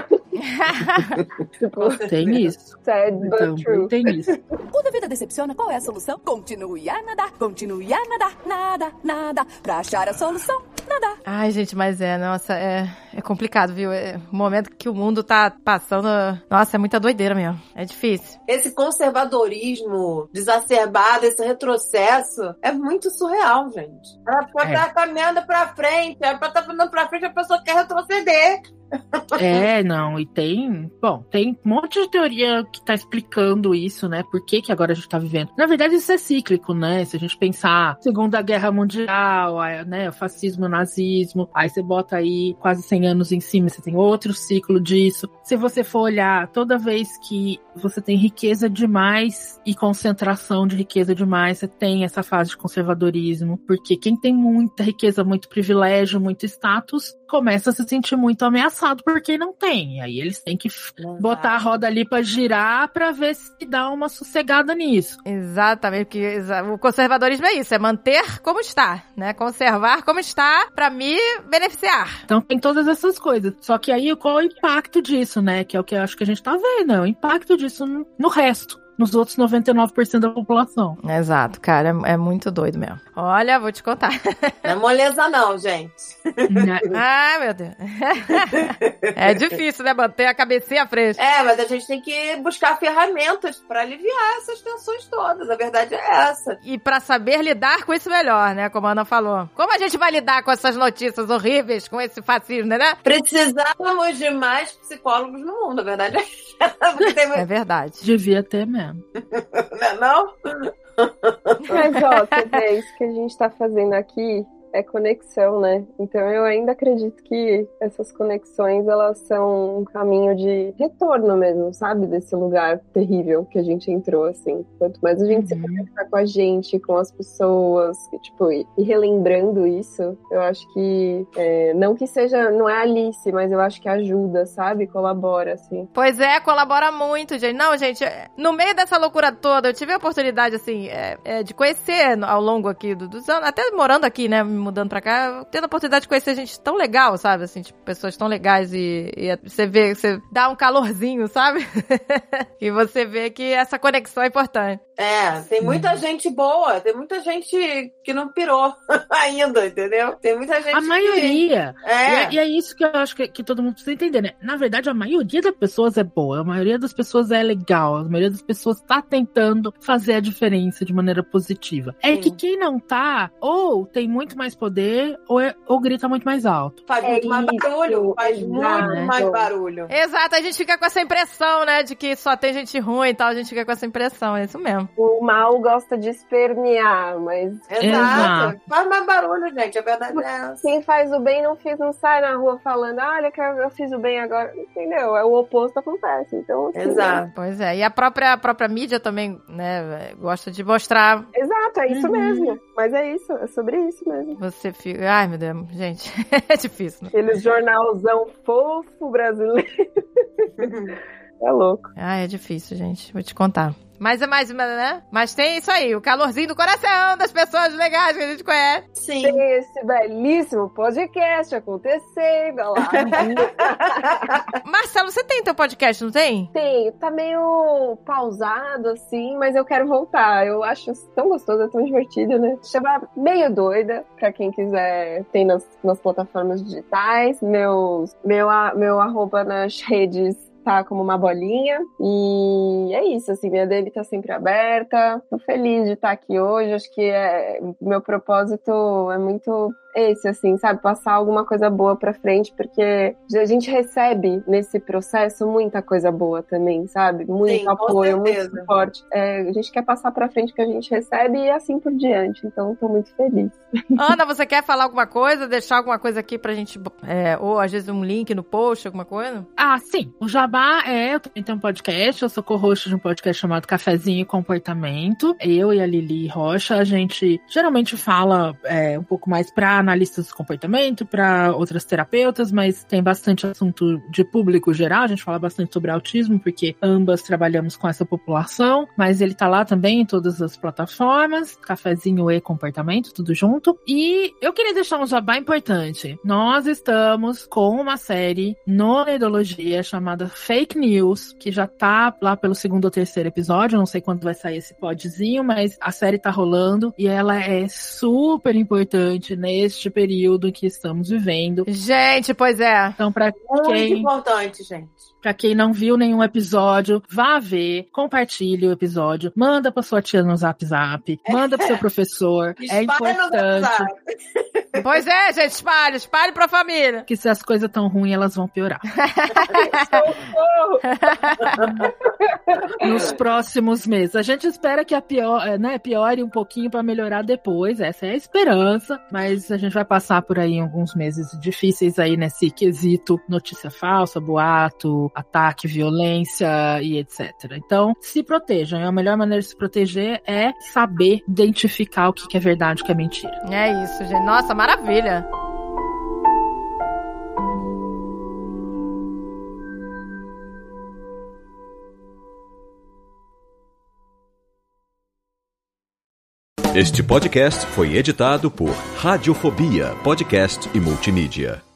Speaker 4: tipo,
Speaker 3: Tem isso.
Speaker 4: sad, but
Speaker 3: Então,
Speaker 4: true.
Speaker 3: tem isso.
Speaker 6: Quando a vida decepciona, qual é a solução? Continue a nadar, continue a nadar, nada, nada. Pra achar a solução, nadar.
Speaker 1: Ai, gente, mas é, nossa, é, é complicado, viu? É, o momento que o mundo tá passando, nossa, é muita doideira mesmo. É difícil.
Speaker 2: Esse conservadorismo exacerbado, esse retrocesso, é muito surreal, gente. Ela pode
Speaker 3: É.
Speaker 2: estar caminhando pra frente, ela pode estar andando pra frente, a pessoa quer retroceder.
Speaker 3: É, não, e tem, bom, tem um monte de teoria que tá explicando isso, né, por que que agora a gente tá vivendo. Na verdade, isso é cíclico, né, se a gente pensar Segunda Guerra Mundial, aí, né, o fascismo, o nazismo, aí você bota aí quase cem anos em cima, você tem outro ciclo disso. Se você for olhar, toda vez que você tem riqueza demais e concentração de riqueza demais, você tem essa fase de conservadorismo, porque quem tem muita riqueza, muito privilégio, muito status, começa a se sentir muito ameaçado por quem não tem. E aí eles têm que f- botar a roda ali pra girar pra ver se dá uma sossegada nisso.
Speaker 1: Exatamente, porque exa- o conservadorismo é isso, é manter como está, né? Conservar como está pra me beneficiar.
Speaker 3: Então tem todas essas coisas. Só que aí qual é o impacto disso, né? Que é o que eu acho que a gente tá vendo, é o impacto disso no, no resto. Nos outros noventa e nove por cento da população.
Speaker 1: Exato, cara, é, é muito doido mesmo. Olha, vou te contar.
Speaker 2: Não é moleza não, gente.
Speaker 1: Ai, meu Deus. É difícil, né? Manter a cabecinha fresca.
Speaker 2: É, mas a gente tem que buscar ferramentas pra aliviar essas tensões todas. A verdade é essa.
Speaker 1: E pra saber lidar com isso melhor, né? Como a Ana falou. Como a gente vai lidar com essas notícias horríveis, com esse fascismo, né?
Speaker 2: Precisávamos de mais psicólogos no mundo, a verdade é essa. Porque tem...
Speaker 1: É verdade.
Speaker 3: Devia ter mesmo.
Speaker 2: Não?
Speaker 4: Mas, ó, você vê, isso que a gente tá fazendo aqui é conexão, né? Então eu ainda acredito que essas conexões, elas são um caminho de retorno mesmo, sabe? Desse lugar terrível que a gente entrou, assim. Quanto mais a gente se conectar com a gente, com as pessoas, e, tipo, e, e relembrando isso, eu acho que, é, não que seja, não é Alice, mas eu acho que ajuda, sabe? Colabora, assim.
Speaker 1: Pois é, colabora muito, gente. Não, gente, no meio dessa loucura toda, eu tive a oportunidade, assim, é, é, de conhecer ao longo aqui do- dos anos, até morando aqui, né, me mudando pra cá, tendo a oportunidade de conhecer gente tão legal, sabe? Assim, tipo, pessoas tão legais e, e você vê, você dá um calorzinho, sabe? E você vê que essa conexão é importante.
Speaker 2: É, tem muita gente boa, tem muita gente que não pirou ainda, entendeu? Tem muita gente
Speaker 3: A maioria.
Speaker 2: Que... É.
Speaker 3: E, é, e é isso que eu acho que, que todo mundo precisa entender, né? Na verdade, a maioria das pessoas é boa, a maioria das pessoas é legal, a maioria das pessoas tá tentando fazer a diferença de maneira positiva. É
Speaker 2: Sim.
Speaker 3: que quem não tá, ou tem muito mais poder, ou, é, ou grita muito mais alto.
Speaker 2: Faz
Speaker 4: É
Speaker 2: muito mais
Speaker 4: isso,
Speaker 2: barulho, faz
Speaker 4: exato.
Speaker 2: muito mais barulho.
Speaker 1: Exato, a gente fica com essa impressão, né? De que só tem gente ruim e tal, a gente fica com essa impressão, é isso mesmo.
Speaker 4: O mal gosta de espernear, mas
Speaker 2: Exato.
Speaker 3: Exato.
Speaker 2: Faz mais barulho, gente, a verdade é essa.
Speaker 4: quem faz o bem não, fiz, não sai na rua falando, ah, olha que eu fiz o bem agora, entendeu? É o oposto acontece, então assim,
Speaker 2: Exato.
Speaker 1: Pois é, e a própria, a própria mídia também, né, gosta de mostrar.
Speaker 4: Exato, é isso
Speaker 3: Uhum.
Speaker 4: mesmo. Mas é isso, é sobre isso mesmo.
Speaker 1: Você fica. Ai, meu Deus, gente, é difícil, né?
Speaker 4: Aquele jornalzão fofo brasileiro. É louco.
Speaker 1: Ai, é difícil, gente, vou te contar. Mas é mais, né? Mas tem isso aí, o calorzinho do coração das pessoas legais que a gente conhece.
Speaker 2: Sim.
Speaker 4: Tem esse belíssimo podcast acontecendo, olha lá.
Speaker 1: Marcelo, você tem teu podcast, não tem?
Speaker 4: Tem, tá meio pausado assim, mas eu quero voltar. Eu acho tão gostoso, é tão divertido, né? Chama Meio Doida, pra quem quiser, tem nas, nas plataformas digitais. Meus, meu, a- meu arroba nas redes tá como uma bolinha. E é isso, assim, minha D M tá sempre aberta. Tô feliz de estar aqui hoje. Acho que é, meu propósito é muito esse, assim, sabe? Passar alguma coisa boa pra frente, porque a gente recebe nesse processo muita coisa boa também, sabe? Muito
Speaker 2: Sim, com
Speaker 4: apoio, muito
Speaker 2: certeza.
Speaker 4: suporte. É, a gente quer passar pra frente o que a gente recebe e assim por diante. Então, tô muito feliz.
Speaker 1: Ana, você quer falar alguma coisa? Deixar alguma coisa aqui pra gente, é, ou às vezes um link no post, alguma coisa?
Speaker 3: Ah, sim. O Jabá é, eu também tenho um podcast, eu sou co-host de um podcast chamado Cafezinho e Comportamento. Eu e a Lili Rocha, a gente geralmente fala é, um pouco mais pra analistas do comportamento, pra outras terapeutas, mas tem bastante assunto de público geral, a gente fala bastante sobre autismo, porque ambas trabalhamos com essa população, mas ele tá lá também em todas as plataformas, Cafezinho e Comportamento, tudo junto. E eu queria deixar um jabá importante. Nós estamos com uma série no Nerdologia chamada Fake News, que já tá lá pelo segundo ou terceiro episódio, não sei quando vai sair esse podzinho, mas a série tá rolando e ela é super importante neste período em que estamos vivendo.
Speaker 1: Gente, pois é.
Speaker 3: Então, pra
Speaker 2: Muito
Speaker 3: quem,
Speaker 2: importante, gente.
Speaker 3: pra quem não viu nenhum episódio, vá ver, compartilhe o episódio, manda pra sua tia no Zap Zap, manda pro seu professor. É
Speaker 2: Espalha no
Speaker 3: importante.
Speaker 2: WhatsApp.
Speaker 1: Pois é, gente, espalhe, espalhe pra família.
Speaker 3: Que se as coisas tão ruins, elas vão piorar. Nos próximos meses. A gente espera que a pior, eh, né, piore um pouquinho pra melhorar depois. Essa é a esperança. Mas a gente vai passar por aí alguns meses difíceis aí nesse quesito notícia falsa, boato, ataque, violência e etcétera. Então, se protejam. E a melhor maneira de se proteger é saber identificar o que é verdade e o que é mentira.
Speaker 1: É isso, gente. Nossa, maravilha.
Speaker 7: Este podcast foi editado por Radiofobia, podcast e multimídia.